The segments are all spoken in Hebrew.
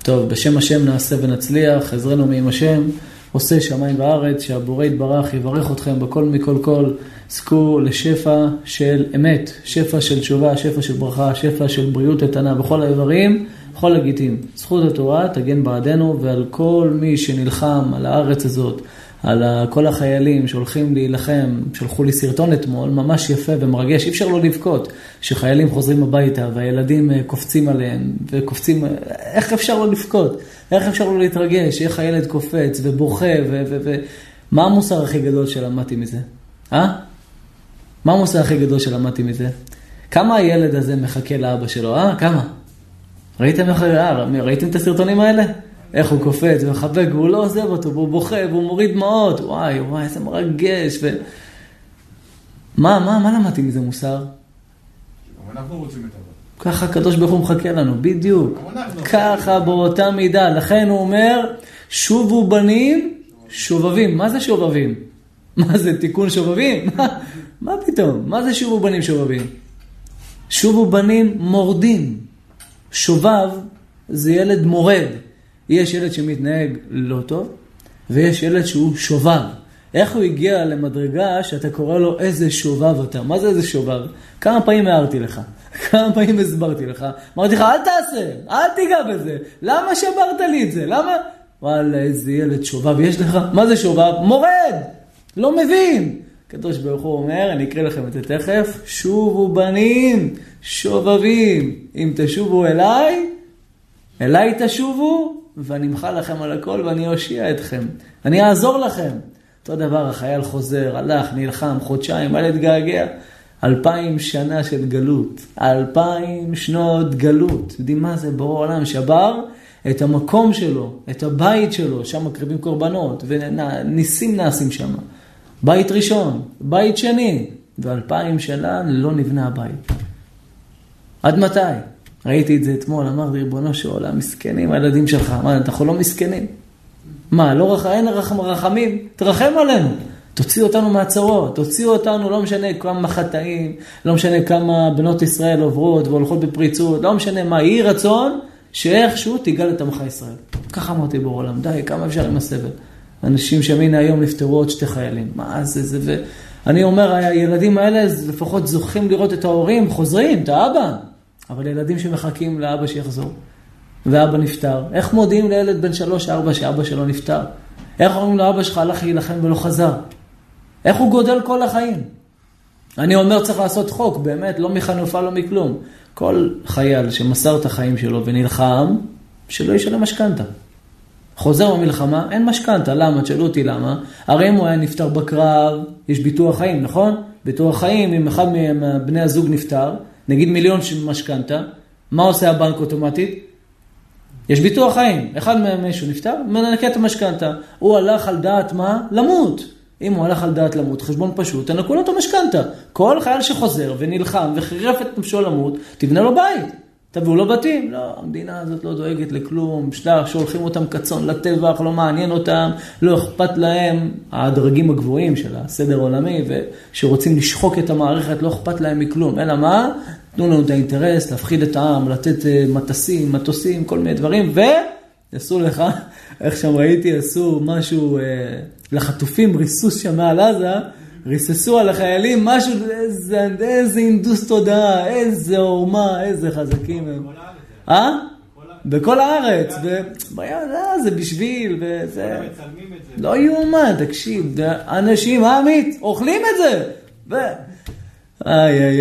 טוב, בשם השם נעשה ונצליח, עזרנו מעם השם, עושה שמיים וארץ, שהבורא יתברך יברך אתכם בכל מכל כל, זכו לשפע של אמת, שפע של תשובה, שפע של ברכה, שפע של בריאות איתנה בכל האיברים, בכל הגיטים. זכות התורה תגן בעדנו ועל כל מי שנלחם על הארץ הזאת, על כל החיילים שהולכים להילחם, שלחו לי סרטון אתמול, ממש יפה ומרגש, אי אפשר לא לבכות, שחיילים חוזרים הביתה והילדים קופצים עליהם, וקופצים, איך אפשר לא לבכות? איך אפשר לא להתרגש? איך הילד קופץ ובוכה, מה המוסר הכי גדול שלמדתי מזה? מה המוסר הכי גדול שלמדתי מזה? כמה הילד הזה מחכה לאבא שלו? כמה? ראיתם את הסרטונים האלה? איך הוא קופץ ומחבק, והוא לא עוזב אותו, והוא בוכה, והוא מוריד דמעות. וואי, איזה מרגש. מה למדתי מזה מוסר? אנחנו רוצים את זה. ככה הקדוש ברוך הוא מחכה לנו, בדיוק. ככה באותה מידה. לכן הוא אומר, שובו בנים שובבים. מה זה שובבים? מה זה תיקון שובבים? מה פתאום? מה זה שובו בנים שובבים? שובו בנים מורדים. שובב זה ילד מורד. יש ילד שמתנהג לא טוב, ויש ילד שהוא שובב. איך הוא הגיע למדרגה שאתה קורא לו איזה שובב אתה? מה זה איזה שובב? כמה פעמים הערתי לך? כמה פעמים הסברתי לך? אמרתי לך, אל תעשה, אל תיגע בזה. למה שברת לי את זה? למה? וואלה, איזה ילד שובב יש לך? מה זה שובב? מורד! לא מבין! הקדוש ברוך הוא אומר, אני אקריא לכם את זה תכף, שובו בנים, שובבים. אם תשובו אליי תשובו, ואני אמחה לכם על הכל ואני אושיע אתכם. אני אעזור לכם. אותו דבר, החייל חוזר, הלך, נלחם, חודשיים, הילד געגע. 2000 שנה של גלות. 2000 שנות גלות. יודעים מה זה? בורא עולם שבר את המקום שלו, את הבית שלו, שם מקריבים קורבנות, וניסים נעשים שם. בית ראשון, בית שני, ו2000 שנה לא נבנה הבית. עד מתי? ראיתי את זה אתמול, אמרתי, ריבונו של עולם, מסכנים הילדים שלך. מה, אנחנו לא מסכנים? מה, אין רחמים? תרחם עלינו. תוציא אותנו מהצרות, תוציא אותנו, לא משנה כמה חטאים, לא משנה כמה בנות ישראל עוברות והולכות בפריצות, לא משנה מה, יהי רצון שאיכשהו תיגל את עמך ישראל. ככה אמרתי בעולם, די, כמה אפשר עם הסבל. אנשים שהנה היום נפטרו עוד 2 חיילים. מה זה? ואני אומר, הילדים האלה לפחות זוכים לראות את ההורים, חוזרים, את האבא. אבל ילדים שמחכים לאבא שיחזור, ואבא נפטר. איך מודיעים לילד בן 3-4 שאבא שלו נפטר? איך אומרים לאבא שלך הלך להילחם ולא חזר? איך הוא גודל כל החיים? אני אומר צריך לעשות חוק, באמת, לא מחנופה, לא מכלום. כל חייל שמסר את החיים שלו ונלחם, שלא ישלם משכנתה. חוזר במלחמה, אין משכנתה. למה? תשאלו אותי למה. הרי אם הוא היה נפטר בקרב, יש ביטוח חיים, נכון? ביטוח חיים, אם אחד מבני הזוג נפטר, נגיד 1,000,000 של משכנתה, מה עושה הבנק אוטומטית? יש ביטוח חיים. אחד מישהו נפטר, מנקה את המשכנתה. הוא הלך על דעת מה? למות. אם הוא הלך על דעת למות, חשבון פשוט, תנקו לו את המשכנתה. כל חייל שחוזר ונלחם וחירף את נפשו למות, תבנה לו בית. תביאו לו בתים. לא, המדינה הזאת לא דואגת לכלום. שולחים אותם קצון לטבח, לא מעניין אותם, לא אכפת להם. הדרגים הגבוהים של הסדר העולמי, ושרוצים לשחוק את המערכת, לא אכפת להם מכלום. אלא מה? תנו לנו את האינטרס, להפחיד את העם, לתת מטוסים, כל מיני דברים, יעשו לך, איך שם ראיתי, עשו משהו לחטופים, ריסוס שם מעל עזה, ריססו על החיילים, משהו, איזה אינדוס תודעה, איזה עורמה, איזה חזקים הם. בכל הארץ. זה בשביל, וזה... לא יאומן, תקשיב, אנשים, עמית, אוכלים את זה. איי.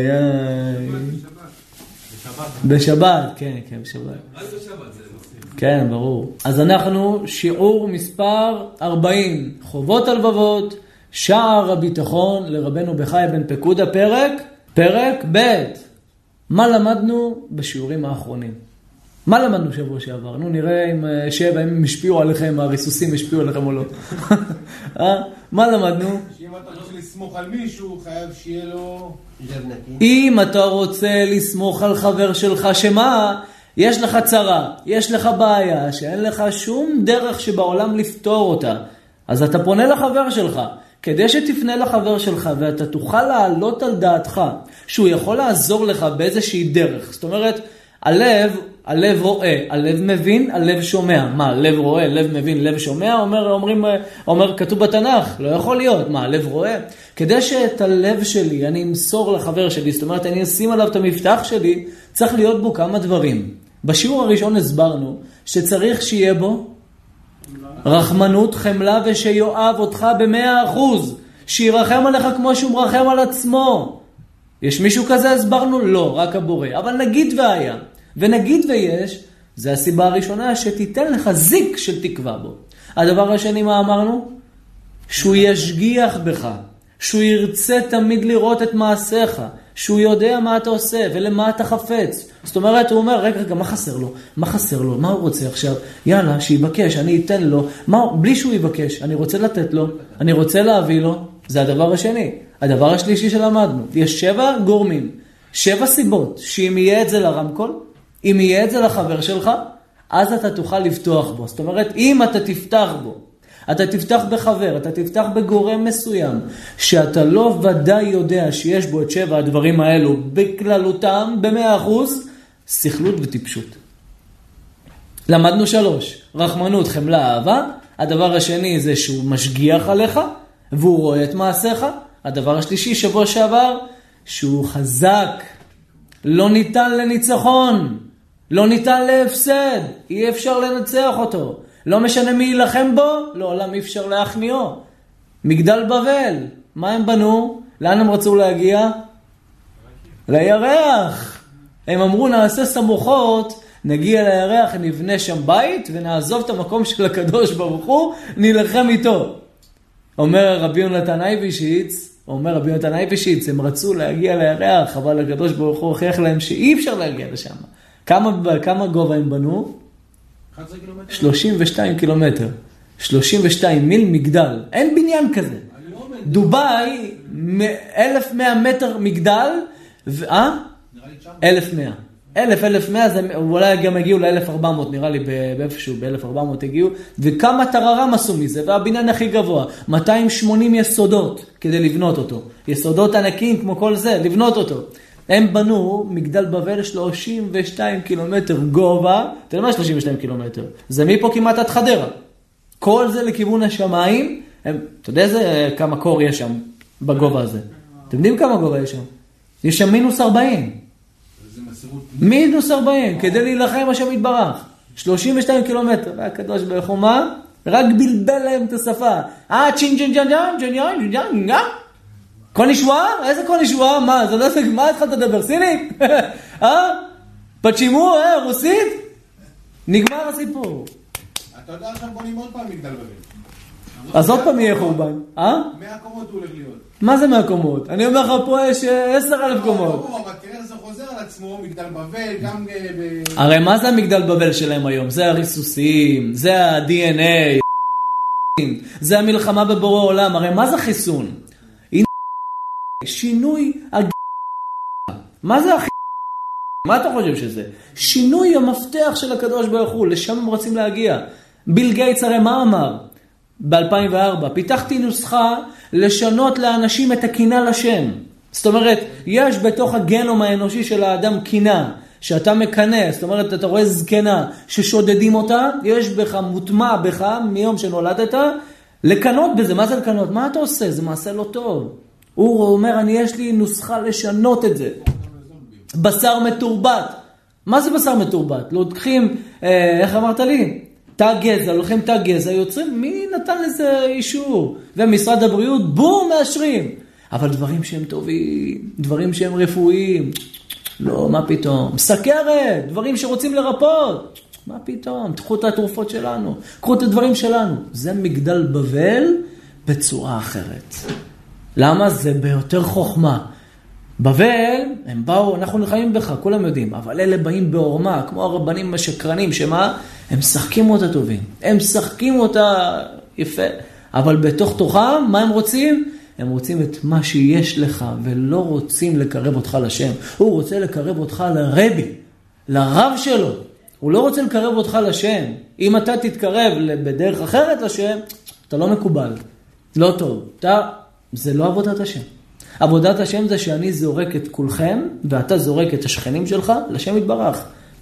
בשבת, כן, בשבת. מה זה בשבת? כן, ברור. אז אנחנו שיעור מספר 40, חובות הלבבות, שער הביטחון לרבנו בחי בן פקודה, פרק ב'. מה למדנו בשיעורים האחרונים? מה למדנו שבוע שעבר? נראה אם הם השפיעו עליכם, הריסוסים השפיעו עליכם או לא. מה למדנו? שאם אתה רוצה לסמוך על מישהו, חייב שיהיה לו... אם אתה רוצה לסמוך על חבר שלך, שמה? יש לך צרה, יש לך בעיה, שאין לך שום דרך שבעולם לפתור אותה. אז אתה פונה לחבר שלך. כדי שתפנה לחבר שלך ואתה תוכל לעלות על דעתך שהוא יכול לעזור לך באיזושהי דרך. זאת אומרת, הלב, הלב רואה, הלב מבין, הלב שומע. מה, לב רואה, לב מבין, לב שומע? אומר, כתוב בתנ"ך, לא יכול להיות. מה, הלב רואה? כדי שאת הלב שלי אני אמסור לחבר שלי, זאת אומרת, אני אשים עליו את המפתח שלי, צריך להיות בו כמה דברים. בשיעור הראשון הסברנו שצריך שיהיה בו רחמנות, חמלה, ושיואב אותך ב100%. שירחם עליך כמו שהוא מרחם על עצמו. יש מישהו כזה? הסברנו? לא, רק הבורא. אבל נגיד והיה, ונגיד ויש, זה הסיבה הראשונה שתיתן לך זיק של תקווה בו. הדבר השני, מה אמרנו? שהוא ישגיח בך, שהוא ירצה תמיד לראות את מעשיך, שהוא יודע מה אתה עושה ולמה אתה חפץ. זאת אומרת, הוא אומר, רגע, מה חסר לו? מה חסר לו? מה הוא רוצה עכשיו? יאללה, שיבקש, אני אתן לו. בלי שהוא יבקש, אני רוצה לתת לו, אני רוצה להביא לו. זה הדבר השני. הדבר השלישי שלמדנו. יש 7 גורמים, 7 סיבות, שאם יהיה את זה לרמקול, אם יהיה את זה לחבר שלך, אז אתה תוכל לפתוח בו. זאת אומרת, אם אתה תפתח בו, אתה תפתח בחבר, אתה תפתח בגורם מסוים, שאתה לא ודאי יודע שיש בו את 7 הדברים האלו, בכללותם, ב100%, שכלות וטיפשות. למדנו 3, רחמנות, חמלה, אהבה. הדבר השני זה שהוא משגיח עליך, והוא רואה את מעשיך. הדבר השלישי, שבוע שעבר, שהוא חזק, לא ניתן לניצחון, לא ניתן להפסד, אי אפשר לנצח אותו. לא משנה מי ילחם בו, לעולם אי אפשר להכניעו. מגדל בבל, מה הם בנו? לאן הם רצו להגיע? לירח. הם אמרו, נעשה סמוכות, נגיע לירח, נבנה שם בית, ונעזוב את המקום של הקדוש ברוך הוא, נלחם איתו. אומר רבי יונתן אייבשיץ, הם רצו להגיע לירח, אבל הקדוש ברוך הוא הוכיח להם שאי אפשר להגיע לשם. כמה גובה הם בנו? 32 קילומטר. 32 מיל מגדל. אין בניין כזה. דובאי, 1,100 מטר מגדל, 1,100. 1,100, אולי גם הגיעו ל-1,400, נראה לי באיפשהו, ב-1,400 הגיעו, וכמה תררם עשו מזה, והבניין הכי גבוה, 280 יסודות כדי לבנות אותו. יסודות ענקים כמו כל זה, לבנות אותו. הם בנו מגדל בבל 32 קילומטר גובה, אתה יודע מה 32 קילומטר? זה מפה כמעט עד חדרה. כל זה לכיוון השמיים, אתה יודע כמה קור יש שם בגובה הזה? אתם יודעים כמה גובה יש שם? יש שם מינוס 40. מינוס 40, כדי להילחם השם יתברך. 32 קילומטר, והקדוש ברוך הוא מה? רק בלבל להם את השפה. קונישווה? איזה קונישווה? מה? זה לא סגר, מה התחלת לדבר? סינית? פצ'ימו? רוסית? נגמר הסיפור. אתה יודע עכשיו בונים עוד פעם מגדל בבל. אז עוד פעם יהיה חורבן. 100 קומות הוא הולך להיות. מה זה 100 קומות? אני אומר לך פה יש 10,000 קומות. אבל תראה זה חוזר על עצמו, מגדל בבל, גם הרי מה זה המגדל בבל שלהם היום? זה הריסוסים, זה ה-DNA, זה המלחמה בבורא עולם. הרי מה זה חיסון? שינוי מה זה הכי? מה אתה חושב שזה? שינוי המפתח של הקדוש ברוך הוא, לשם הם רוצים להגיע. ביל גייטס הרי מה אמר? ב-2004, פיתחתי נוסחה לשנות לאנשים את הקינה לשם. זאת אומרת, יש בתוך הגנום האנושי של האדם קינה, שאתה מקנה, זאת אומרת, אתה רואה זקנה ששודדים אותה, יש בך, מוטמע בך, מיום שנולדת, לקנות בזה. מה זה לקנות? מה אתה עושה? זה מעשה לא טוב. הוא אומר, יש לי נוסחה לשנות את זה. בשר מתורבת. מה זה בשר מתורבת? לוקחים, איך אמרת לי? תא גזע, לוקחים תא גזע, יוצרים, מי נתן לזה אישור? ומשרד הבריאות, בום, מאשרים. אבל דברים שהם טובים, דברים שהם רפואיים, לא, מה פתאום? סכרת, דברים שרוצים לרפות, מה פתאום? תקחו את התרופות שלנו, קחו את הדברים שלנו. זה מגדל בבל בצורה אחרת. למה? זה ביותר חוכמה. בבל, הם באו, אנחנו נלחמים בך, כולם יודעים, אבל אלה באים בעורמה, כמו הרבנים השקרנים, שמה? הם שחקים אותה טובים, הם שחקים אותה יפה, אבל בתוך תוכם, מה הם רוצים? הם רוצים את מה שיש לך, ולא רוצים לקרב אותך לשם. הוא רוצה לקרב אותך לרבי, לרב שלו. הוא לא רוצה לקרב אותך לשם. אם אתה תתקרב בדרך אחרת לשם, אתה לא מקובל, לא טוב. זה לא עבודת השם. עבודת השם זה שאני זורק את כולכם, ואתה זורק את השכנים שלך לשם יתברך.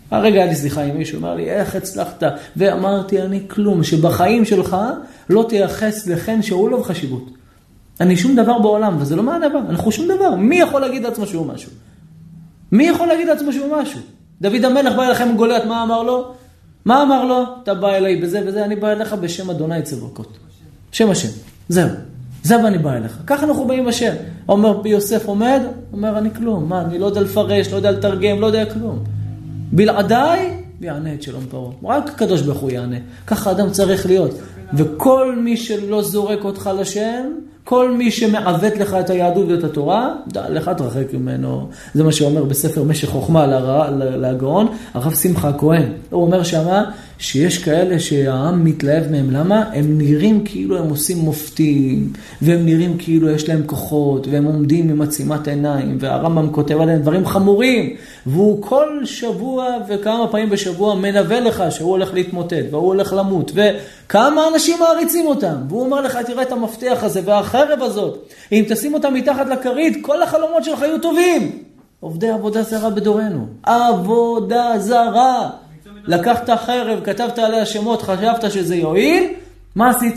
הרגע היה לי שיחה עם מישהו, אמר לי, איך הצלחת? ואמרתי, אני כלום, שבחיים שלך לא תייחס לכן שהוא לא בחשיבות. אני שום דבר בעולם, וזה לא מה הדבר, אנחנו שום דבר. מי יכול להגיד לעצמו שהוא משהו? מי יכול להגיד לעצמו שהוא משהו? דוד המלך בא אליכם גוליית, מה אמר לו? מה אמר לו? אתה בא אליי בזה וזה, אני בא אליך בשם אדוני צבאות. שם השם, זהו. זה ואני בא אליך. ככה אנחנו באים בשם. אומר יוסף עומד, אומר אני כלום. מה, אני לא יודע לפרש, לא יודע לתרגם, לא יודע כלום. בלעדיי, יענה את שלום פרעה. רק הקדוש ברוך הוא יענה. ככה אדם צריך להיות. וכל מי שלא זורק אותך לשם, כל מי שמעוות לך את היהדות ואת התורה, דע לך תרחק ממנו. זה מה שאומר בספר משך חוכמה להגאון, הרב שמחה הכהן. הוא אומר שמה שיש כאלה שהעם מתלהב מהם. למה? הם נראים כאילו הם עושים מופתים, והם נראים כאילו יש להם כוחות, והם עומדים עם עצימת עיניים, והרמב"ם כותב עליהם דברים חמורים, והוא כל שבוע וכמה פעמים בשבוע מנבא לך שהוא הולך להתמוטט, והוא הולך למות, וכמה אנשים מעריצים אותם. והוא אומר לך, תראה את המפתח הזה והחרב הזאת, אם תשים אותם מתחת לכרית, כל החלומות שלך יהיו טובים. עובדי עבודה זרה בדורנו. עבודה זרה. לקחת חרב, כתבת עליה שמות, חשבת שזה יועיל, מה עשית?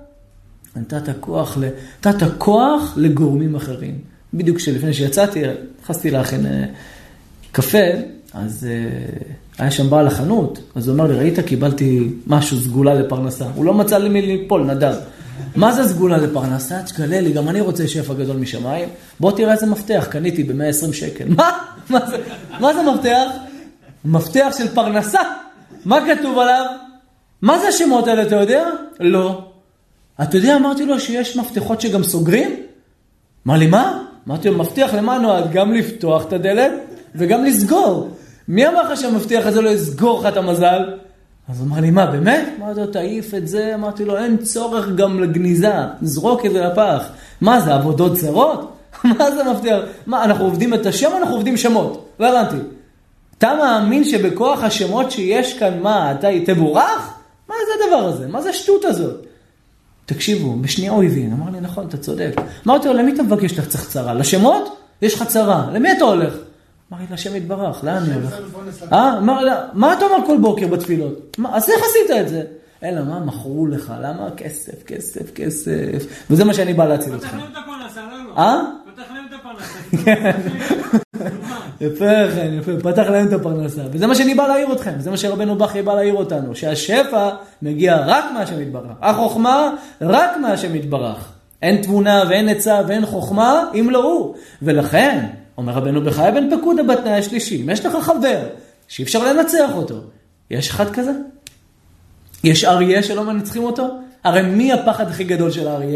נתת כוח לגורמים אחרים. בדיוק שלפני שיצאתי, נכנסתי להכין קפה, אז היה שם בעל החנות, אז הוא אמר לי, ראית, קיבלתי משהו, סגולה לפרנסה. הוא לא מצא לי מי ליפול, נדב. מה זה סגולה לפרנסה? תשקלה לי, גם אני רוצה שפע גדול משמיים. בוא תראה איזה מפתח, קניתי ב-120 שקל. מה זה מפתח? מפתח של פרנסה. מה כתוב עליו? מה זה השמות האלה, אתה יודע? לא. אתה יודע, אמרתי לו שיש מפתחות שגם סוגרים? אמר לי, מה? אמרתי לו, מפתח למה נועד? גם לפתוח את הדלת וגם לסגור. מי אמר לך שהמפתח הזה לא יסגור לך את המזל? אז הוא אמר לי, מה, באמת? אמרתי לו, תעיף את זה. אמרתי לו, אין צורך גם לגניזה. זרוק את זה לפח. מה זה, עבודות זרות? מה זה מפתח? מה, אנחנו עובדים את השם או אנחנו עובדים שמות? לא הבנתי. אתה מאמין שבכוח השמות שיש כאן, מה, אתה תבורך? מה זה הדבר הזה? מה זה השטות הזאת? תקשיבו, בשנייה הוא הבין. אמר לי, נכון, אתה צודק. אמרתי לו, למי אתה מבקש לך צריך צרה? לשמות? יש לך צרה. למי אתה הולך? אמר לי, לשם יתברך, לאן אני הולך? מה אתה אומר כל בוקר בתפילות? אז איך עשית את זה? אלא מה, מכרו לך, למה? כסף, כסף, כסף. וזה מה שאני בא להציל אותך. פתח להם את הפרנסה, לא? פתח להם את הפרנסה. יפה, פתח להם את הפרנסה. וזה מה שאני בא להעיר אתכם, זה מה שרבנו בכי בא להעיר אותנו, שהשפע מגיע רק מהשם יתברך. החוכמה רק מהשם יתברך. אין תבונה ואין עצה ואין חוכמה אם לא הוא. ולכן, אומר רבנו בכי בן פקודה בתנאי השלישי, אם יש לך חבר שאי אפשר לנצח אותו, יש אחד כזה? יש אריה שלא מנצחים אותו? הרי מי הפחד הכי גדול של האריה?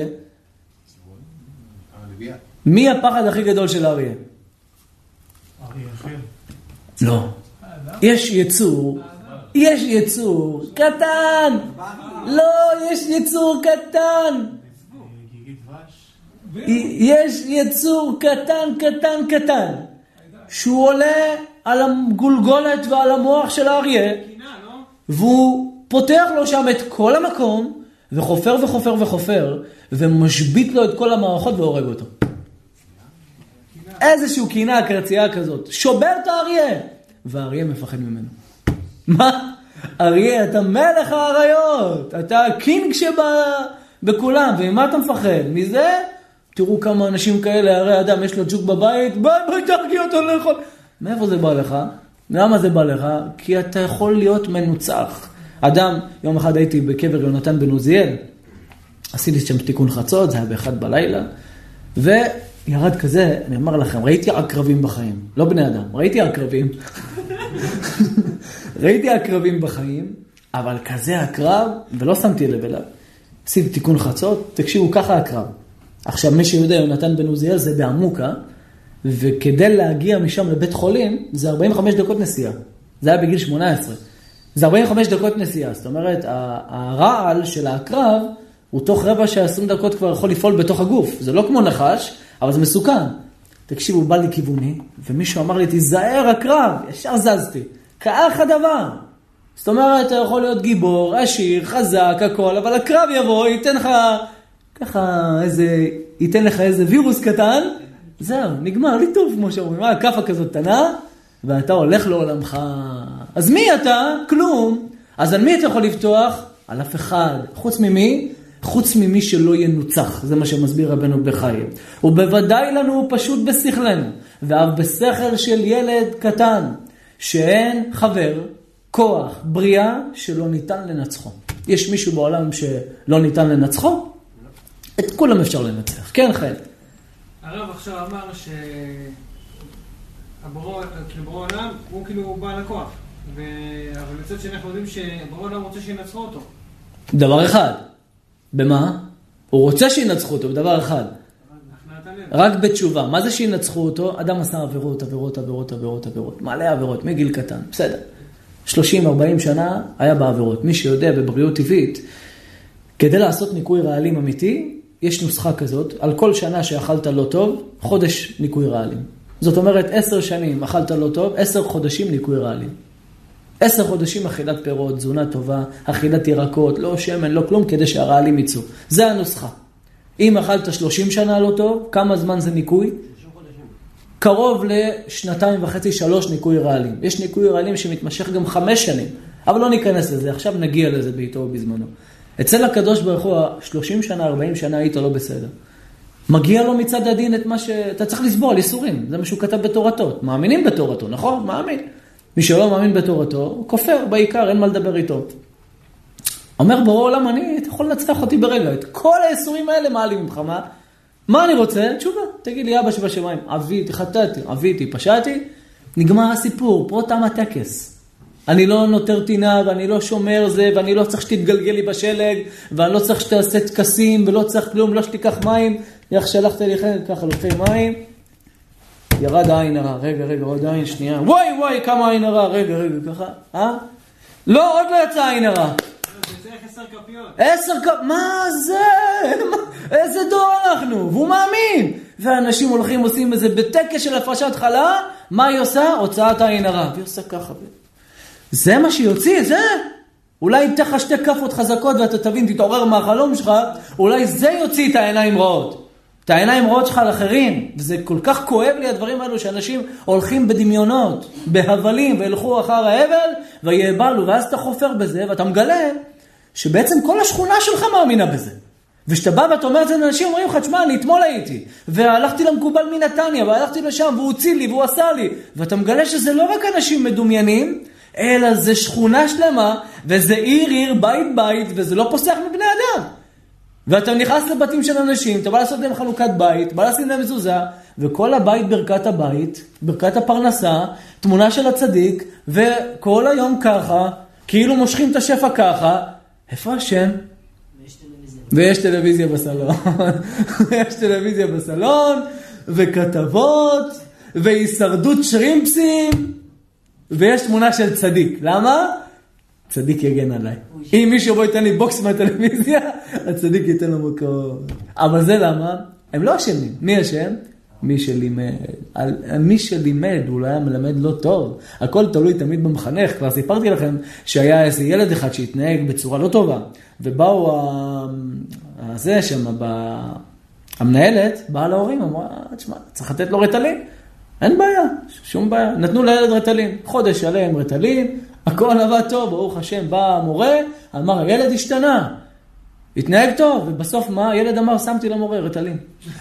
מי הפחד הכי גדול של האריה? אריה אחר. לא. יש יצור קטן. לא, יש יצור קטן. יש יצור קטן. שהוא עולה על הגולגולת ועל המוח של האריה. והוא פותח לו שם את כל המקום, וחופר, ומשבית לו את כל המערכות והורג אותו. איזשהו קינה, קרצייה כזאת. שובר את האריה. והאריה מפחד ממנו. מה? אריה, אתה מלך האריות. אתה הקינג בכולם. וממה אתה מפחד? מזה? תראו כמה אנשים כאלה, הרי אדם יש לו ג'וק בבית, בואי תרגיע אותו לאכול. מאיפה זה בא לך? למה זה בא לך? כי אתה יכול להיות מנוצח. אדם, יום אחד הייתי בקבר יונתן בן עוזיאל, עשיתי שם תיקון חצות, זה היה באחד בלילה, וירד כזה, אני אומר לכם, ראיתי עקרבים בחיים, לא בני אדם, ראיתי עקרבים. ראיתי עקרבים בחיים, אבל כזה עקרב, ולא שמתי לב אליו. עשיתי תיקון חצות, תקשיבו, ככה עקרב. עכשיו, מי שיודע, יונתן בן עוזיאל זה בעמוקה, וכדי להגיע משם לבית חולים, זה 45 דקות נסיעה. זה היה בגיל 18. זה 45 דקות נסיעה. זאת אומרת, הרעל של העקרב, הוא תוך רבע ש20 דקות כבר יכול לפעול בתוך הגוף. זה לא כמו נחש, אבל זה מסוכן. תקשיבו, הוא בא לי כיווני, ומישהו אמר לי, תיזהר עקרב, ישר זזתי. כך הדבר. זאת אומרת, אתה יכול להיות גיבור, עשיר, חזק, הכל, אבל עקרב יבוא, ייתן לך, ככה, ייתן לך איזה וירוס קטן, זהו, נגמר, לי טוב, כמו שאומרים, כפה כזאת קטנה, ואתה הולך לעולמך. אז מי אתה? כלום. אז על מי אתה יכול לפתוח? על אף אחד. חוץ ממי? חוץ ממי שלא ינוצח. זה מה שמסביר רבנו בחיים. ובוודאי לנו פשוט בשכלנו, ואף בשכל של ילד קטן, שאין חבר, כוח, בריאה, שלא ניתן לנצחו. יש מישהו בעולם שלא ניתן לנצחו? את כולם אפשר לנצח. כן, חייל. הרב עכשיו אמר שהבורא עולם הוא כאילו בעל הכוח. אבל מצד שאנחנו יודעים שבורא עולם רוצה שינצחו אותו. דבר אחד. במה? הוא רוצה שינצחו אותו, בדבר אחד. רק בתשובה. מה זה שינצחו אותו? אדם עשה עבירות. מעלה עבירות, מגיל קטן. בסדר. 30-40 שנה היה בעבירות. מי שיודע בבריאות טבעית, כדי לעשות ניקוי רעלים אמיתי, יש נוסחה כזאת. על כל שנה שאכלת לא טוב, חודש ניקוי רעלים. זאת אומרת, 10 שנים אכלת לא טוב, 10 חודשים ניקוי רעלים. 10 חודשים אכילת פירות, תזונה טובה, אכילת ירקות, לא שמן, לא כלום, כדי שהרעלים יצאו. זה הנוסחה. אם אכלת 30 שנה לא טוב, כמה זמן זה ניקוי? 30 חודשים. קרוב ל2.5-3 ניקוי רעלים. יש ניקוי רעלים שמתמשך גם 5 שנים, אבל לא ניכנס לזה, עכשיו נגיע לזה בעיתו ובזמנו. אצל הקדוש ברוך הוא, 30 שנה, 40 שנה היית לא בסדר. מגיע לו מצד הדין את מה שאתה צריך לסבול, איסורים. זה מה שהוא כתב בתורתו. מאמינים בתורתו, נכון? מאמין. מי שלא מאמין בתורתו, הוא כופר בעיקר, אין מה לדבר איתו. אומר בורא עולם, אתה יכול לנצח אותי ברגע. את כל האיסורים האלה מעלים ממך, מה אני רוצה? תשובה. תגיד לי, אבא שבשמיים, חטאתי, עוויתי, פשעתי, נגמר הסיפור, פה תם הטקס. אני לא נותר טינה, ואני לא שומר זה, ואני לא צריך שתתגלגל לי בשלג, ואני לא צריך שתעשה תקסים, ולא צריך כלום, לא שתיקח מים, איך שלחת לי ככה לוקחי מים, ירד העין הרע, רגע, עוד העין שנייה, וואי, כמה עין הרע, רגע, ככה, לא, עוד לא יצא עין הרע. זה 10 כפיות. 10 כפיות, מה זה? איזה דור אנחנו? והוא מאמין. ואנשים הולכים, עושים איזה בטקס של הפרשת חלה, מה היא עושה? הוצאת העין הרע. והיא עושה ככה. זה מה שיוציא, זה? אולי אם תך 2 כפות חזקות ואתה תבין, תתעורר מהחלום שלך, אולי זה יוציא את העיניים רעות. את העיניים רעות שלך על אחרים. וזה כל כך כואב לי הדברים האלו, שאנשים הולכים בדמיונות, בהבלים, והלכו אחר ההבל, ויאבלו, ואז אתה חופר בזה, ואתה מגלה שבעצם כל השכונה שלך מאמינה בזה. ושאתה בא ואתה אומר את זה לאנשים, אומרים לך, תשמע, אני אתמול הייתי, והלכתי למקובל מנתניה, והלכתי לשם, והוא הוציא לי, והוא עשה לי. ואתה מגלה שזה לא רק אנשים מדומיינים, אלא זה שכונה שלמה, וזה עיר, בית, וזה לא פוסח מבני אדם. ואתה נכנס לבתים של אנשים, אתה בא לעשות להם חלוקת בית, בא לשים להם מזוזה, וכל הבית ברכת הבית, ברכת הפרנסה, תמונה של הצדיק, וכל היום ככה, כאילו מושכים את השפע ככה, איפה השם? ויש טלוויזיה בסלון. יש טלוויזיה בסלון, וכתבות, והישרדות שרימפסים, ויש תמונה של צדיק. למה? צדיק יגן עליי. אם מישהו בוא ייתן לי בוקס מהטלוויזיה, הצדיק ייתן לו מקום. אבל זה למה? הם לא אשמים. מי אשם? מי שלימד. מי שלימד, הוא לא היה מלמד לא טוב. הכל תלוי תמיד במחנך. כבר סיפרתי לכם שהיה איזה ילד אחד שהתנהג בצורה לא טובה. ובאו הזה שם, המנהלת, באה להורים, אמרה, תשמע, צריך לתת לו רטלין. אין בעיה, שום בעיה. נתנו לילד רטלין. חודש עליהם רטלין, הכל עבד טוב, ברוך השם, בא המורה, אמר, הילד השתנה. התנהג טוב, ובסוף מה? הילד אמר, שמתי למורה רטלין.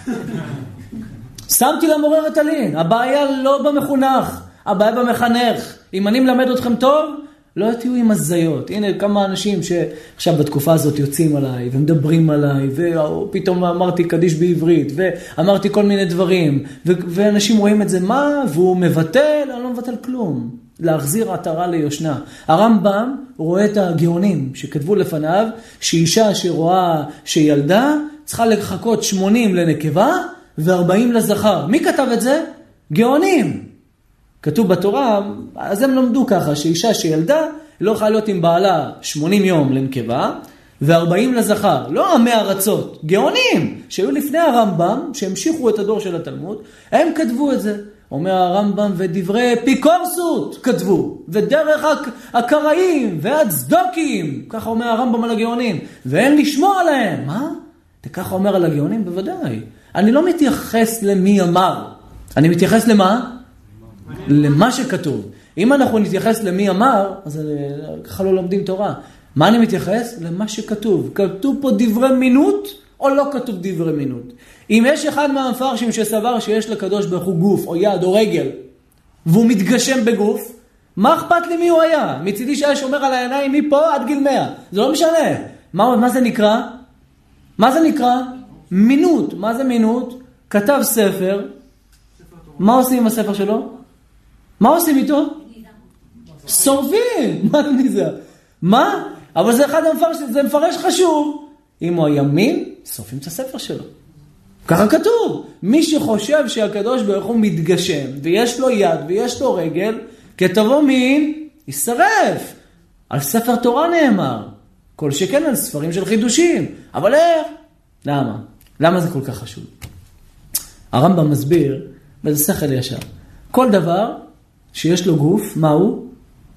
שמתי למורה רטלין. הבעיה לא במחונך, הבעיה במחנך. אם אני מלמד אתכם טוב, לא תהיו עם הזיות. הנה כמה אנשים שעכשיו בתקופה הזאת יוצאים עליי, ומדברים עליי, ופתאום אמרתי קדיש בעברית, ואמרתי כל מיני דברים, ואנשים רואים את זה, מה? והוא מבטל, אני לא מבטל כלום. להחזיר עטרה ליושנה. הרמב"ם רואה את הגאונים שכתבו לפניו, שאישה שרואה שילדה, צריכה לחכות 80 לנקבה, ו40 לזכר. מי כתב את זה? גאונים. כתוב בתורה, אז הם למדו ככה, שאישה שילדה, לא יכולה להיות עם בעלה 80 יום לנקבה, ו40 לזכר. לא 100 ארצות, גאונים, שהיו לפני הרמב"ם, שהמשיכו את הדור של התלמוד, הם כתבו את זה. אומר הרמב"ם, ודברי אפיקורסות כתבו, ודרך הקראים והצדוקים, ככה אומר הרמב"ם על הגאונים, ואין לשמוע עליהם. מה? אתה ככה אומר על הגאונים? בוודאי. אני לא מתייחס למי אמר, אני מתייחס למה? למה שכתוב. אם אנחנו נתייחס למי אמר, אז ככה לא לומדים תורה. מה אני מתייחס? למה שכתוב. כתוב פה דברי מינות, או לא כתוב דברי מינות. אם יש אחד מהמפרשים שסבר שיש לקדוש ברוך הוא גוף, או יד, או רגל, והוא מתגשם בגוף, מה אכפת לי מי הוא היה? מצידי שהיה שומר על העיניים מפה עד גיל 100. זה לא משנה. מה זה נקרא? מה זה נקרא? מינות. מה זה מינות? כתב ספר. מה עושים עם הספר שלו? מה עושים איתו? שורפים. מה ניזה? מה? אבל זה אחד המפרשים, זה מפרש חשוב. אם הוא הימין, שורפים את הספר שלו. ככה כתוב. מי שחושב שהקדוש ברוך הוא מתגשם, ויש לו יד ויש לו רגל, כתבו מין, ישרף. על ספר תורה נאמר. כל שכן על ספרים של חידושים. אבל איך? למה? למה זה כל כך חשוב? הרמב"ם מסביר, וזה שכל ישר. כל דבר שיש לו גוף, מה הוא?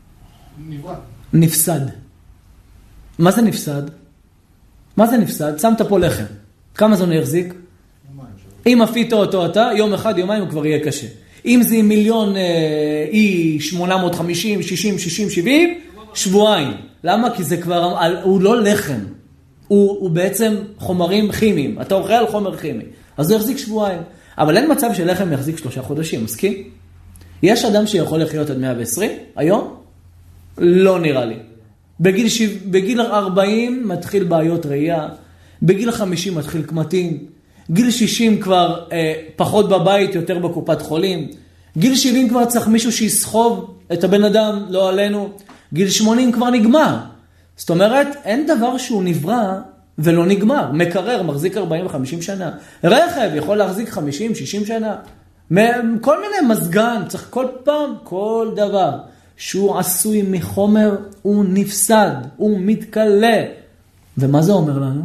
נפסד. מה זה נפסד? מה זה נפסד? שמת פה לחם. כמה זמן הוא יחזיק? אם אפית אותו אתה, יום אחד, יומיים הוא כבר יהיה קשה. אם זה מיליון אי 850, 60, 60, 70, שבועיים. למה? כי זה כבר, הוא לא לחם. הוא בעצם חומרים כימיים. אתה אוכל חומר כימי. אז הוא יחזיק שבועיים. אבל אין מצב שלחם יחזיק 3 חודשים, מסכים? יש אדם שיכול לחיות עד 120 היום? לא נראה לי. בגיל 40 מתחיל בעיות ראייה, בגיל 50 מתחיל קמטים, גיל 60 כבר פחות בבית, יותר בקופת חולים, גיל 70 כבר צריך מישהו שיסחוב את הבן אדם, לא עלינו, גיל 80 כבר נגמר. זאת אומרת, אין דבר שהוא נברא ולא נגמר. מקרר מחזיק 40 ו-50 שנה. רכב יכול להחזיק 50, 60 שנה. כל מיני מזגן, צריך כל פעם, כל דבר שהוא עשוי מחומר, הוא נפסד, הוא מתקלה. ומה זה אומר לנו?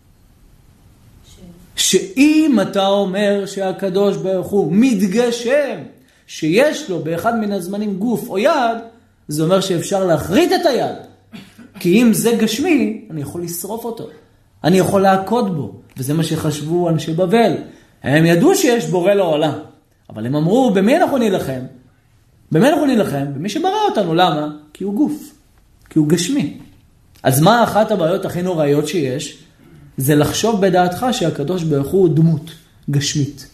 שאם אתה אומר שהקדוש ברוך הוא מתגשם, שיש לו באחד מן הזמנים גוף או יד, זה אומר שאפשר להחריט את היד. כי אם זה גשמי, אני יכול לשרוף אותו. אני יכול להכות בו. וזה מה שחשבו אנשי בבל. הם ידעו שיש בורא לעולם. אבל הם אמרו, במי אנחנו נלחם? במי אנחנו נלחם? במי שברא אותנו. למה? כי הוא גוף. כי הוא גשמי. אז מה אחת הבעיות הכי נוראיות שיש? זה לחשוב בדעתך שהקדוש ברוך הוא דמות גשמית.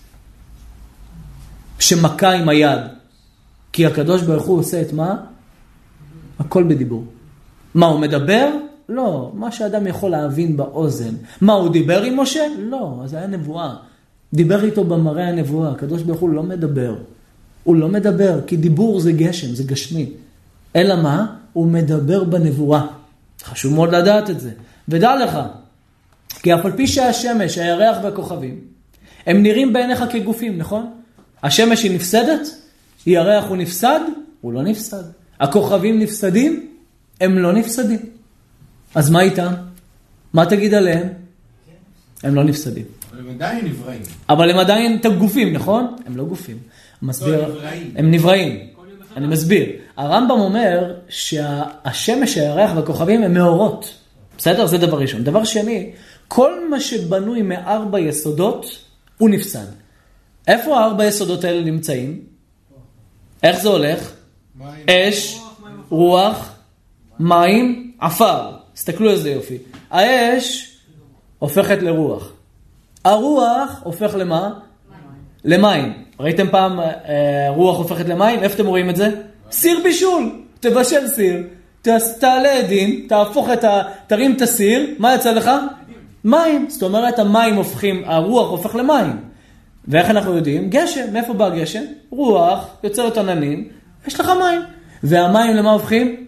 שמכה עם היד. כי הקדוש ברוך הוא עושה את מה? הכל בדיבור. מה, הוא מדבר? לא. מה שאדם יכול להבין באוזן. מה, הוא דיבר עם משה? לא. אז זה היה נבואה. דיבר איתו במראה הנבואה. הקדוש ברוך הוא לא מדבר. הוא לא מדבר, כי דיבור זה גשם, זה גשמי. אלא מה? הוא מדבר בנבואה. חשוב מאוד לדעת את זה. ודע לך, כי אף על פי שהשמש, הירח והכוכבים, הם נראים בעיניך כגופים, נכון? השמש היא נפסדת? הירח הוא נפסד? הוא לא נפסד. הכוכבים נפסדים? הם לא נפסדים. אז מה איתם? מה תגיד עליהם? הם לא נפסדים. אבל הם עדיין נבראים. אבל הם עדיין גופים, נכון? הם לא גופים. הם נבראים. אני מסביר. הרמב"ם אומר שהשמש, הירח והכוכבים הם מאורות. בסדר? זה דבר ראשון. דבר שני, כל מה שבנוי מ4 יסודות הוא נפסד. איפה 4 יסודות האלה נמצאים? איך זה הולך? אש, רוח, מים, עפר. תסתכלו איזה יופי. האש הופכת לרוח. הרוח הופך למה? למים. ראיתם פעם רוח הופכת למים? איפה אתם רואים את זה? סיר בישול. תבשל סיר. תעלה עדים, תרים את הסיר. מה יצא לך? מים. זאת אומרת, המים הופכים, הרוח הופך למים. ואיך אנחנו יודעים? גשם. מאיפה בא גשם? רוח, יוצרת עננים, יש לך מים. והמים למה הופכים?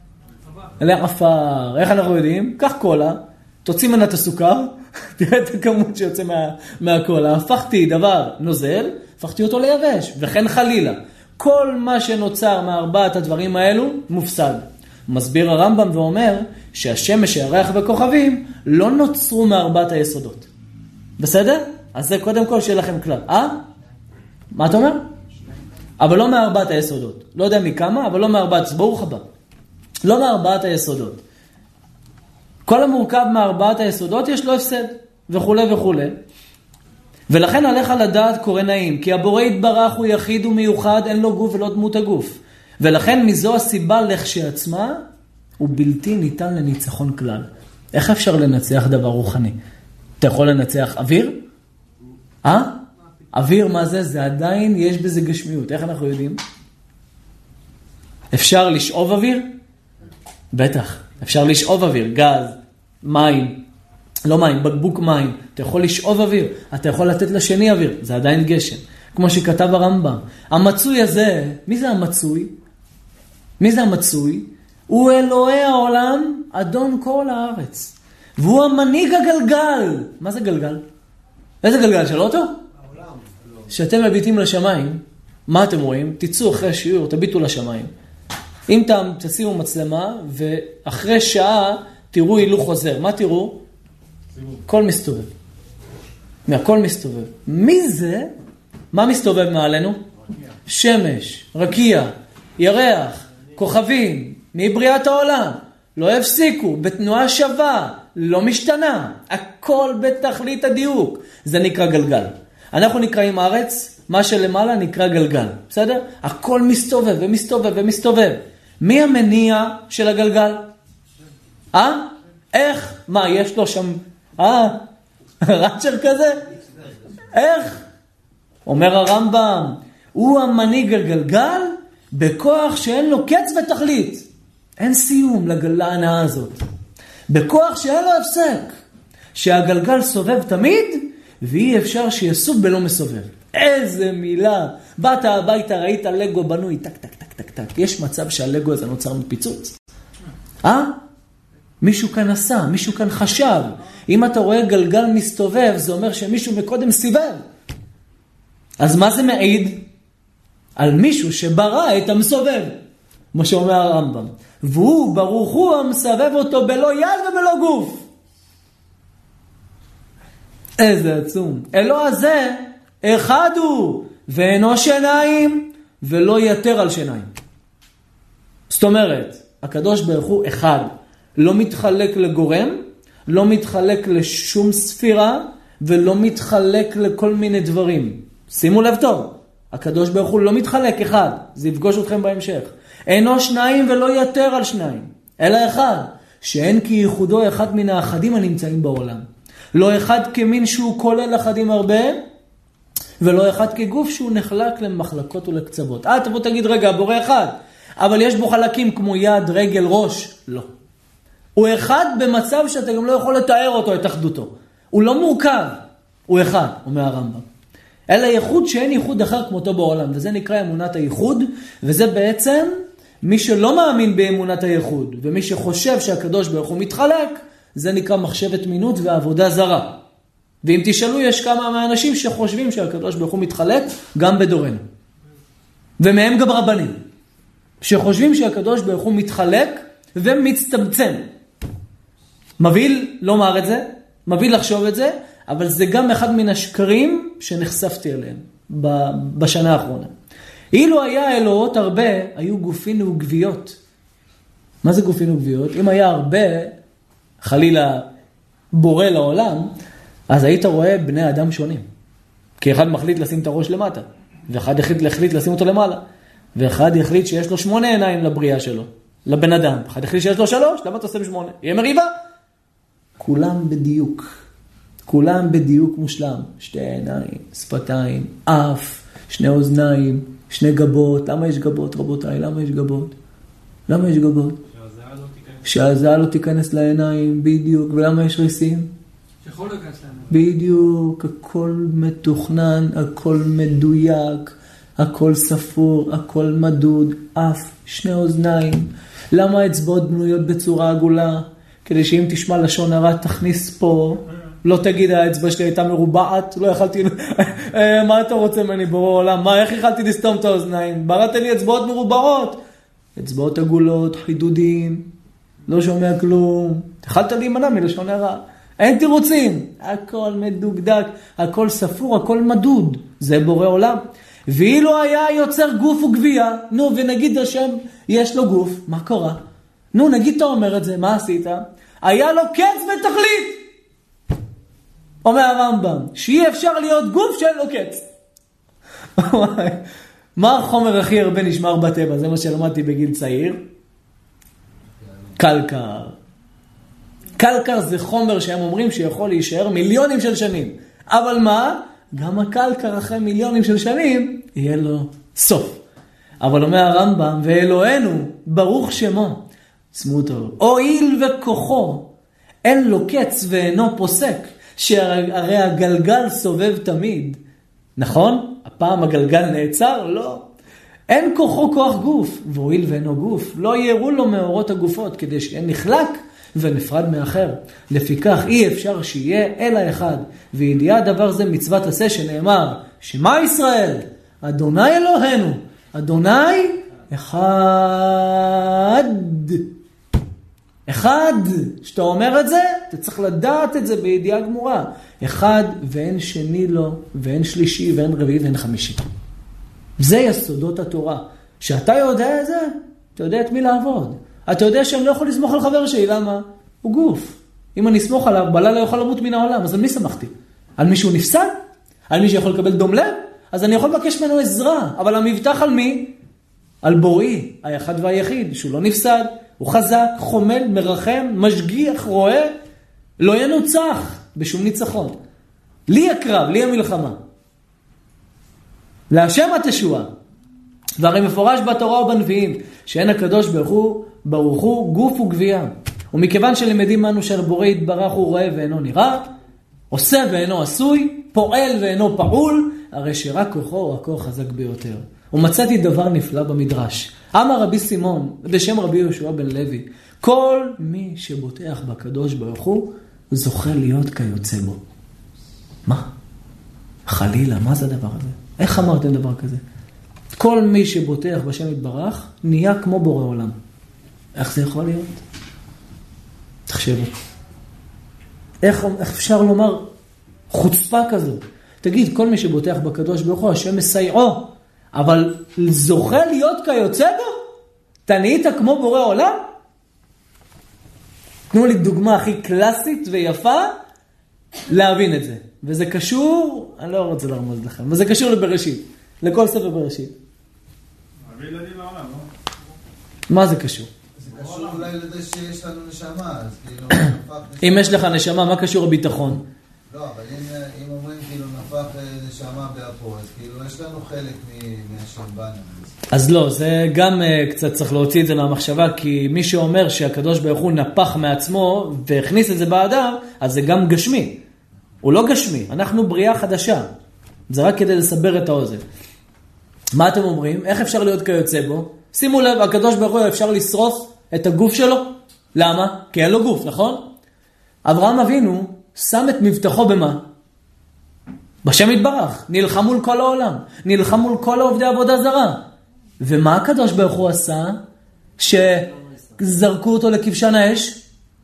לעפר. איך אנחנו יודעים? קח קולה, תוציא ממנה את הסוכר, תראה את הכמות שיוצא מהקולה. הפכתי דבר נוזל, הפכתי אותו ליבש. וכן חלילה. כל מה שנוצר מארבעת הדברים האלו מופסד. מסביר הרמב"ם ואומר שהשמש, הירח וכוכבים לא נוצרו מארבעת היסודות. בסדר? אז זה קודם כל שיהיה לכם כלל. מה אתה אומר? אבל לא מארבעת היסודות. לא יודע מכמה, אבל לא מארבעת. ברוך הבא. לא מארבעת היסודות. כל המורכב מארבעת היסודות יש לו הפסד, וכו' וכו'. ולכן עליך לדעת קורא נעים, כי הבורא יתברך הוא יחיד ומיוחד, אין לו גוף ולא דמות הגוף. ולכן מזו הסיבה לכשעצמה, הוא בלתי ניתן לניצחון כלל. איך אפשר לנצח דבר רוחני? אתה יכול לנצח אוויר? אוויר, מה זה? זה עדיין, יש בזה גשמיות. איך אנחנו יודעים? אפשר לשאוב אוויר? בטח. אפשר לשאוב אוויר, גז, מים, לא מים, בקבוק מים. אתה יכול לשאוב אוויר, אתה יכול לתת לשני אוויר. זה עדיין גשם. כמו שכתב הרמב"ם. המצוי הזה, מי זה המצוי? מי זה המצוי? הוא אלוהי העולם, אדון כל הארץ. והוא המנהיג הגלגל. מה זה גלגל? איזה גלגל? של אוטו? שאתם מביטים לשמיים, מה אתם רואים? תצאו אחרי שיעור, תביטו לשמיים. אם תשימו מצלמה, ואחרי שעה תראו הילוך חוזר. מה תראו? הכל מסתובב. מהכל מסתובב. מי זה? מה מסתובב מעלינו? שמש, רקיע, ירח, כוכבים, מבריאת העולם. לא הפסיקו, בתנועה שווה, לא משתנה. הכל בתכלית הדיוק. זה נקרא גלגל. אנחנו נקראים ארץ, מה שלמעלה נקרא גלגל. בסדר? הכל מסתובב ומסתובב ומסתובב. מי המניע של הגלגל? איך? מה, יש לו שם... רצ'ר כזה? איך? אומר הרמב"ם, הוא המנהיג הגלגל בכוח שאין לו קץ ותכלית. אין סיום להנאה הזאת. בכוח שאין לו הפסק. שהגלגל סובב תמיד, ואי אפשר שיסוב בלא מסובב. איזה מילה. באת הביתה, ראית לגו בנוי, טק, טק, טק, טק, טק. יש מצב שהלגו הזה נוצר מפיצוץ. מישהו כאן עשה, מישהו כאן חשב. אם אתה רואה גלגל מסתובב, זה אומר שמישהו מקודם סיבב. אז מה זה מעיד? על מישהו שברא את המסובב. מה שאומר הרמב"ם. והוא ברוך הוא המסבב אותו בלא יד ובלא גוף. איזה עצום. אלוה הזה אחד הוא, ואינו שיניים, ולא יתר על שיניים. זאת אומרת, הקדוש ברוך הוא אחד. לא מתחלק לגורם, לא מתחלק לשום ספירה, ולא מתחלק לכל מיני דברים. שימו לב טוב, הקדוש ברוך הוא לא מתחלק אחד, זה יפגוש אתכם בהמשך. אינו שניים ולא יתר על שניים, אלא אחד, שאין כי ייחודו אחד מן האחדים הנמצאים בעולם. לא אחד כמין שהוא כולל אחדים הרבה, ולא אחד כגוף שהוא נחלק למחלקות ולקצוות. תבוא תגיד רגע, הבורא אחד, אבל יש בו חלקים כמו יד, רגל, ראש. לא. הוא אחד במצב שאתה גם לא יכול לתאר אותו, את אחדותו. הוא לא מורכב, הוא אחד, אומר הרמב"ם. אלא ייחוד שאין ייחוד אחר כמותו בעולם, וזה נקרא אמונת הייחוד, וזה בעצם מי שלא מאמין באמונת הייחוד, ומי שחושב שהקדוש ברוך הוא מתחלק, זה נקרא מחשבת מינות ועבודה זרה. ואם תשאלו, יש כמה מהאנשים שחושבים שהקדוש ברוך הוא מתחלק גם בדורנו. ומהם גם רבנים, שחושבים שהקדוש ברוך הוא מתחלק ומצטמצם. מביא לומר את זה, מביא לחשוב את זה, אבל זה גם אחד מן השקרים שנחשפתי אליהם בשנה האחרונה. אילו היה אלוהות הרבה, היו גופין וגוויות. מה זה גופין וגוויות? אם היה הרבה, חלילה בורא לעולם, אז היית רואה בני אדם שונים. כי אחד מחליט לשים את הראש למטה, ואחד החליט לשים אותו למעלה, ואחד החליט שיש לו 8 עיניים לבריאה שלו, לבן אדם. אחד החליט שיש לו 3, למה אתה עושה 8? יהיה מריבה? כולם בדיוק. כולם בדיוק מושלם. 2 עיניים, שפתיים, אף, 2 אוזניים, 2 גבות. למה יש גבות, רבותיי? למה יש גבות? למה יש גבות? שהזעה לא תיכנס לעיניים, בדיוק. ולמה יש ריסים? שיכול להיכנס לעיניים. בדיוק. הכל מתוכנן, הכל מדויק, הכל ספור, הכל מדוד, אף, 2 אוזניים. למה האצבעות בנויות בצורה עגולה? כדי שאם תשמע לשון הרע תכניס פה, לא תגיד האצבע שלי הייתה מרובעת, לא יכלתי, מה אתה רוצה ממני בורא עולם? מה, איך יכלתי לסתום את האוזניים? בראת לי אצבעות מרובעות, אצבעות עגולות, חידודים, לא שומע כלום, יכלת להימנע מלשון הרע, אין תירוצים, הכל מדוקדק, הכל ספור, הכל מדוד, זה בורא עולם. ואילו היה יוצר גוף וגבייה, נו ונגיד השם יש לו גוף, מה קורה? נו נגיד אתה אומר את זה, מה עשית? היה לו קץ ותכלית. אומר הרמב"ם, שאי אפשר להיות גוף שאין לו קץ. מה החומר הכי הרבה נשמר בטבע? זה מה שלמדתי בגיל צעיר. קלקר. קלקר זה חומר שהם אומרים שיכול להישאר מיליונים של שנים. אבל מה? גם הקלקר אחרי מיליונים של שנים יהיה לו סוף. אבל אומר הרמב"ם, ואלוהינו, ברוך שמו, שמו טוב, הואיל וכוחו, אין לו קץ ואינו פוסק, שהרי הגלגל סובב תמיד. נכון? הפעם הגלגל נעצר? לא. אין כוחו כוח גוף, והואיל ואינו גוף, לא יראו לו מאורות הגופות, כדי שיהיה נחלק ונפרד מאחר. לפיכך אי אפשר שיהיה אלא אחד, וידיעה דבר זה מצוות עשה שנאמר, שמע ישראל, אדוני אלוהינו, אדוני אחד. אחד, שאתה אומר את זה, אתה צריך לדעת את זה בידיעה גמורה. אחד, ואין שני לו, ואין שלישי, ואין רביעי, ואין חמישי. זה יסודות התורה. שאתה יודע את זה, אתה יודע את מי לעבוד. אתה יודע שאני לא יכול לסמוך על חבר שלי, למה? הוא גוף. אם אני אסמוך עליו, בלילה יכול למות מן העולם, אז על מי שמחתי? על מישהו נפסד? על מי שיכול לקבל דום לב? אז אני יכול לבקש ממנו עזרה, אבל המבטח על מי? על בוראי, היחד והיחיד, שהוא לא נפסד, הוא חזק, חומל, מרחם, משגיח, רואה, לא ינוצח בשום ניצחון. לי הקרב, לי המלחמה. להשם התשועה. והרי מפורש בתורה ובנביאים, שאין הקדוש ברוך הוא גוף וגבייה. ומכיוון שלמדים אנו שהבורא יתברך הוא רואה ואינו נראה, עושה ואינו עשוי, פועל ואינו פעול, הרי שרק כוחו הוא הכוח חזק ביותר. ומצאתי דבר נפלא במדרש. אמר רבי סימון, בשם רבי יהושע בן לוי, כל מי שבוטח בקדוש ברוך הוא, זוכה להיות כיוצא בו. מה? חלילה, מה זה הדבר הזה? איך אמרתם דבר כזה? כל מי שבוטח בשם יתברך, נהיה כמו בורא עולם. איך זה יכול להיות? תחשבו. איך אפשר לומר חוצפה כזאת? תגיד, כל מי שבוטח בקדוש ברוך הוא, השם מסייעו, אבל זוכה להיות כיוצא בו? אתה נהיית כמו בורא עולם? תנו לי דוגמה הכי קלאסית ויפה להבין את זה. וזה קשור, אני לא רוצה לרמוז לכם, וזה קשור לבראשית, לכל ספר בראשית. להביא ילדים לעולם, לא? מה זה קשור? זה קשור אולי לזה שיש לנו נשמה, אז כאילו אם יש לך נשמה, מה קשור הביטחון? לא, אבל אם אומרים כאילו נפח נשמה באפו, אז כאילו יש לנו חלק מהשם בנו. אז לא, זה גם קצת צריך להוציא את זה מהמחשבה, כי מי שאומר שהקדוש ברוך הוא נפח מעצמו והכניס את זה באדם, אז זה גם גשמי. הוא לא גשמי, אנחנו בריאה חדשה. זה רק כדי לסבר את האוזן. מה אתם אומרים? איך אפשר להיות כיוצא בו? שימו לב, הקדוש ברוך הוא אפשר לשרוף את הגוף שלו. למה? כי אין לו גוף, נכון? אברהם אבינו שם את מבטחו במה? בשם יתברך. נלחם מול כל העולם. נלחם מול כל עובדי עבודה זרה. ומה הקדוש ברוך הוא עשה? שזרקו אותו לכבשן האש?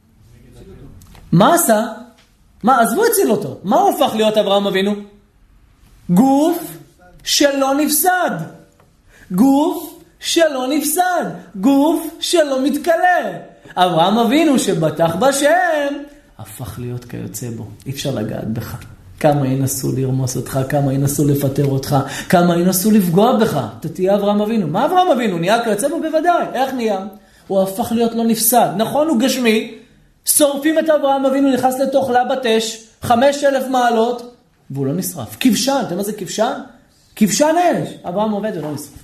מה עשה? מה? עזבו הציל אותו. מה הוא הופך להיות אברהם אבינו? גוף שלא נפסד. גוף שלא נפסד. גוף שלא מתקלה. אברהם אבינו שבטח בשם, הפך להיות כיוצא בו. אי אפשר לגעת בך. כמה ינסו לרמוס אותך, כמה ינסו לפטר אותך, כמה ינסו לפגוע בך. אתה תהיה אברהם אבינו. מה אברהם אבינו? נהיה כיוצא בו בוודאי. איך נהיה? הוא הפך להיות לא נפסד. נכון, הוא גשמי. שורפים את אברהם אבינו, נכנס לתוך לבת אש, 5,000 מעלות, והוא לא נשרף. כבשן, אתה יודע מה זה כבשן? כבשן אש. אברהם עובד ולא נשרף.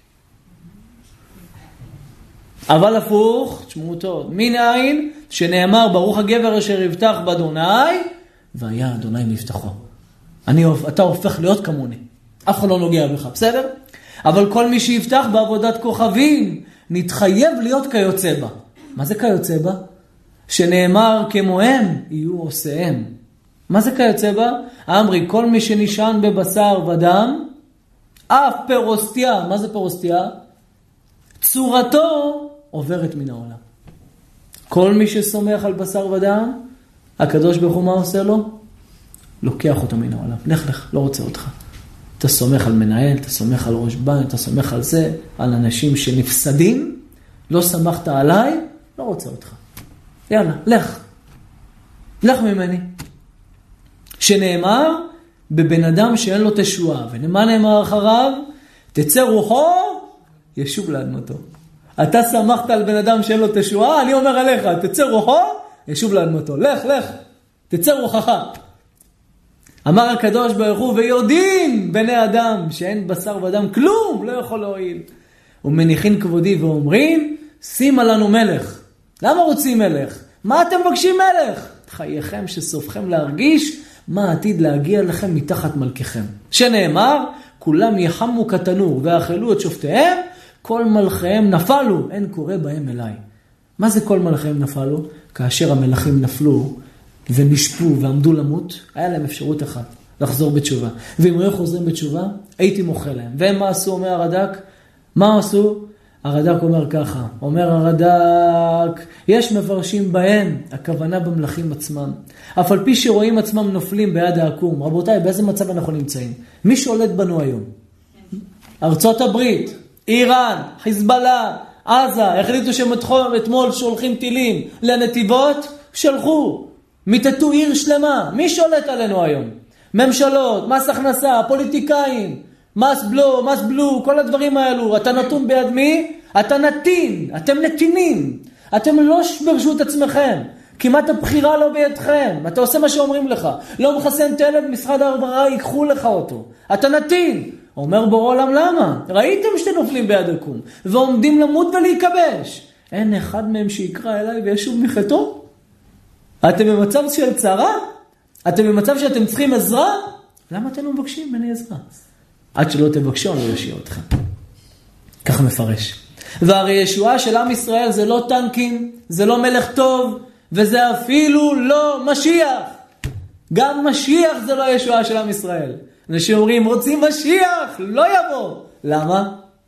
אבל הפוך, תשמעו טוב, מנין שנאמר ברוך הגבר אשר יבטח באדוני, והיה אדוני מבטחו. אתה הופך להיות כמוני. אף אחד לא נוגע בך, בסדר? אבל כל מי שיבטח בעבודת כוכבים, נתחייב להיות כיוצא בה. מה זה כיוצא בה? שנאמר כמוהם יהיו עושיהם. מה זה כיוצא בה? אמרי, כל מי שנשען בבשר ודם, אף פרוסטיה. מה זה פרוסטיה? צורתו עוברת מן העולם. כל מי שסומך על בשר ודם, הקדוש ברוך הוא מה עושה לו? לוקח אותו מן העולם. לך, לא רוצה אותך. אתה סומך על מנהל, אתה סומך על ראש בית, אתה סומך על זה, על אנשים שנפסדים, לא סמכת עליי, לא רוצה אותך. יאללה, לך. לך ממני. שנאמר בבן אדם שאין לו תשועה. ולמה נאמר אחריו? תצא רוחו, ישוב לאדמתו. אתה שמחת על בן אדם שאין לו תשועה, אני אומר עליך, תצא רוחו, ישוב לאדמתו. לך, לך, תצא רוחך. אמר הקדוש ברוך הוא, ויודעים בני אדם שאין בשר ודם כלום, לא יכול להועיל. ומניחין כבודי ואומרים, שימה לנו מלך. למה רוצים מלך? מה אתם מבקשים מלך? חייכם שסופכם להרגיש מה עתיד להגיע לכם מתחת מלככם. שנאמר, כולם יחמו כתנור ואכלו את שופטיהם, כל מלכיהם נפלו, אין קורא בהם אליי. מה זה כל מלכיהם נפלו? כאשר המלכים נפלו ונשפו ועמדו למות, היה להם אפשרות אחת, לחזור בתשובה. ואם היו חוזרים בתשובה, הייתי מוחה להם. והם מה עשו, אומר הרד"ק? מה עשו? הרד"ק אומר ככה, אומר הרד"ק, יש מפרשים בהם, הכוונה במלכים עצמם. אף על פי שרואים עצמם נופלים ביד העקום. רבותיי, באיזה מצב אנחנו נמצאים? מי שולט בנו היום? ארצות הברית, איראן, חיזבאללה, עזה, החליטו שאתמול שולחים טילים לנתיבות, שלחו, מיטטו עיר שלמה. מי שולט עלינו היום? ממשלות, מס הכנסה, פוליטיקאים, מס בלו, כל הדברים האלו. אתה נתון ביד מי? אתה נתין, אתם נתינים. אתם לא ברשות עצמכם. כמעט הבחירה לא בידכם. אתה עושה מה שאומרים לך. לא מחסן תלד, משרד ההרברה ייקחו לך אותו. אתה נתין. אומר בורא עולם, למה? ראיתם שאתם נופלים ביד עקום ועומדים למות ולהיקבש. אין אחד מהם שיקרא אליי וישוב מחטאו? אתם במצב של צרה? אתם במצב שאתם צריכים עזרה? למה אתם לא מבקשים ממני עזרה? עד שלא תבקשו, אני לא יושיע אתכם. ככה מפרש. והרי ישועה של עם ישראל זה לא טנקים, זה לא מלך טוב, וזה אפילו לא משיח. גם משיח זה לא ישועה של עם ישראל. אנשים אומרים, רוצים משיח, לא יבוא. למה?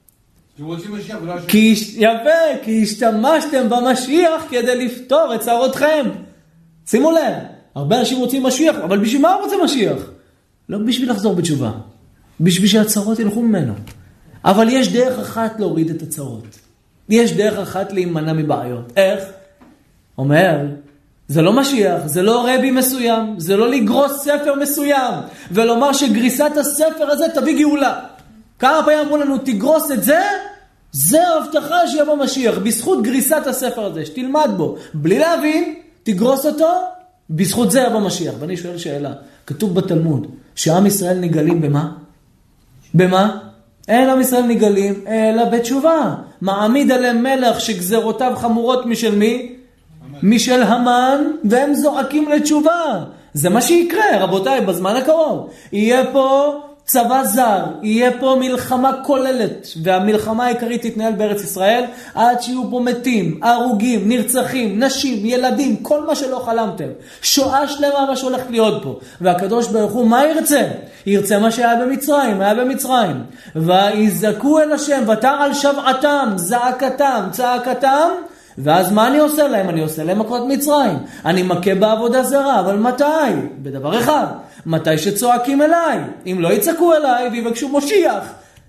כי השתמשתם במשיח כדי לפתור את צרותכם. שימו לב, הרבה אנשים רוצים משיח, אבל בשביל מה רוצים משיח? לא בשביל לחזור בתשובה. בשביל שהצרות ילכו ממנו. אבל יש דרך אחת להוריד את הצרות. יש דרך אחת להימנע מבעיות. איך? אומר, זה לא משיח, זה לא רבי מסוים, זה לא לגרוס ספר מסוים, ולומר שגריסת הספר הזה תביא גאולה. כמה פעמים אמרו לנו, תגרוס את זה, זה ההבטחה שיבוא משיח, בזכות גריסת הספר הזה, שתלמד בו. בלי להבין, תגרוס אותו, בזכות זה יבוא משיח. ואני שואל שאלה, כתוב בתלמוד, שעם ישראל נגלים במה? במה? אין עם ישראל נגלים, אלא בתשובה. מעמיד עליהם מלך שגזרותיו חמורות משל מי? משל המן, והם זועקים לתשובה. זה מה שיקרה, רבותיי, בזמן הקרוב. יהיה פה צבא זר, יהיה פה מלחמה כוללת, והמלחמה העיקרית תתנהל בארץ ישראל, עד שיהיו פה מתים, הרוגים, נרצחים, נשים, ילדים, כל מה שלא חלמתם. שואה שלמה מה שהולך להיות פה. והקדוש ברוך הוא, מה ירצה? ירצה מה שהיה במצרים, היה במצרים. ויזעקו אל השם, ותר על שבעתם, זעקתם, צעקתם, ואז מה אני עושה להם? אני עושה להם מכות מצרים. אני מכה בעבודה זרה, אבל מתי? בדבר אחד. מתי שצועקים אליי. אם לא יצעקו אליי ויבקשו משיח,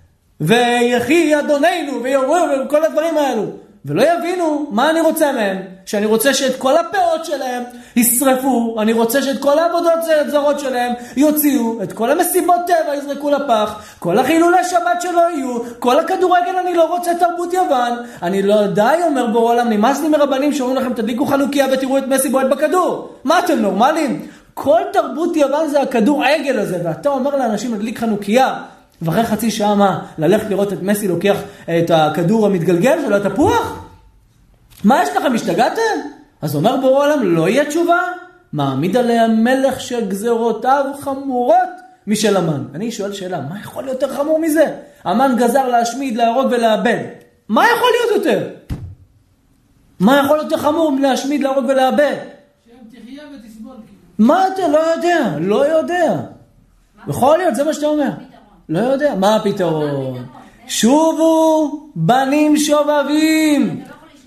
ויחי אדוננו, ויורו, וכל הדברים האלו. ולא יבינו מה אני רוצה מהם. שאני רוצה שאת כל הפאות שלהם ישרפו, אני רוצה שאת כל העבודות זרות שלהם יוציאו, את כל המסיבות טבע יזרקו לפח, כל החילולי שבת שלא יהיו, כל הכדורגל אני לא רוצה תרבות יוון, אני לא די, אומר בורא עולם, נמאס לי מרבנים שאומרים לכם תדליקו חנוכיה ותראו את מסי בועט בכדור. מה אתם נורמלים? כל תרבות יוון זה הכדור עגל הזה, ואתה אומר לאנשים לדליק חנוכיה, ואחרי חצי שעה מה? ללכת לראות את מסי לוקח את הכדור המתגלגל של התפוח? מה יש לכם? השתגעתם? אז אומר בורא עולם, לא יהיה תשובה? מעמיד עליה מלך שגזרותיו חמורות משל המן. אני שואל שאלה, מה יכול להיות יותר חמור מזה? המן גזר להשמיד, להרוג ולאבד. מה יכול להיות יותר? מה יכול להיות יותר חמור להשמיד, להרוג ולאבד? שהם תחיה ותסבול. מה אתה? לא יודע, לא יודע. יכול להיות, זה מה שאתה אומר. לא יודע. מה הפתרון? שובו בנים שובבים.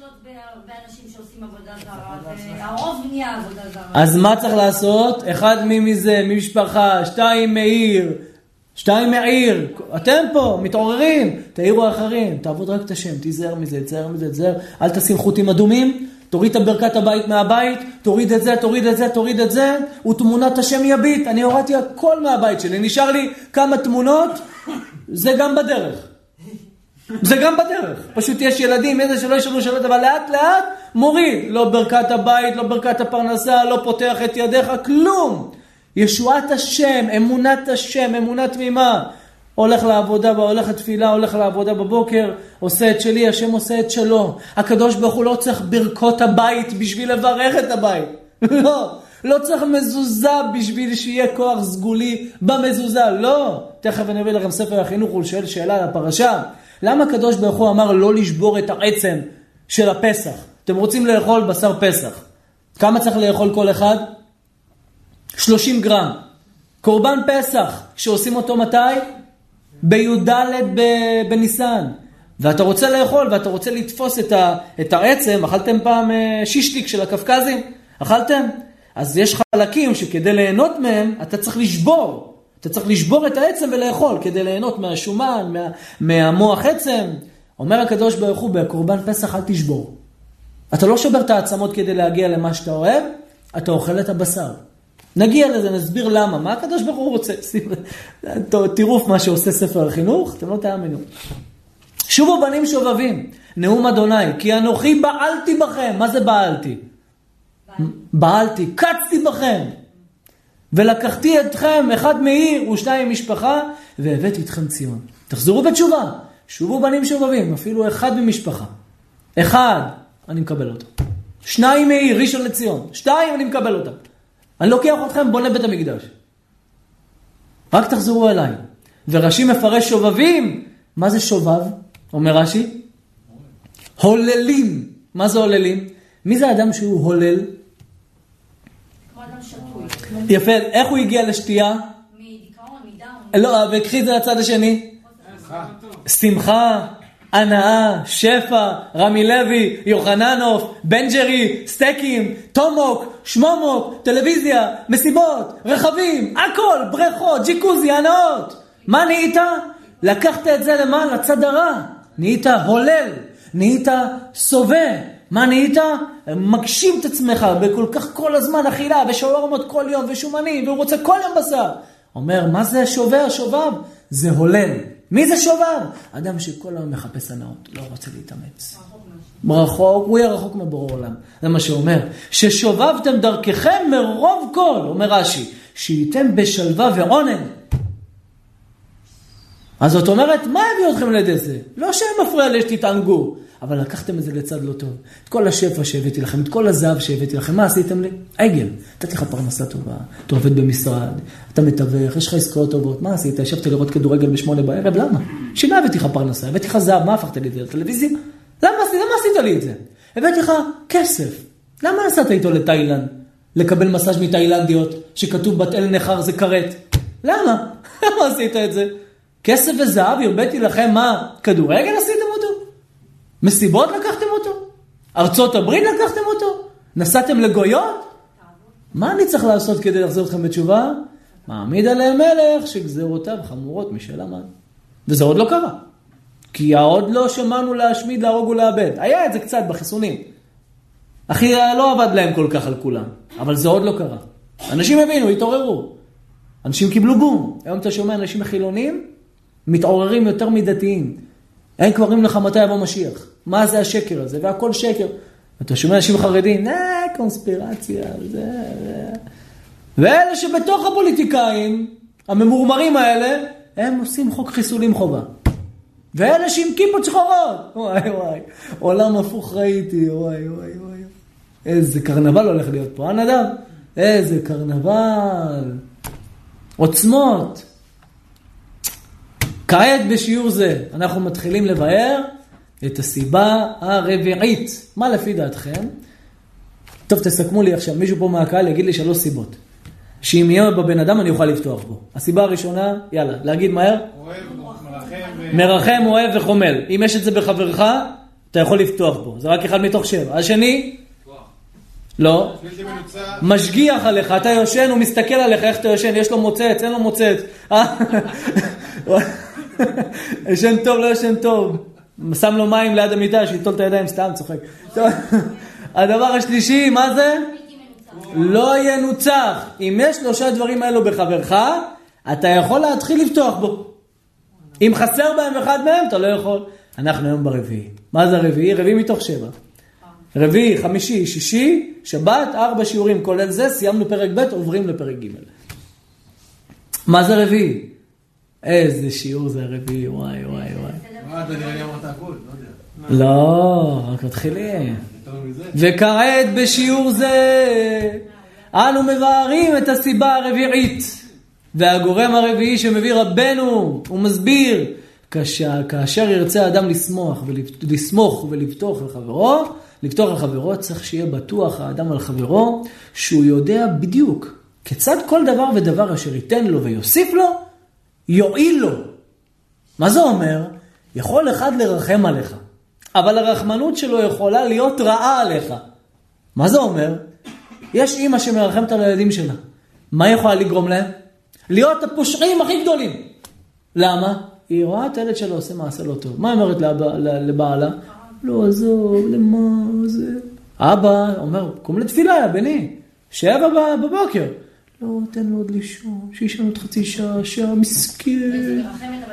הרוב נהיה עבודה זרה. אז מה צריך לעשות? אחד מזה, ממשפחה, שתיים מעיר. אתם פה, מתעוררים. תעירו האחרים, תעבוד רק את השם, תיזהר מזה, תיזהר מזה, תיזהר. אל תשים חוטים אדומים, תוריד את ברכת הבית מהבית, תוריד את זה, תוריד את זה, תוריד את זה, ותמונת השם יביט. אני הורדתי הכל מהבית שלי, נשאר לי כמה תמונות, זה גם בדרך. זה גם בדרך. פשוט יש ילדים, איזה שלא ישאלו שאלות, אבל לאט לאט מוריד. לא ברכת הבית, לא ברכת הפרנסה, לא פותח את ידיך, כלום. ישועת השם, אמונת השם, אמונה תמימה. הולך לעבודה, הולך לתפילה, הולך לעבודה בבוקר, עושה את שלי, השם עושה את שלו. הקדוש ברוך הוא לא צריך ברכות הבית בשביל לברך את הבית. לא צריך מזוזה בשביל שיהיה כוח סגולי במזוזה. לא. תכף אני אביא לכם ספר החינוך, הוא שואל שאלה על הפרשה. למה הקדוש ברוך הוא אמר לא לשבור את העצם של הפסח? אתם רוצים לאכול בשר פסח. כמה צריך לאכול כל אחד? 30 גרם. קורבן פסח, שעושים אותו מתי? בי"ד בניסן. ואתה רוצה לאכול, ואתה רוצה לתפוס את העצם. אכלתם פעם שישליק של הקפקזים? אכלתם? אז יש חלקים שכדי ליהנות מהם, אתה צריך לשבור. אתה צריך לשבור את העצם ולאכול, כדי ליהנות מהשומן, מהמוח עצם. אומר הקדוש ברוך הוא, בקורבן פסח אל תשבור. אתה לא שובר את העצמות כדי להגיע למה שאתה אוהב, אתה אוכל את הבשר. נגיע לזה, נסביר למה. מה הקדוש ברוך הוא רוצה? תראו מה שעושה ספר החינוך, אתם לא תאמינו. שובו בנים שובבים, נאום אדוני, כי אנוכי בעלתי בכם. מה זה בעלתי? בעלתי, קצתי בכם. ולקחתי אתכם, אחד מעיר ושניים משפחה, והבאתי אתכם ציון. תחזרו בתשובה, שובו בנים שובבים, אפילו אחד ממשפחה. אחד, אני מקבל אותו. שניים מעיר, ראשון לציון. 2, אני מקבל אותם. אני לוקח אתכם, בונה בית המקדש. רק תחזרו אליי. ורש"י מפרש שובבים. מה זה שובב? אומר רש"י. הוללים. מה זה הוללים? מי זה האדם שהוא הולל? כמו אדם שטוי. יפה, איך הוא הגיע לשתייה? מדיכאון, מדאון. לא, וקחי את זה לצד השני. שמחה, הנאה, שפע, רמי לוי, יוחננוף, בנג'רי, סטייקים, תומוק, שמומוק, טלוויזיה, מסיבות, רכבים, הכל, בריכות, ג'יקוזי, הנאות. מה נהיית? לקחת את זה למה? לצד הרע. נהיית הולל, נהיית סובה. מה נהיית? מגשים את עצמך בכל כך כל הזמן אכילה ושווארמות כל יום ושומנים והוא רוצה כל יום בשר. אומר, מה זה שובר? שובב? זה הולל. מי זה שובב? אדם שכל היום מחפש הנאות, לא רוצה להתאמץ. רחוק, הוא יהיה רחוק מבורא עולם. זה מה שאומר. ששובבתם דרככם מרוב כל, אומר רש"י, שייתם בשלווה ועונן. אז זאת אומרת, מה הביא אתכם לידי זה? לא שהם מפריע לי שתתענגו, אבל לקחתם את זה לצד לא טוב. את כל השפע שהבאתי לכם, את כל הזהב שהבאתי לכם, מה עשיתם לי? עגל. נתתי לך פרנסה טובה, אתה עובד במשרד, אתה מתווך, יש לך עסקאות טובות. מה עשית? ישבתי לראות כדורגל ב8 בערב, למה? שינה הבאתי לך פרנסה, הבאתי לך זהב, מה הפכת לי את זה? לטלוויזיה? למה עשית לי את זה? הבאתי לך כסף. למה נסעת איתו לתאילנד? לקבל מסאז' מתאילנדיות, שכתוב בת אל נחר זה קראת. למה? למה עשית את זה? כסף וזהב, הבאתי לכם מה? כדורגל עשיתם אותו? מסיבות לקחתם אותו? ארצות הברית לקחתם אותו? נסעתם לגויות? מה אני צריך לעשות כדי לחזור אתכם בתשובה? מעמיד עליהם מלך שגזרותיו חמורות משל המן. וזה עוד לא קרה. כי עוד לא שמענו להשמיד, להרוג ולאבד. היה את זה קצת בחיסונים. אחי לא עבד להם כל כך על כולם. אבל זה עוד לא קרה. אנשים הבינו, התעוררו. אנשים קיבלו בום. היום אתה שומע אנשים חילונים מתעוררים יותר מדתיים. אין כבר אומרים לך מתי יבוא משיח. מה זה השקר הזה? והכל שקר. אתה שומע אנשים חרדים, קונספירציה, זה. ואלה שבתוך הפוליטיקאים, הממורמרים האלה, הם עושים חוק חיסולים חובה. ואלה שעם כיפות שחורות. וואי וואי, עולם הפוך ראיתי, וואי וואי וואי. איזה קרנבל הולך להיות פה, נדב? איזה קרנבל. עוצמות. כעת בשיעור זה אנחנו מתחילים לבאר את הסיבה הרביעית. מה לפי דעתכם? טוב, תסכמו לי עכשיו, מישהו פה מהקהל יגיד לי 3 סיבות. שאם יהיה בבן אדם אני אוכל לפתוח בו. הסיבה הראשונה, יאללה, להגיד מהר. מרחם, אוהב וחומל. אם יש את זה בחברך, אתה יכול לפתוח בו. זה רק אחד מתוך 7. השני? לא. משגיח עליך, אתה יושן, הוא מסתכל עליך, איך אתה יושן, יש לו מוצץ, אין לו מוצץ. ישן טוב, לא ישן טוב. שם לו מים ליד המיטה, שיטול את הידיים, סתם צוחק. הדבר השלישי, מה זה? לא ינוצח. אם יש 3 דברים האלו בחברך, אתה יכול להתחיל לפתוח בו. אם חסר בהם אחד מהם, אתה לא יכול. אנחנו היום ברביעי. מה זה הרביעי? רביעי מתוך 7. רביעי, חמישי, שישי, שבת, 4 שיעורים, כולל זה, סיימנו פרק ב', עוברים לפרק ג'. מה זה רביעי? איזה שיעור זה הרביעי, וואי. אתה נראה לי אמרת הכל, לא יודע. לא, רק מתחילים. וכעת בשיעור זה, אנו מבארים את הסיבה הרביעית. והגורם הרביעי שמביא רבנו, הוא מסביר, כאשר ירצה האדם לסמוך ולפתוח לחברו, צריך שיהיה בטוח האדם על חברו, שהוא יודע בדיוק כיצד כל דבר ודבר אשר ייתן לו ויוסיף לו, יועיל לו. מה זה אומר? יכול אחד לרחם עליך, אבל הרחמנות שלו יכולה להיות רעה עליך. מה זה אומר? יש אמא שמרחמת על הילדים שלה. מה יכולה לגרום להם? להיות הפושעים הכי גדולים. למה? היא רואה את הילד שלו עושה מעשה לא טוב. מה אומרת לבעלה? לא, עזוב, למה זה? אבא אומר, קום לתפילה, יא בני. 7 בבוקר. לא, תן לו עוד לישון, שישן עוד חצי שעה, מסכן.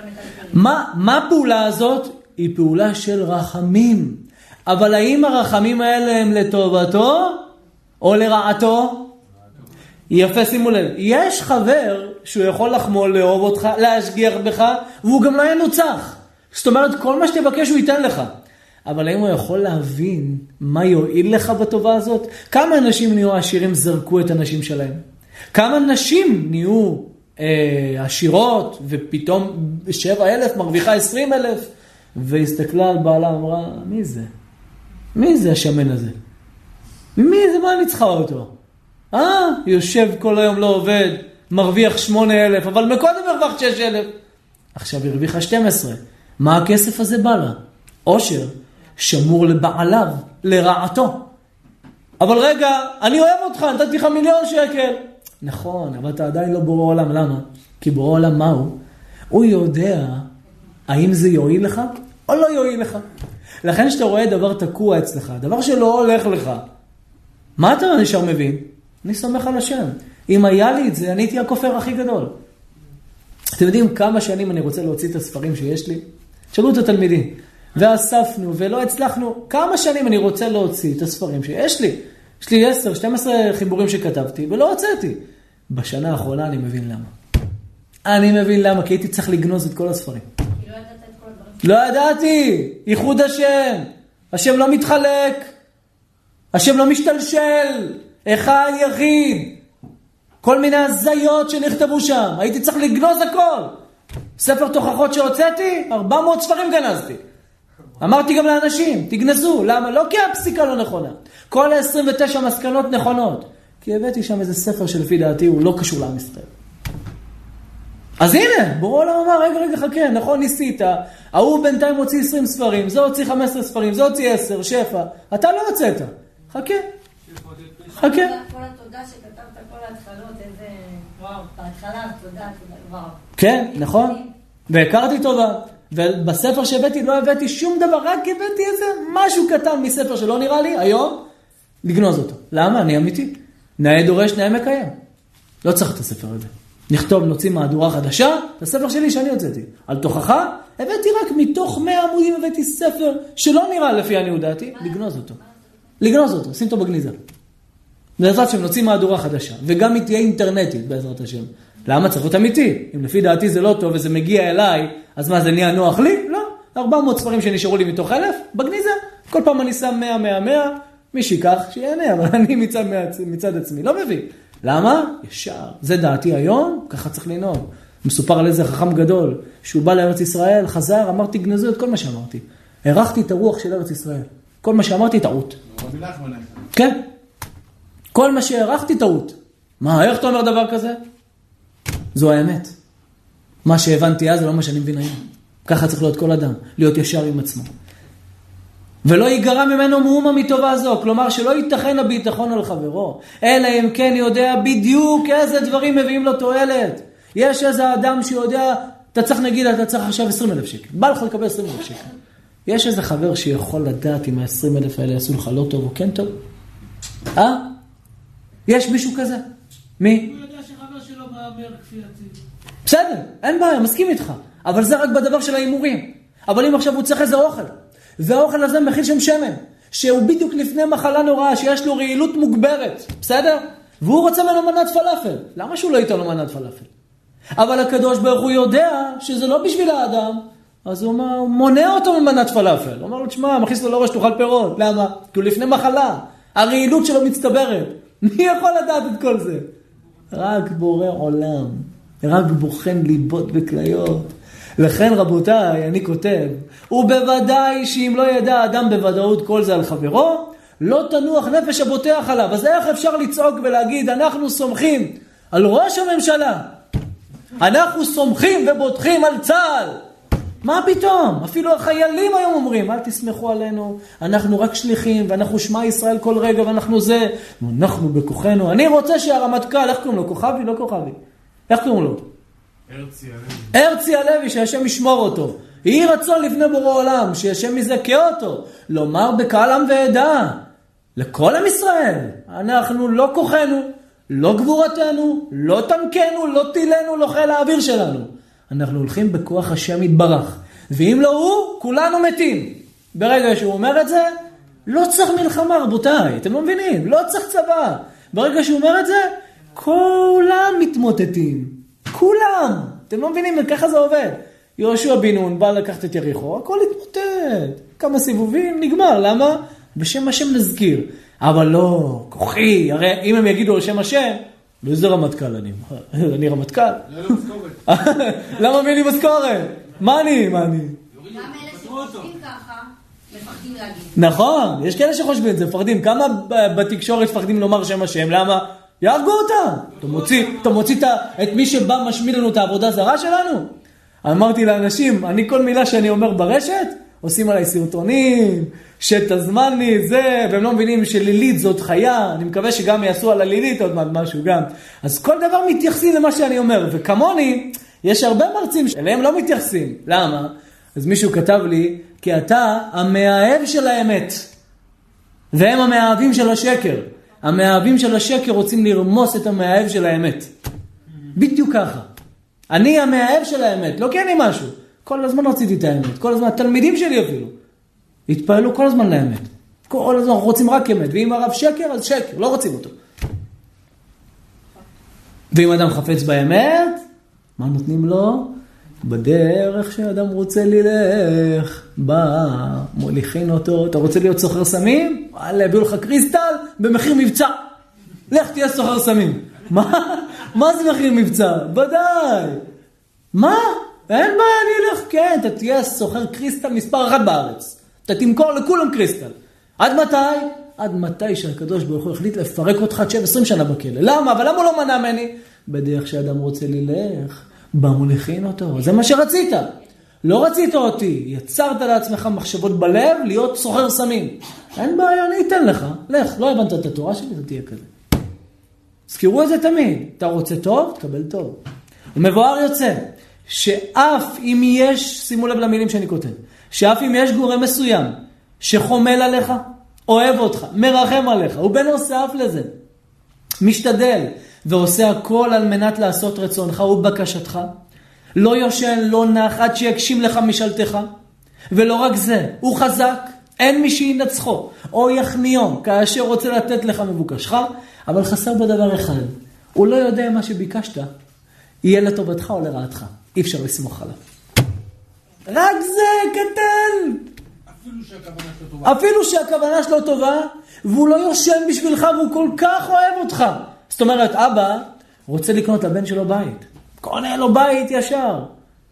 מה הפעולה הזאת? היא פעולה של רחמים. אבל האם הרחמים האלה הם לטובתו או לרעתו? יפה, שימו לב. יש חבר שהוא יכול לחמול, לאהוב אותך, להשגיח בך, והוא גם לא ינוצח. זאת אומרת, כל מה שתבקש הוא ייתן לך. אבל האם הוא יכול להבין מה יועיל לך בטובה הזאת? כמה אנשים נהיו עשירים זרקו את הנשים שלהם? כמה נשים נהיו עשירות ופתאום 7,000 מרוויחה 20,000? והסתכלה על בעלה, אמרה, מי זה? מי זה השמן הזה? מי זה? מה אני צריכה אותו? יושב כל היום לא עובד, מרוויח 8,000, אבל מקודם הרוויח 6,000. עכשיו הרוויחה 12. מה הכסף הזה בא לה? עושר, שמור לבעליו, לרעתו. אבל רגע, אני אוהב אותך, נתתי לך 1,000,000 שקל. נכון, אבל אתה עדיין לא בורא עולם. למה? כי בורא עולם מהו? הוא יודע האם זה יועיל לך או לא יועיל לך. לכן שאתה רואה דבר תקוע אצלך, דבר שלא הולך לך, מה אתה נשאר מבין? אני סומך על השם. אם היה לי את זה, אני הייתי הכופר הכי גדול. אתם יודעים כמה שנים אני רוצה להוציא את הספרים שיש לי? תשאלו את התלמידים. ואספנו ולא הצלחנו. כמה שנים אני רוצה להוציא את הספרים שיש לי? יש לי 10, 12 חיבורים שכתבתי ולא הוצאתי. בשנה האחרונה אני מבין למה. אני מבין למה, כי הייתי צריך לגנוז את כל הספרים. כי לא ידעת את כל הדברים. לא ידעתי. ייחוד השם. השם לא מתחלק. השם לא משתלשל. אחד יחיד. כל מיני הזיות שנכתבו שם. הייתי צריך לגנוז הכל. ספר תוכחות שהוצאתי, 400 ספרים גנזתי. אמרתי גם לאנשים, תגנזו. למה? לא כי הפסיקה לא נכונה. כל 29 מסקנות נכונות. כי הבאתי שם איזה ספר שלפי דעתי הוא לא קשור לעם ישראל. אז הנה, בורא עולם אמר, רגע, חכה, נכון, ניסית. ההוא בינתיים הוציא 20 ספרים, זה הוציא 15 ספרים, זה הוציא 10, שפע. אתה לא הוצאת. חכה. כל התודה שכתבת כל ההתחלות, איזה... וואו, בהתחלה, תודה, וואו. כן, נכון. והכרתי טובה. ובספר שהבאתי לא הבאתי שום דבר, רק הבאתי איזה משהו קטן מספר שלא נראה לי, היום, לגנוז אותו. למה? אני אמיתי. נאה דורש, נאה מקיים. לא צריך את הספר הזה. נכתוב, נוציא מהדורה חדשה, את הספר שלי שאני הוצאתי. על תוכחה, הבאתי רק מתוך 100 עמודים, הבאתי ספר שלא נראה לפי אני הודעתי, לגנוז אותו. לגנוז אותו, שים אותו בגניזה. בעזרת השם, נוציא מהדורה חדשה. וגם היא תהיה אינטרנטית, בעזרת השם. למה? צריך להיות אמיתי. אם לפי דעתי זה לא טוב וזה מגיע אליי, אז מה, זה נהיה נוח לי? לא. 400 ספרים שנשארו לי מתוך 1,000, בגניזה. כל פעם אני שם 100, מי שיקח, שיענה, אבל אני מצד עצמי. לא מבין. למה? ישר. זה דעתי היום, ככה צריך לנהוג. מסופר על איזה חכם גדול, שהוא בא לארץ ישראל, חזר, אמרתי, גנזו את כל מה שאמרתי. הרחתי את הרוח של ארץ ישראל. כל מה שאמרתי, טעות. כן. כל מה שהרחתי, טעות. מה, איך אתה אומר דבר כזה? זו האמת. מה שהבנתי אז זה לא מה שאני מבין היום. ככה צריך להיות כל אדם, להיות ישר עם עצמו. ולא ייגרע ממנו מאומה מטובה זו, כלומר שלא ייתכן הביטחון על חברו, אלא אם כן יודע בדיוק איזה דברים מביאים לו תועלת. יש איזה אדם שיודע, אתה צריך נגיד, אתה צריך עכשיו 20,000 שקל. בא לך לקבל 20,000 שקל. יש איזה חבר שיכול לדעת אם ה-20,000 האלה יעשו לך לא טוב או כן טוב? יש מישהו כזה? מי? הוא יודע שחבר שלו מהמר כפייתי. בסדר, אין בעיה, מסכים איתך. אבל זה רק בדבר של האימורים. אבל אם עכשיו הוא צריך איזה אוכל, והאוכל הזה מכיל שם שמן, שהוא בדיוק לפני מחלה נוראה, שיש לו רעילות מוגברת, בסדר? והוא רוצה ממנו מנת פלאפל. למה שהוא לא ייתן לו מנת פלאפל? אבל הקדוש ברוך הוא יודע שזה לא בשביל האדם, אז הוא מונע אותו ממנת פלאפל. הוא אומר לו, תשמע, מכניס לו לראש תאכל פירות. למה? כי הוא לפני מחלה. הרעילות שלו מצטברת. מי יכול לדעת את כל זה? רק בורא עולם. רק בוחן ליבות וכליות. לכן רבותיי, אני כותב, ובוודאי שאם לא ידע אדם בוודאות כל זה על חברו, לא תנוח נפש הבוטח עליו. אז איך אפשר לצעוק ולהגיד, אנחנו סומכים על ראש הממשלה, אנחנו סומכים ובוטחים על צה"ל? מה פתאום? אפילו החיילים היום אומרים, אל תסמכו עלינו, אנחנו רק שליחים, ואנחנו שמע ישראל כל רגע, ואנחנו זה, אנחנו בכוחנו. אני רוצה שהרמטכ"ל, איך קוראים לו? כוכבי? לא כוכבי. איך קוראים לו? הרצי הלוי, שהשם ישמור אותו. יהי רצון לפני בורא עולם, שהשם יזכה אותו. לומר בקהל עם ועדה, לכל עם ישראל, אנחנו לא כוחנו, לא גבורתנו, לא תנקנו, לא טילנו, לא חיל האוויר שלנו. אנחנו הולכים בכוח השם יתברך. ואם לא הוא, כולנו מתים. ברגע שהוא אומר את זה, לא צריך מלחמה, רבותיי. אתם לא מבינים? לא צריך צבא. ברגע שהוא אומר את זה, כולם מתמוטטים. כולם. אתם לא מבינים? ככה זה עובד. יהושע בן נון בא לקחת את יריחו, הכל התמוטט. כמה סיבובים, נגמר. למה? בשם השם נזכיר. אבל לא, כוחי. הרי אם הם יגידו על שם השם, לא איזה רמטכ"ל אני רמטכ"ל. לא משכורת. למה מביא לי משכורת? מה אני? גם אלה שחושבים ככה, מפחדים להגיד. נכון, יש כאלה שחושבים את זה, מפחדים. כמה בתקשורת מפחדים לומר שם השם? למה? יהרגו אותם. אתה מוציא את מי שבא משמיד לנו את העבודה זרה שלנו? אמרתי לאנשים, אני כל מילה שאני אומר ברשת, עושים עליי סרטונים, שתזמני זה, והם לא מבינים שלילית זאת חיה, אני מקווה שגם יעשו על הלילית עוד משהו גם. אז כל דבר מתייחסים למה שאני אומר, וכמוני, יש הרבה מרצים שאליהם לא מתייחסים. למה? אז מישהו כתב לי, כי אתה המאהב של האמת, והם המאהבים של השקר. המאהבים של השקר רוצים לרמוס את המאהב של האמת. בדיוק ככה. אני המאהב של האמת, לא כי אני משהו. כל הזמן רציתי את האמת, כל הזמן, התלמידים שלי אפילו, התפעלו כל הזמן לאמת. כל הזמן רוצים רק אמת, ואם הרב שקר, אז שקר, לא רוצים אותו. ואם אדם חפץ באמת, מה נותנים לו? בדרך שאדם רוצה ללך, בא, מוליכין אותו, אתה רוצה להיות סוחר סמים? וואלה, הביאו לך קריסטל במחיר מבצע. לך תהיה סוחר סמים. מה זה מחיר מבצע? ודאי. מה? אין בעיה, אני אלך, כן, אתה תהיה סוחר קריסטל מספר 1 בארץ. אתה תמכור לכולם קריסטל. עד מתי? עד מתי שהקדוש ברוך הוא החליט לפרק אותך 20 שנה בכלא. למה? אבל למה הוא לא מנע ממני? בדרך שאדם רוצה ללך, בא מוליכין אותו. זה מה שרצית. לא רצית אותי. יצרת לעצמך מחשבות בלב להיות סוחר סמים. אין בעיה, אני אתן לך. לך, לא הבנת את התורה שלי, אתה תהיה כזה. זכירו את זה תמיד. אתה רוצה טוב, תקבל טוב. ומבואר יוצא. שאף אם יש, שימו לב למילים שאני כותב, שאף אם יש גורם מסוים שחומל עליך, אוהב אותך, מרחם עליך, הוא בנוסף לזה, משתדל ועושה הכל על מנת לעשות רצונך ובקשתך, לא יושן, לא נח, עד שיגשים לך משאלתך, ולא רק זה, הוא חזק, אין מי שינצחו, או יכניום, כאשר רוצה לתת לך מבוקשך, אבל חסר בדבר אחד, הוא לא יודע מה שביקשת, יהיה לטובתך או לרעתך. אי אפשר לסמוך עליו. רק זה קטן. אפילו שהכוונה שלו טובה, והוא לא יושן בשבילך, והוא כל כך אוהב אותך. זאת אומרת, אבא רוצה לקנות לבן שלו בית. קונה לו בית ישר.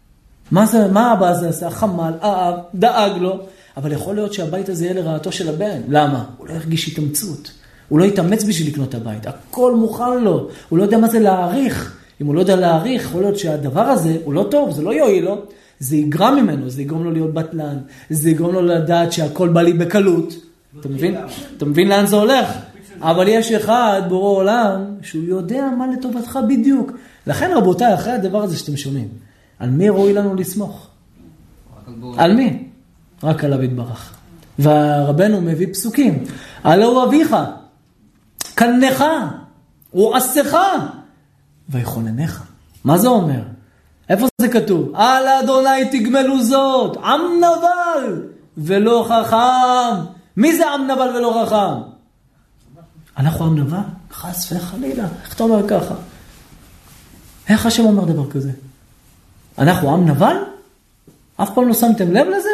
מה אבא הזה עשה? חמל, אהב, דאג לו. אבל יכול להיות שהבית הזה יהיה לרעתו של הבן. למה? הוא לא הרגיש התאמצות. הוא לא יתאמץ בשביל לקנות הבית. הכל מוכן לו. הוא לא יודע מה זה להעריך. אם הוא לא יודע להעריך, יכול להיות שהדבר הזה הוא לא טוב, זה לא יועיל לו, זה יגרם ממנו, זה יגרום לו להיות בטלן, זה יגרום לו לדעת שהכל בא לי בקלות. אתה מבין? אתה מבין לאן זה הולך? אבל יש אחד, בורא עולם, שהוא יודע מה לטובתך בדיוק. לכן רבותיי, אחרי הדבר הזה שאתם שומעים, על מי ראוי לנו לסמוך? על מי? רק עליו יתברך. והרבנו מביא פסוקים. הלא הוא אביך, קנך, הוא עשך, ויכוננך. מה זה אומר? איפה זה כתוב? על אדוני תגמלו זאת, עם נבל ולא חכם. מי זה עם נבל ולא חכם? אנחנו עם נבל? חס וחלילה. איך אתה אומר ככה? איך השם אומר דבר כזה? אנחנו עם נבל? אף פעם לא שמתם לב לזה?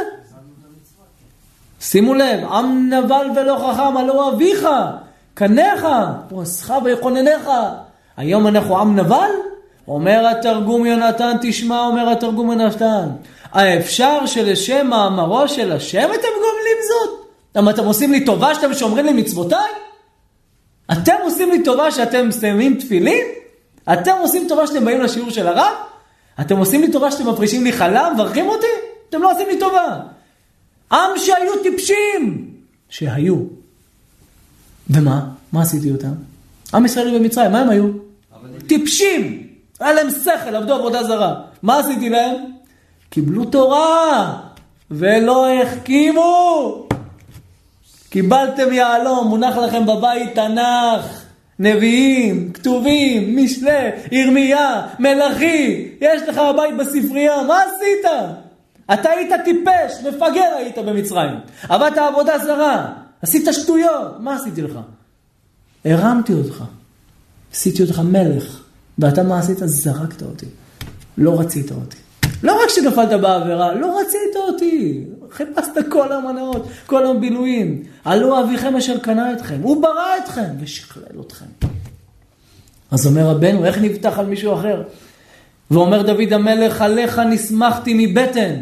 שימו לב, עם נבל ולא חכם, הלא אביך, קנך, ועשך ויכוננך. היום אנחנו עם נבל? אומר התרגום יונתן, תשמע, אומר התרגום יונתן, האפשר שלשם מאמרו של השם אתם גומלים זאת? למה אתם עושים לי טובה שאתם שומרים לי מצוותיי? אתם עושים לי טובה שאתם מסיימים תפילין? אתם עושים טובה שאתם באים לשיעור של הרב? אתם עושים לי טובה שאתם מפרישים לי חלב, מברכים אותי? אתם לא עושים לי טובה. עם שהיו טיפשים, שהיו. ומה? מה עשיתי אותם? עם ישראל במצרים, מה הם היו? טיפשים. היה להם שכל, עבדו עבודה זרה. מה עשיתי להם? קיבלו תורה ולא החכימו. קיבלתם יעלום, מונח לכם בבית תנ"ך, נביאים, כתובים, משלי, ירמיה, מלאכי. יש לך בבית בספרייה, מה עשית? אתה היית טיפש, מפגר היית במצרים. עבדת עבודה זרה, עשית שטויות. מה עשיתי לך? הרמתי אותך, עשיתי אותך מלך. ואתה מה עשית? זרקת אותי. לא רצית אותי. לא רק שנפלת בעבירה, לא רצית אותי. חיפשת כל המנעות, כל הבילויים. הלא אביכם אשר קנה אתכם. הוא ברא אתכם ושכלל אתכם. אז אומר רבנו, איך נבטח על מישהו אחר? ואומר דוד המלך, עליך נסמכתי מבטן.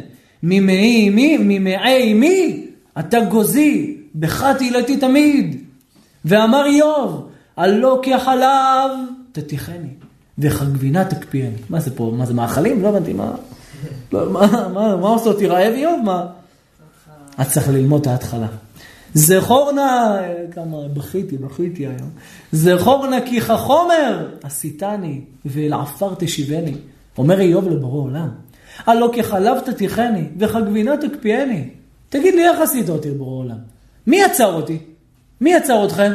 ממעי אמי, אתה גוזי, בך תהילתי תמיד. ואמר איוב, הלא כחלב תתיכני, וכגבינה תקפיאני. מה זה פה? מה זה מאכלים? לא הבנתי, מה עושה אותי רעב איוב? מה? את צריך ללמוד את ההתחלה. זכור נא, כמה בכיתי היום. זכור נא כי כחומר עשיתני, ואל עפר תשיבני. אומר איוב לבורא עולם. הלא כחלב תתיכני, וכגבינה תקפיאני. תגיד לי, איך עשית אותי לבורא עולם? מי יצר אותי? מי יצר אתכם?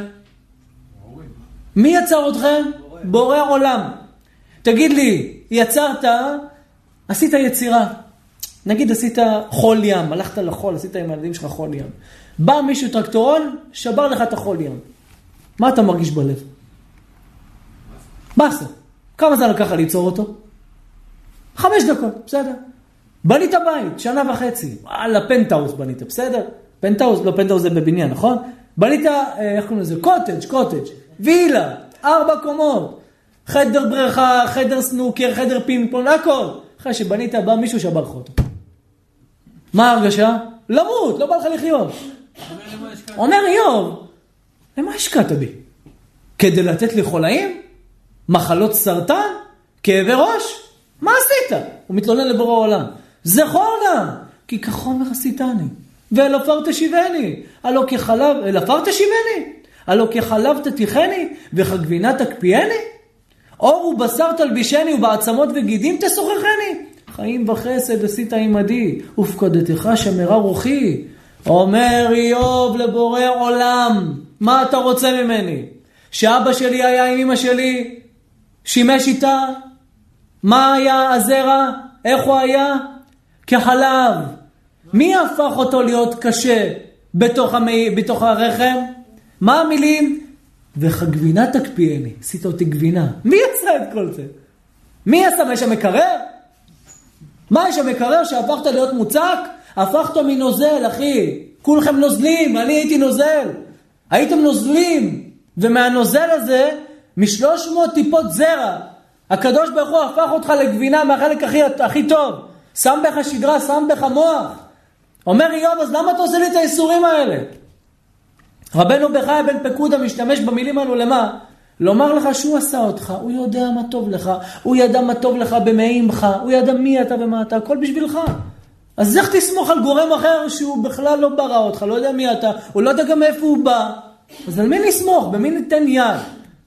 מי יצר אתכם? בורא עולם. תגיד לי, יצרת, עשית יצירה. נגיד עשית חול ים, הלכת לחול, עשית עם הילדים שלך חול ים. בא מישהו טרקטורון, שבר לך את החול ים. מה אתה מרגיש בלב? בסדר. כמה זמן לקח ליצור אותו? 5 דקות, בסדר. בנית בית, 1.5 שנה. וואלה, פנטאוס בנית, בסדר? פנטאוס, לא פנטאוס זה בבניין, נכון? בנית, איך קוראים לזה? קוטג', וילה, 4 קומות. חדר בריכה, חדר סנוקר, חדר פינג פונג, הכל. אחרי שבנית, בא מישהו שבר לך אותו. מה ההרגשה? למות, לא בא לך לחיות. אומר איוב, למה השקעת בי? כדי לתת לי חולאים? מחלות סרטן? כאבי ראש? מה עשית? הוא מתלונן לבורא העולם. זכור נא, כי כחומר עשיתני, ואל עפר תשיבני. הלא כחלב, אל עפר תשיבני. הלא כחלב תתיכני, וכגבינה תקפיאני. אור ובשר תלבישני, ובעצמות וגידים תשוחחני. חיים וחסד עשית עמדי, ופקדתך שמרה רוחי. אומר איוב לבורא עולם, מה אתה רוצה ממני? שאבא שלי היה עם אמא שלי, שימש איתה? מה היה הזרע? איך הוא היה? כחלב. מי הפך אותו להיות קשה בתוך הרחם? מה המילים? וכגבינה תקפיאני. עשית אותי גבינה. מי יצא את כל זה? מי עשה? מה יש המקרר? מה יש המקרר שהפכת להיות מוצק? הפכת מנוזל, אחי. כולכם נוזלים, אני הייתי נוזל. הייתם נוזלים. ומהנוזל הזה, 300 טיפות זרע, הקדוש ברוך הוא הפך אותך לגבינה מהחלק הכי טוב. שם בך שדרה, שם בך מוח. אומר איוב, אז למה אתה עושה לי את האיסורים האלה? רבנו בחי בן פקודה משתמש במילים האלו למה? לומר לך שהוא עשה אותך, הוא יודע מה טוב לך, הוא ידע מה טוב לך במאימך, הוא ידע מי אתה ומה אתה, הכל בשבילך. אז איך תסמוך על גורם אחר שהוא בכלל לא ברא אותך, לא יודע מי אתה, הוא לא יודע גם איפה הוא בא. אז על מי נסמוך? במי ניתן יד?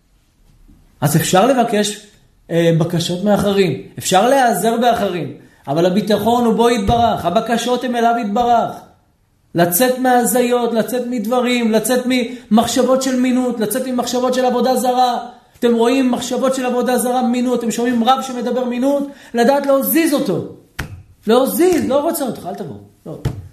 אז אפשר לבקש בקשות מאחרים, אפשר להיעזר באחרים, אבל הביטחון הוא בו יתברך, הבקשות הם אליו יתברך. לצאת מהזיות, לצאת מדברים, לצאת ממחשבות של מינות, לצאת ממחשבות של עבודה זרה. אתם רואים מחשבות של עבודה זרה מינות, אתם שומעים רב שמדבר מינות, לדעת להוזיז אותו. להוזיז, לא רוצה אותך, אל תבוא. לא.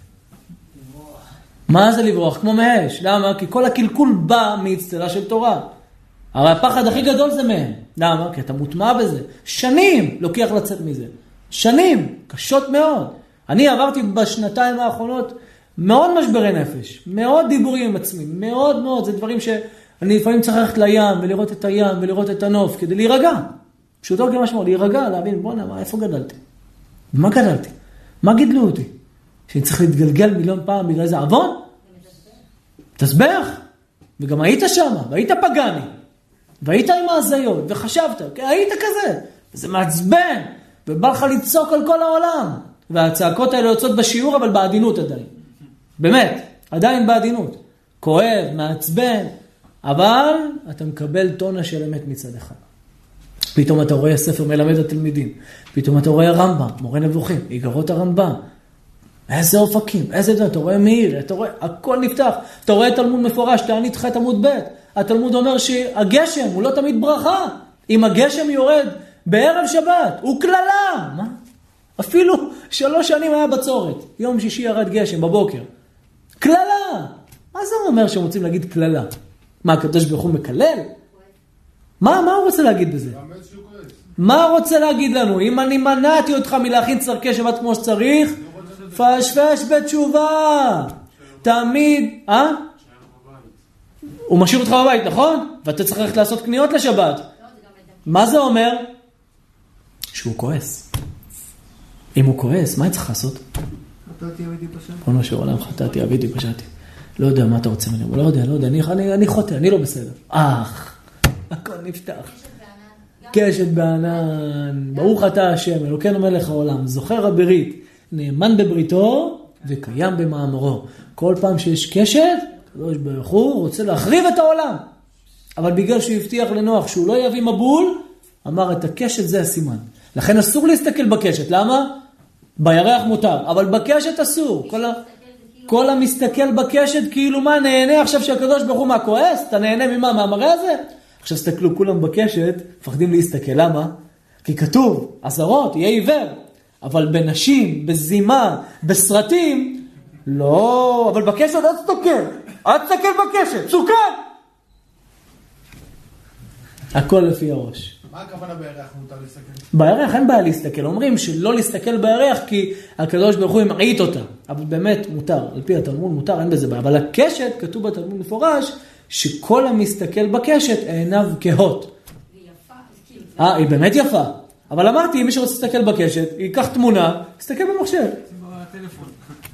מה זה לברוח? כמו מאש. למה? כי כל הקלקול בא מאצטלה של תורה. הרי הפחד הכי גדול זה מהם. למה? כי אתה מוטמע בזה. שנים לוקח לצאת מזה. שנים, קשות מאוד. אני עברתי בשנתיים האחרונות מאוד משברי נפש, מאוד דיבורים עם עצמי, מאוד מאוד, זה דברים שאני לפעמים צריך ללכת לים ולראות את הים ולראות את הנוף כדי להירגע. פשוטו כמשמעו, להירגע, להבין, בוא'נה, איפה גדלתי? מה גדלתי? מה גידלו אותי? שאני צריך להתגלגל מיליון פעם בגלל איזה עוון? תסבך. וגם היית שם, והיית פגני, והיית עם ההזיות, וחשבת, היית כזה, וזה מעצבן, ובא לך לצעוק על כל העולם. והצעקות האלה יוצאות בשיעור, אבל בעדינות עדיין. באמת, עדיין בעדינות. כואב, מעצבן, אבל אתה מקבל טונה של אמת מצד אחד. פתאום אתה רואה ספר מלמד התלמידים, פתאום אתה רואה רמב"ם, מורה נבוכים, איגרות הרמב"ם. איזה אופקים, איזה דבר, אתה רואה מאיר, אתה רואה, הכל נפתח. אתה רואה תלמוד מפורש, תענית ח' עמוד ב'. התלמוד אומר שהגשם הוא לא תמיד ברכה. אם הגשם יורד בערב שבת, הוא כללה. מה? אפילו 3 שנים היה בצורת. יום שישי ירד גשם בבוקר. כללה. מה זה אומר שהם רוצים להגיד כללה? מה, הקדוש ברוך הוא מקלל? מה הוא רוצה להגיד בזה? מה הוא רוצה להגיד לנו? אם אני מנעתי אותך מלהכין צרכי שבת כמו שצריך, פשפש בתשובה. תמיד, הוא משאיר אותך בבית, נכון? ואתה צריך ללכת לעשות קניות לשבת. מה זה אומר? שהוא כועס. אם הוא כועס, מה צריך לעשות? חטאתי אבידי פשעתי. ריבונו של עולם, חטאתי אבידי פשעתי. לא יודע מה אתה רוצה ממני, לא יודע, אני חוטא, אני לא בסדר. הכל נפתח. קשת בענן, ברוך אתה השם, אלוקינו מלך העולם, זוכר הברית, נאמן בבריתו וקיים במאמרו. כל פעם שיש קשת, הקדוש ברוך הוא רוצה להחריב את העולם. אבל בגלל שהוא הבטיח לנוח שהוא לא יביא מבול, אמר את הקשת זה הסימן. לכן אסור להסתכל בקשת, למה? בירח מותר, אבל בקשת אסור. כל המסתכל בקשת כאילו מה נהנה עכשיו שהקדוש ברוך הוא מה כועס? אתה נהנה ממה? מהמראה הזה? עכשיו סתכלו כולם בקשת, מפחדים להסתכל, למה? כי כתוב, עזרות, יהיה עיוור. אבל בנשים, בזימה, בסרטים, לא, אבל בקשת אל תסתכל בקשת, סוכן! הכל לפי הראש. מה הכוונה בירח מותר להסתכל? בירח אין בעיה להסתכל. אומרים שלא להסתכל בירח כי הקדוש ברוך הוא ימעיט אותה. אבל באמת מותר. על פי התלמוד מותר, אין בזה בעיה. אבל הקשת, כתוב בתלמוד מפורש, שכל המסתכל בקשת עיניו כהות. והיא יפה. היא באמת יפה. אבל אמרתי, מי שרוצה להסתכל בקשת, ייקח תמונה, יסתכל במחשב. בטלפון.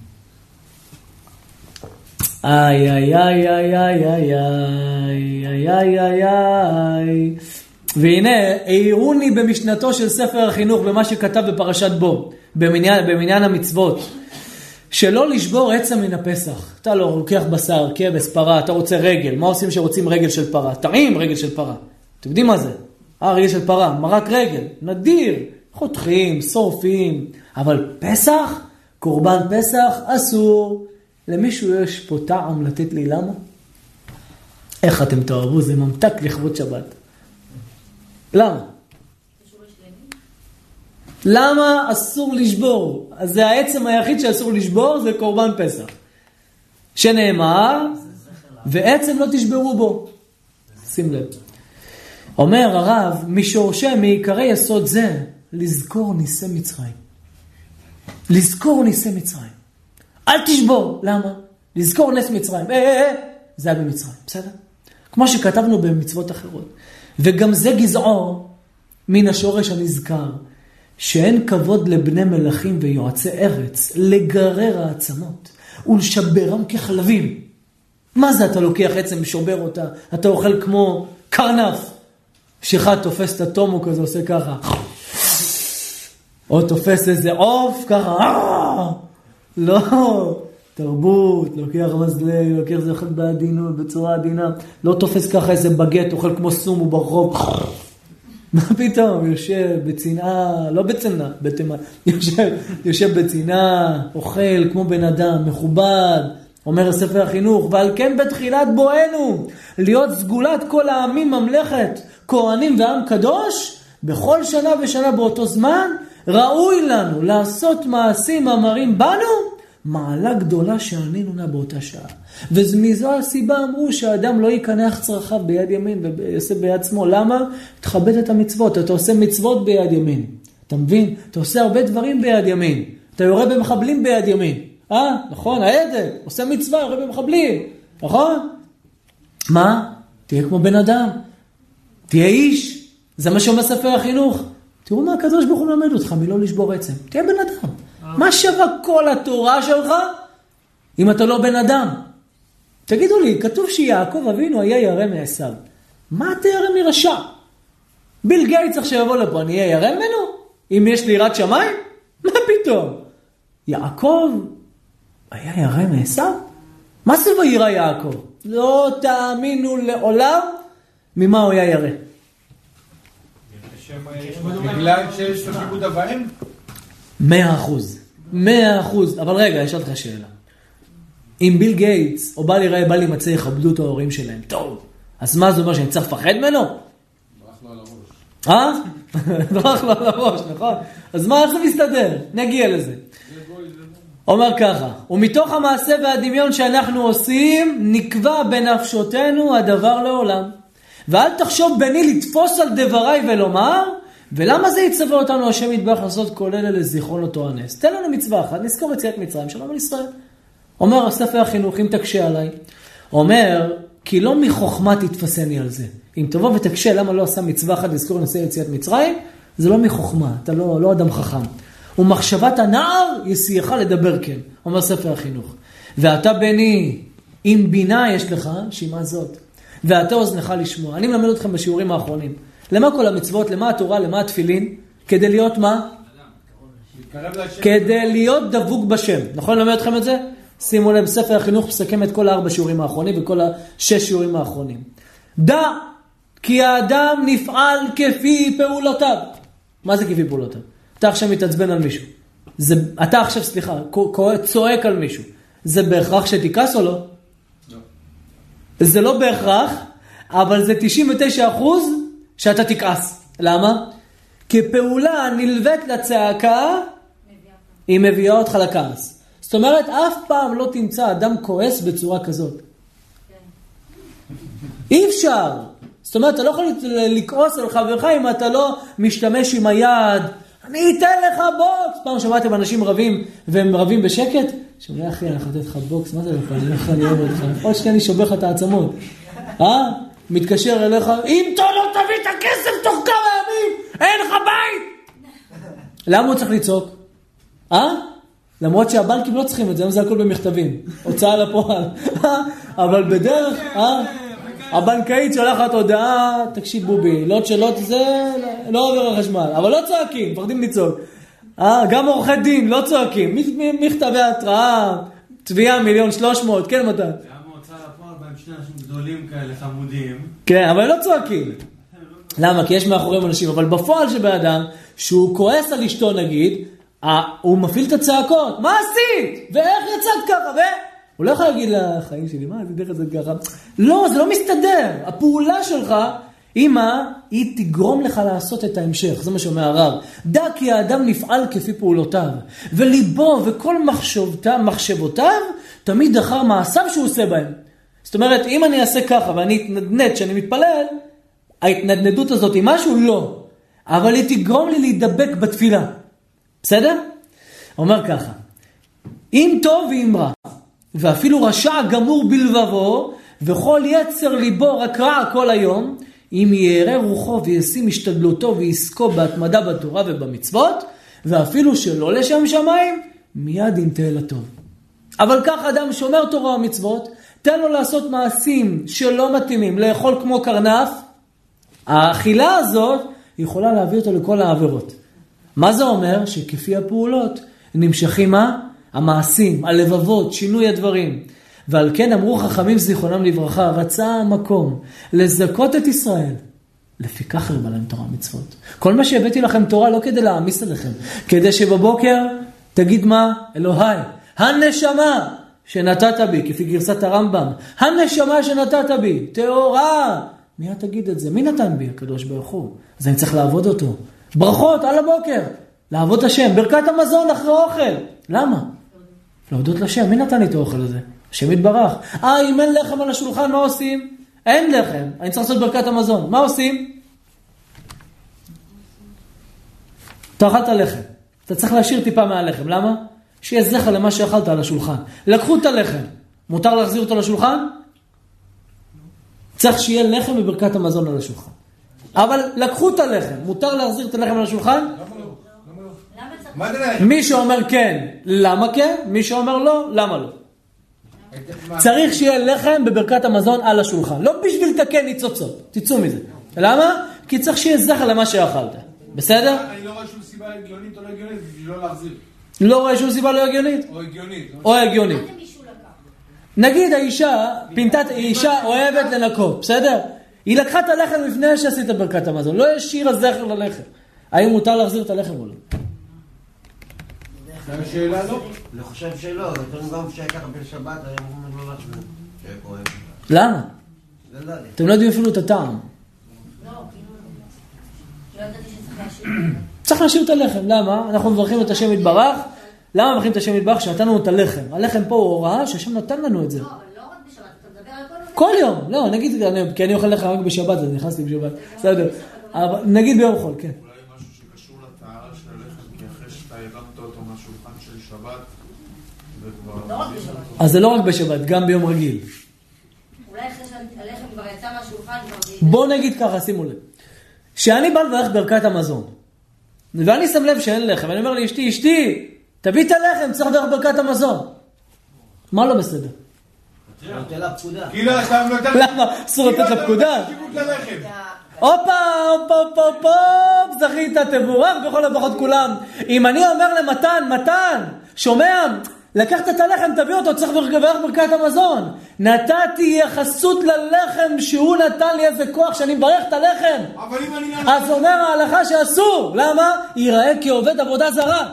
איי, איי, איי, איי, איי, איי, איי, איי, איי, איי. והנה, העירוני במשנתו של ספר החינוך, במה שכתב בפרשת בו, במניין המצוות, שלא לשבור עצם מן הפסח. אתה לא לוקח בשר, כבש, פרה, אתה רוצה רגל. מה עושים שרוצים רגל של פרה? טעים רגל של פרה. אתם יודעים מה זה? רגל של פרה, מרק רגל, נדיר, חותכים, שורפים. אבל פסח, קורבן פסח, אסור. למישהו יש פה טעם לתת לי למה? איך אתם תאהבו? זה ממתק לכבוד שבת. למה? למה אסור לשבור? אז זה העצם היחיד שאסור לשבור, זה קורבן פסח. שנאמר, ועצם לא תשברו בו. שים לב. אומר הרב, משורשי, מעיקרי יסוד זה, לזכור ניסי מצרים. לזכור ניסי מצרים. אל תשבור. למה? לזכור נס מצרים. זה היה במצרים. בסדר? כמו שכתבנו במצוות אחרות. וגם זה גזעו מן השורש הנזכר, שאין כבוד לבני מלכים ויועצי ארץ, לגרר העצמות ולשברם כחלבים. מה זה אתה לוקח עצם ושובר אותה? אתה אוכל כמו קרנף. שאחד תופס את התומו כזה, עושה ככה. או תופס איזה עוף ככה. לא, תרבות, לוקח מזלג, לוקח זה אחד בעדינות, בצורה עדינה. לא תופס ככה איזה בגט, אוכל כמו סומו ברחוב. מה פתאום? יושב בצנעה, לא בצנעה, בתימן. יושב בצנעה, אוכל כמו בן אדם, מכובד, אומר ספר החינוך, ועל כן בתחילת בואנו, להיות סגולת כל העמים ממלכת, כהנים ועם קדוש, בכל שנה ושנה באותו זמן, ראוי לנו לעשות מעשים המרים בנו, מעלה גדולה שענינו נה באותה שעה. ומזו הסיבה אמרו שהאדם לא יקנח צרכיו ביד ימין ויעשה ביד שמאל. למה? תכבד את המצוות. אתה עושה מצוות ביד ימין. אתה מבין? אתה עושה הרבה דברים ביד ימין. אתה יורה במחבלים ביד ימין. נכון, העדל. עושה מצווה, יורה במחבלים. נכון? מה? תהיה כמו בן אדם. תהיה איש. זה מה שאומר ספר החינוך. תראו מה הקדוש ברוך הוא מלמד אותך מלא לשבור עצם. תהיה בן אדם. מה שווה כל התורה שלך אם אתה לא בן אדם? תגידו לי, כתוב שיעקב אבינו היה ירא מעשיו. מה אתה ירא מרשע? ביל גייטס עכשיו יבוא לפה, אני אהיה ירא ממנו? אם יש לי יראת שמיים? מה פתאום? יעקב היה ירא מעשיו? מה זה וירא יעקב? לא תאמינו לעולם ממה הוא היה ירא. בגלל שיש לו כיבוד אב ואם? 100%. אבל רגע, יש עוד לך שאלה. אם ביל גייטס או בל יראה, בל ימצא, יכבדו את ההורים שלהם, טוב. אז מה זה אומר שאני צריך לפחד ממנו? ברח לו על הראש. ברח לו על הראש, נכון? אז מה, איך זה מסתדר? נגיע לזה. אומר ככה, ומתוך המעשה והדמיון שאנחנו עושים, נקבע בנפשותנו הדבר לעולם. ואל תחשוב בני לתפוס על דבריי ולומר, ולמה זה יצווה אותנו השם יתברך לעשות כל אלה לזיכרון אותו הנס? תן לנו מצווה אחת, נזכור יציאת מצרים, שלום על ישראל. אומר ספר החינוך, אם תקשה עליי, אומר, כי לא מחוכמה תתפסני על זה. אם תבוא ותקשה למה לא עשה מצווה אחת לזכור נושא יציאת מצרים, זה לא מחוכמה, אתה לא אדם חכם. ומחשבת הנער יסייך לדבר כן, אומר ספר החינוך. ואתה בני, אם בינה יש לך, שימה זאת. ואתה אוזנך לשמוע. אני מלמד אתכם בשיעורים האחרונים. למה כל המצוות, למה התורה, למה התפילין? כדי להיות מה? כדי להיות דבוק בשם. נכון ללמד אתכם את זה? שימו לב, ספר החינוך מסכם את כל 4 שיעורים האחרונים וכל 6 שיעורים האחרונים. דע כי האדם נפעל כפי פעולותיו. מה זה כפי פעולותיו? אתה עכשיו מתעצבן על מישהו. אתה עכשיו, סליחה, צועק על מישהו. זה בהכרח שתיקס או לא? לא. זה לא בהכרח, אבל זה 99% שאתה תכעס. למה? כי פעולה נלווית לצעקה, היא מביאה אותך לכעס. זאת אומרת, אף פעם לא תמצא אדם כועס בצורה כזאת. אי אפשר. זאת אומרת, אתה לא יכול לכעוס על חברך אם אתה לא משתמש עם היד. אני אתן לך בוקס. פעם שמעתם אנשים רבים, והם רבים בשקט? שאומר, אחי, אני חתת לך בוקס, מה זה לך? אני אוהב אותך. עוד שכן אני שובר לך את העצמות. מתקשר אליך, אם אתה לא תביא את הכסף תוך כמה ימים, אין לך בית. למה הוא צריך לצעוק? למרות שהבנקים לא צריכים את זה, זה הכל במכתבים. הוצאה לפועל. אבל בדרך, הבנקאית שולחת הודעה, תקשיב בובי, לא תשאלות זה, לא עובר החשמל. אבל לא צועקים, פחדים לצעוק. גם עורכי דין, לא צועקים. מכתבי התראה, תביעה 1,300,000, כן מתי? שני אנשים גדולים כאלה חמודים. כן, אבל לא צועקים. למה? כי יש מאחוריהם אנשים, אבל בפועל שבאדם, שהוא כועס על אשתו נגיד, הוא מפעיל את הצעקות. מה עשית? ואיך יצאת ככה? הוא לא יכול להגיד לחיים שלי, מה, זה דרך את זה ככה? לא, זה לא מסתדר. הפעולה שלך, היא תגרום לך לעשות את ההמשך. זה מה שאומר הרב. דע כי האדם נפעל כפי פעולותיו, וליבו וכל מחשבותיו, תמיד אחר מעשיו שהוא עושה בהם. זאת אומרת, אם אני אעשה ככה ואני אתנדנד שאני מתפלל, ההתנדנדות הזאת היא משהו? לא. אבל היא תגרום לי להידבק בתפילה. בסדר? אומר ככה, אם טוב ואם רע, ואפילו רשע גמור בלבבו, וכל יצר ליבו רק רע כל היום, אם יערה רוחו וישים השתדלותו ויסקו בהתמדה בתורה ובמצוות, ואפילו שלא לשם שמיים, מיד ינתה לטוב. אבל כך אדם שומר תורה ומצוות, תן לו לעשות מעשים שלא מתאימים, לאכול כמו קרנף, האכילה הזאת יכולה להביא אותו לכל העבירות. מה זה אומר? שכפי הפעולות נמשכים המעשים, הלבבות, שינוי הדברים. ועל כן אמרו חכמים זיכרונם לברכה, רצה המקום לזכות את ישראל, לפיכך הרבה להם תורה מצוות. כל מה שהבאתי לכם תורה לא כדי להעמיס עליכם, כדי שבבוקר תגיד מה? אלוהי, הנשמה שנתת בי, כפי גרסת הרמב"ם, הנשמה שנתת בי, תאורה. מי תגיד את זה? מי נתן בי? הקדוש ברוך הוא. אז אני צריך לעבוד אותו. ברכות על הבוקר, לעבוד השם, ברכת המזון אחרי אוכל. למה? להודות לשם. מי נתן לי את האוכל הזה? השם יתברך. אם אין לחם על השולחן, מה עושים? אין לחם, אני צריך לעשות ברכת המזון. מה עושים? אתה אכלת לחם. אתה צריך להשאיר טיפה מהלחם. למה? שיהיה זכר למה שאכלת על השולחן. לקחו את הלחם. מותר להחזיר אותו לשולחן? צריך שיהיה לחם בברכת המזון על השולחן. אבל לקחו את הלחם. מותר להחזיר את הלחם על השולחן? מי שאומר כן, למה כן? מי שאומר לא, למה לא? צריך שיהיה לחם בברכת המזון על השולחן. לא בשביל לתקן ניצוצות. תצאו מזה. למה? כי צריך שיהיה זכר למה שאכלת. בסדר? אני לא רואה שום סיבה הגיונית או לא הגיונית בשביל לא להחזיר. לא רואה שום סיבה לא הגיונית? או הגיונית. או הגיונית. נגיד האישה אוהבת לנקות, בסדר? היא לקחה את הלחם לפני שעשית ברכת המזון. לא השאירה זכר ללחם. האם מותר להחזיר את הלחם או לא? השאלה לא? אני חושב שלא, יותר גם שהייתה בשבת, היום לא לחזור. למה? אתם לא יודעים אפילו את הטעם. לא ידעתי שצריך להשאיר. צריך להשאיר את הלחם. למה? אנחנו מברכים את השם יתברך. למה מברכים את השם יתברך? שנתן לנו את הלחם. הלחם פה הוא הוראה שהשם נתן לנו את זה. לא, אבל לא רק בשבת, אתה מדבר על כל יום. לא, נגיד, כי אני אוכל לחם רק בשבת, אז נכנסתי בשבת. בסדר. נגיד ביום חול, כן. אולי משהו שקשור לטהרה של הלחם, כי אחרי שאתה הרמת אותו מהשולחן של שבת, לא רק בשבת. אז זה לא רק בשבת, גם ביום רגיל. אולי אחרי שהלחם כבר יצא מהשולחן, בוא נגיד ככה, שימו לב. שאני בא לברך ברכת המזון, ואני שם לב שאין לחם, ואני אומר לאשתי, אשתי, תביא את הלחם, צריך לברך ברכת המזון. מה לא בסדר? אתה נותן לה פקודה. כאילו אתה נותן... למה? אסור לתת לה פקודה? הופה, זכית תבורך בכל הברכות כולם. אם אני אומר למתן, שומע? לקחת את הלחם, תביא אותו, צריך לברך ברכת המזון. נתתי יחסות ללחם שהוא נתן לי איזה כוח שאני מברך את הלחם. אז אומר ההלכה שאסור. למה? ייראה כעובד עבודה זרה.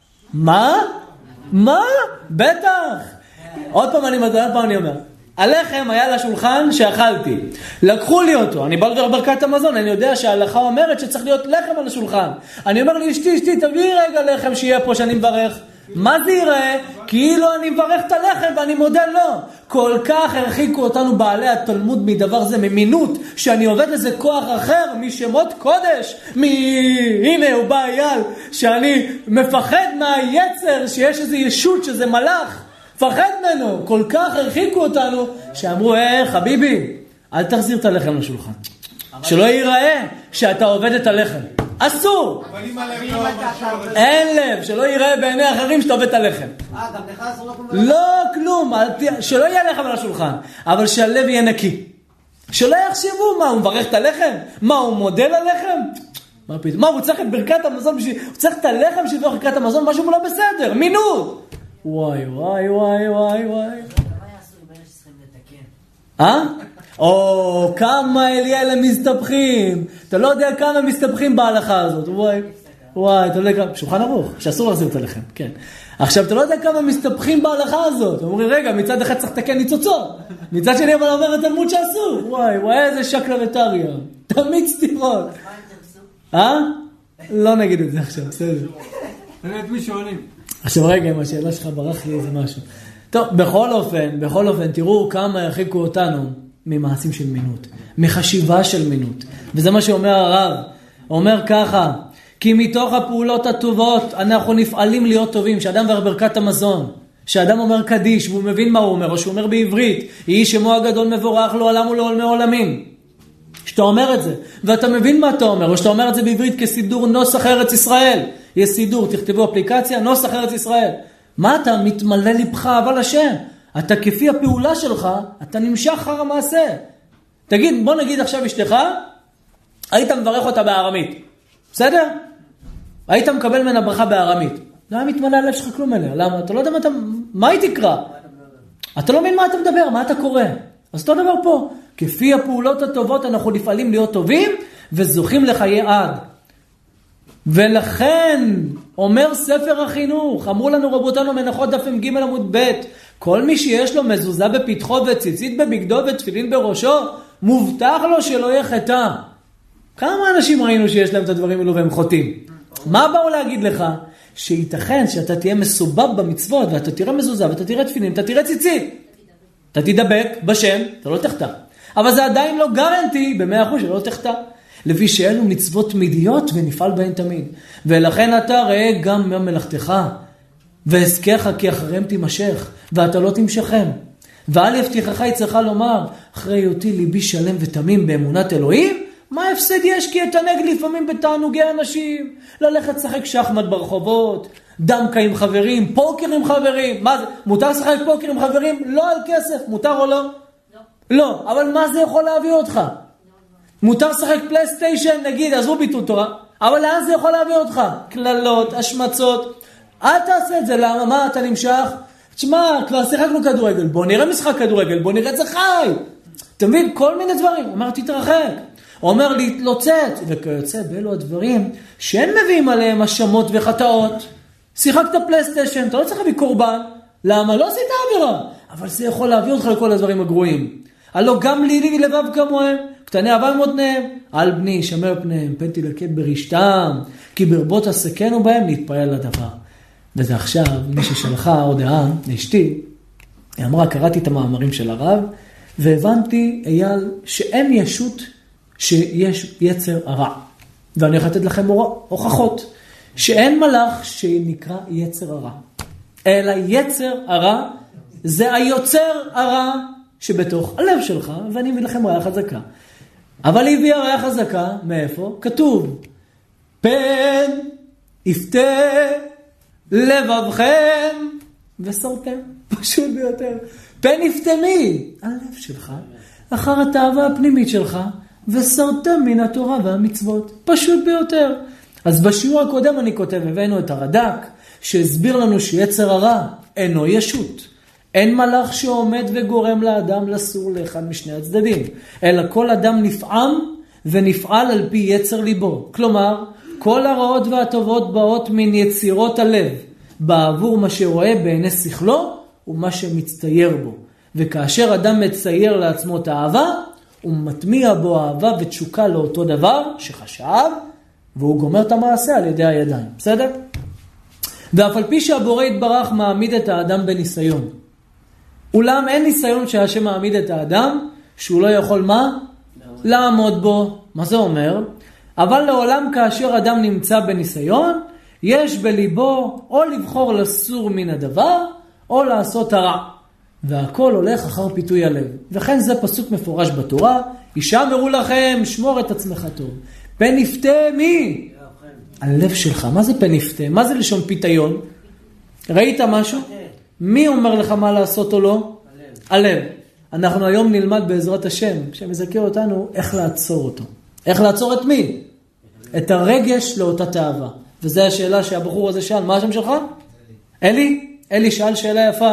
מה? בטח. עוד פעם אני אומר. הלחם היה לשולחן שאכלתי. לקחו לי אותו. אני בא לברך ברכת המזון. אני יודע שההלכה אומרת שצריך להיות לחם על השולחן. אני אומר לי, אשתי, תביא רגע לחם שיהיה פה שאני מברך. מה זה ייראה? כאילו אני מברך את הלחם ואני מודה לו. כל כך הרחיקו אותנו בעלי התלמוד מדבר זה, ממינות, שאני עובד איזה כוח אחר, משמות קודש, הנה הוא בא אייל, שאני מפחד מהיצר, שיש איזה ישות שזה מלאך, מפחד ממנו. כל כך הרחיקו אותנו, שאמרו, חביבי, אל תחזיר את הלחם לשולחן. שלא ייראה שאתה עובד את הלחם. אסור. אין לב, שלא ייראה בעיני אחרים שאתה עובד את הלחם. גם לך אסור לקום לא, כלום. שלא יהיה לחם על השולחן, אבל שהלב יהיה נקי. שלא יחשבו, מה, הוא מברך את הלחם? מה, הוא מודה ללחם? מה, הוא צריך את ברכת המזון, הוא צריך את הלחם בשביל ברכת המזון, משהו לא בסדר, מינות. וואי. או כמה אלה מסתבכים. אתה לא יודע כמה מסתבכים בהלכה הזאת. וואי, אתה לא יודע כמה, שולחן ערוך, שאסור להחזיר את הלחם, כן. עכשיו, אתה לא יודע כמה מסתבכים בהלכה הזאת. אומרים, רגע, מצד אחד צריך לתקן ניצוצות, מצד שני אבל אומר את תלמוד שאסור. וואי, איזה שקלה וטריה. תמיד סתירות. לא נגיד את זה עכשיו, בסדר. את מי שואלים? עכשיו רגע, אם השאלה שלך ברח לי איזה משהו. טוב, בכל אופן, תראו כמה הרחיקו אותנו ממעשים של מינות, מחשיבה של מינות. וזה מה שאומר הרב. אומר ככה, כי מתוך הפעולות הטובות אנחנו נפעלים להיות טובים. שאדם מברך ברכת המזון, שאדם אומר קדיש והוא מבין מה הוא אומר, או שהוא אומר בעברית, יהי שמו הגדול מבורך לעולם ולעולמי עולמים. שאתה אומר את זה, ואתה מבין מה אתה אומר, או שאתה אומר את זה בעברית כסידור נוסח ארץ ישראל. יש סידור, תכתבו אפליקציה, נוסח ארץ ישראל. מה אתה מתמלא לבך אבל השם? אתה כפי הפעולה שלך, אתה נמשך אחר המעשה. תגיד, בוא נגיד עכשיו אשתך, היית מברך אותה בארמית. בסדר? היית מקבל ממנה ברכה בארמית. לא היה מתמלא הלב שלך כלום אליה. למה? אתה לא יודע מה היא תקרא. אתה לא מבין מה אתה מדבר, מה אתה קורא. אז אותו דבר פה. כפי הפעולות הטובות אנחנו נפעלים להיות טובים, וזוכים לחיי עד. ולכן אומר ספר החינוך, אמרו לנו רבותינו מנחות דף ג' עמוד ב', כל מי שיש לו מזוזה בפתחו וציצית בבגדו ותפילין בראשו, מובטח לו שלא יהיה חטא. כמה אנשים ראינו שיש להם את הדברים האלו והם חוטאים? מה באו להגיד לך? שייתכן שאתה תהיה מסובב במצוות ואתה תראה מזוזה ואתה תראה תפילין, אתה תראה ציצית. אתה תדבק בשם, אתה לא תחטא. אבל זה עדיין לא גרנטי ב100% שלא תחטא. לפי שאלו מצוות תמידיות ונפעל בהן תמיד. ולכן אתה ראה גם ממלכתך והזכך כי אחריהם תימשך ואתה לא תמשכם. ואל יבטיחך יצריך לומר אחרי היותי ליבי שלם ותמים באמונת אלוהים, מה הפסד יש? כי אתענג לפעמים בתענוגי אנשים, ללכת לשחק שחמט ברחובות, דמקה עם חברים, פוקר עם חברים. מה זה? מותר לשחק פוקר עם חברים? לא על כסף, מותר או לא? לא, אבל מה זה יכול להביא אותך? מותר לשחק פלייסטיישן, נגיד, עזבו ביטול תורה, אבל לאן זה יכול להביא אותך? כללות, השמצות. אל תעשה את זה, למה? מה אתה נמשך? תשמע, כבר שיחקנו כדורגל, בוא נראה משחק כדורגל, בוא נראה את זה חי. אתה מבין? כל מיני דברים. אומר, תתרחק. אומר, להתלוצץ. וכיוצא באלו הדברים שאין מביאים עליהם השמות וחטאות. שיחקת פלייסטיישן, אתה לא צריך להביא קורבן. למה? לא עשית עבירה. אבל זה יכול להביא אותך לכל הדברים הגרועים. הלא גם לילי לבב כמוהם, קטני אהבה מותניהם, על בני ישמר פניהם, פן תלקט ברשתם, כי ברבות עסקנו בהם להתפעל לדבר. וזה עכשיו, מי ששלחה הודעה לאשתי, היא אמרה, קראתי את המאמרים של הרב, והבנתי, אייל, שאין ישות שיש יצר הרע. ואני הולך לתת לכם הוכחות, שאין מלאך שנקרא יצר הרע. אלא יצר הרע, זה היוצר הרע שבתוך הלב שלך, ואני מביא לכם ראיה חזקה. אבל היא הביאה ראיה חזקה, מאיפה? כתוב, פן יפתה לבבכם וסורתם. פשוט ביותר. פן יפתה מי? הלב שלך, אחר התאווה הפנימית שלך, וסורתם מן התורה והמצוות. פשוט ביותר. אז בשיעור הקודם אני כותב, הבאנו את הרד"ק, שהסביר לנו שיצר הרע אינו ישות. אין מלאך שעומד וגורם לאדם לסור לאחד משני הצדדים, אלא כל אדם נפעם ונפעל על פי יצר ליבו. כלומר, כל הרעות והטובות באות מן יצירות הלב, בעבור מה שרואה בעיני שכלו ומה שמצטייר בו. וכאשר אדם מצייר לעצמו את האהבה, הוא מטמיע בו אהבה ותשוקה לאותו דבר שחשב, והוא גומר את המעשה על ידי הידיים. בסדר? ואף על פי שהבורא יתברך מעמיד את האדם בניסיון. אולם אין ניסיון שהשם מעמיד את האדם, שהוא לא יכול מה? לעמוד בו. מה זה אומר? אבל לעולם כאשר אדם נמצא בניסיון, יש בליבו או לבחור לסור מן הדבר, או לעשות הרע. והכל הולך אחר פיתוי הלב. וכן זה פסוק מפורש בתורה, ישמרו לכם, שמור את עצמך טוב. פן יפתה מי? הלב שלך. מה זה פן יפתה? מה זה לשון פיתיון? ראית משהו? מי אומר לך מה לעשות או לא? הלב. אנחנו היום נלמד בעזרת השם, שמזכיר אותנו איך לעצור אותו. איך לעצור את מי? את הרגש לאותה תאווה. וזו השאלה שהבחור הזה שאל. מה השם שלך? אלי? אלי שאל שאלה יפה.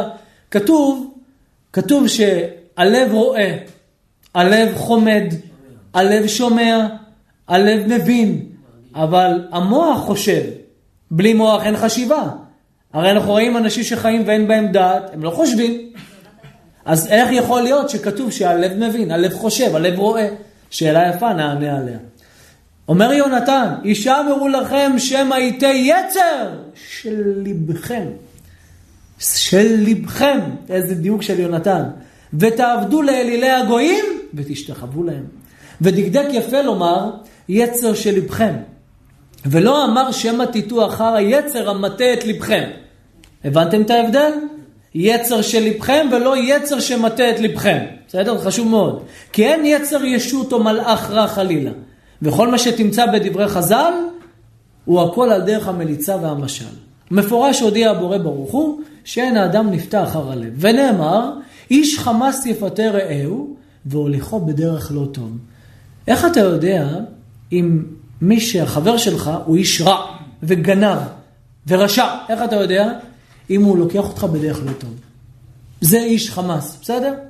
כתוב שהלב רואה, הלב חומד, הלב שומע, הלב מבין, אבל המוח חושב. בלי מוח אין חשיבה. הרי אנחנו רואים אנשים שחיים ואין בהם דעת, הם לא חושבים. אז איך יכול להיות שכתוב שהלב מבין, הלב חושב, הלב רואה? שאלה יפה, נענה עליה. אומר יונתן, ישמרו לכם שמא ייתי יצר של ליבכם. של ליבכם, איזה דיוק של יונתן. ותעבדו לאלילי הגויים ותשתחוו להם. ודקדק יפה לומר, יצר של ליבכם. ולא אמר שמא תיתו אחר היצר המטה את ליבכם. הבנתם את ההבדל? יצר של ליבכם ולא יצר שמטה את ליבכם. בסדר? חשוב מאוד. כי אין יצר ישות או מלאך רע חלילה. וכל מה שתמצא בדברי חז"ל, הוא הכל על דרך המליצה והמשל. מפורש הודיע הבורא ברוך הוא, שאין האדם נפתח אחר הלב. ונאמר, איש חמאס יפתה רעהו, והוליכו בדרך לא טוב. איך אתה יודע אם מי שהחבר שלך הוא איש רע וגנב ורשע? איך אתה יודע? אם הוא לוקח אותך בדרך לא טוב. זה איש חמאס, בסדר?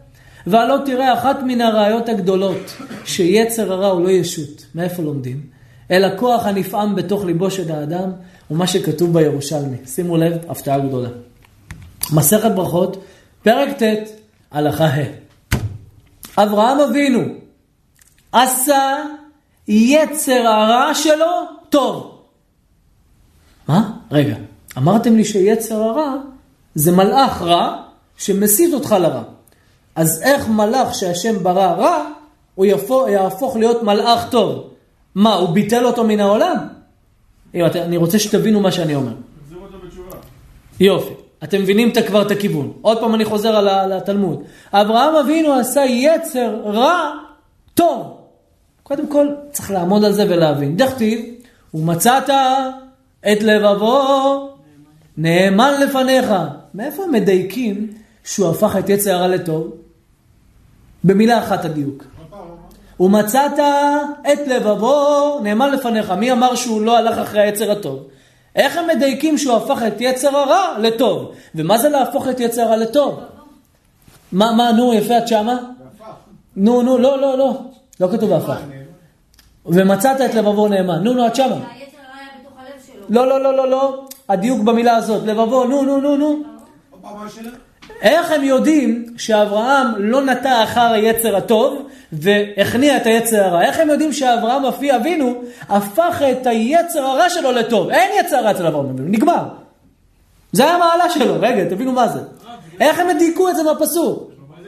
ועלו תראה אחת מן הראיות הגדולות, שיצר הרע הוא לא ישות. מאיפה לומדים? אלא כוח הנפעם בתוך ליבו של האדם, ומה שכתוב בירושלמי. שימו לב, הפתעה גדולה. מסכת ברכות, פרק ט', הלכה ה'. אברהם אבינו עשה יצר הרע שלו טוב. מה? רגע, אמרתם לי שיצר הרע זה מלאך רע שמסית אותך לרע. אז איך מלאך שהשם ברא רע, הוא יהפוך להיות מלאך טוב? מה, הוא ביטל אותו מן העולם? אני רוצה שתבינו מה שאני אומר. זה אותו בתשובה. יופי, אתם מבינים כבר את הכיוון. עוד פעם אני חוזר על התלמוד. אברהם אבינו עשה יצר רע טוב. קודם כל צריך לעמוד על זה ולהבין. דכתיב, ומצאת את לבבו נאמן לפניך. מאיפה מדייקים שהוא הפך את יצר הרע לטוב? במילה אחת הדיוק. ומצאת את לבבו נאמן לפניך. מי אמר שהוא לא הלך אחרי היצר הטוב? איך הם מדייקים שהוא הפך את יצר הרע לטוב? ומה זה להפוך את יצר הרע לטוב? מה, נו, יפה את שמה? נו, לא כתוב בהפך. ומצאת את לבבו נאמן. נו, את שמה. היצר הרע היה בתוך הלב שלו. לא. הדיוק במילה הזאת. לבבו, נו. איך הם יודעים שאברהם לא נטע אחר היצר הטוב והכניע את היצר הרע? איך הם יודעים שאברהם אבינו הפך את היצר הרע שלו לטוב? אין יצר הרע אצל אברהם אבינו, נגמר. זה היה המעלה שלו. רגע, תבינו מה זה. איך הם דייקו את זה מהפסוק?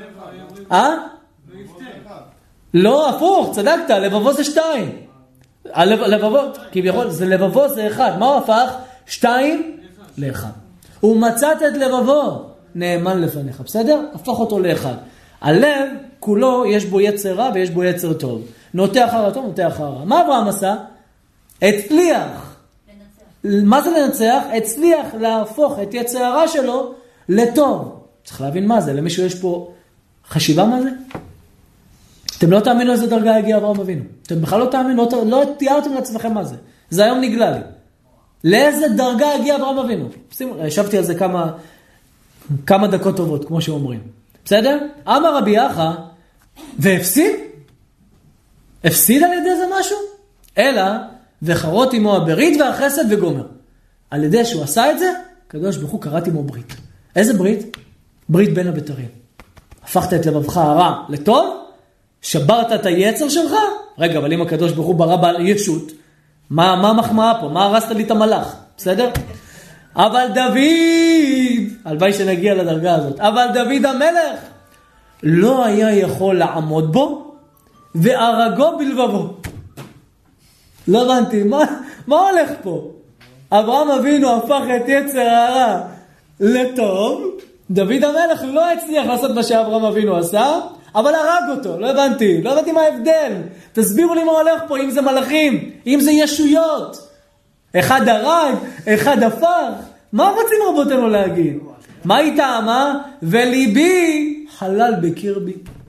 לא, הפוך, צדקת, לבבו זה 2. הלבבו, כביכול, זה לבבו זה 1. מה הוא הפך? 2 ל-1. ומצאת את לבבו נאמן לפניך, בסדר? הפך אותו ל-1. הלב כולו יש בו יצר רע ויש בו יצר טוב. נוטה אחר הטוב, נוטה אחר רע. מה אברהם עשה? הצליח. מה זה לנצח? הצליח להפוך את יצר הרע שלו לטוב. צריך להבין מה זה. למישהו יש פה חשיבה מה זה? אתם לא תאמינו איזה דרגה הגיע אברהם אבינו. אתם בכלל לא תאמינו, לא תיארתם לעצמכם מה זה. זה היום נגלה לי. לאיזה דרגה הגיע אברהם אבינו? ישבתי על זה כמה דקות טובות, כמו שאומרים. בסדר? אמר רבי יחא, והפסיד? הפסיד על ידי זה משהו? אלא, וחרות עמו הברית והחסד וגומר. על ידי שהוא עשה את זה, הקדוש ברוך הוא קראת עמו ברית. איזה ברית? ברית בין הבתרים. הפכת את לבבך הרע לטוב, שברת את היצר שלך. רגע, אבל אם הקדוש ברוך הוא ברא בעל ישות, מה מחמאה פה? מה הרסת לי את המלאך? בסדר? אבל דוד, הלוואי שנגיע לדרגה הזאת, אבל דוד המלך לא היה יכול לעמוד בו והרגו בלבבו. לא הבנתי, מה הולך פה? אברהם אבינו הפך את יצר הרע לטוב, דוד המלך לא הצליח לעשות מה שאברהם אבינו עשה, אבל הרג אותו. לא הבנתי מה ההבדל. תסבירו לי מה הולך פה, אם זה מלאכים, אם זה ישויות. אחד הרג, אחד הפך. מה רוצים רבותינו להגיד? מה היא טעמה? וליבי חלל בקרבי.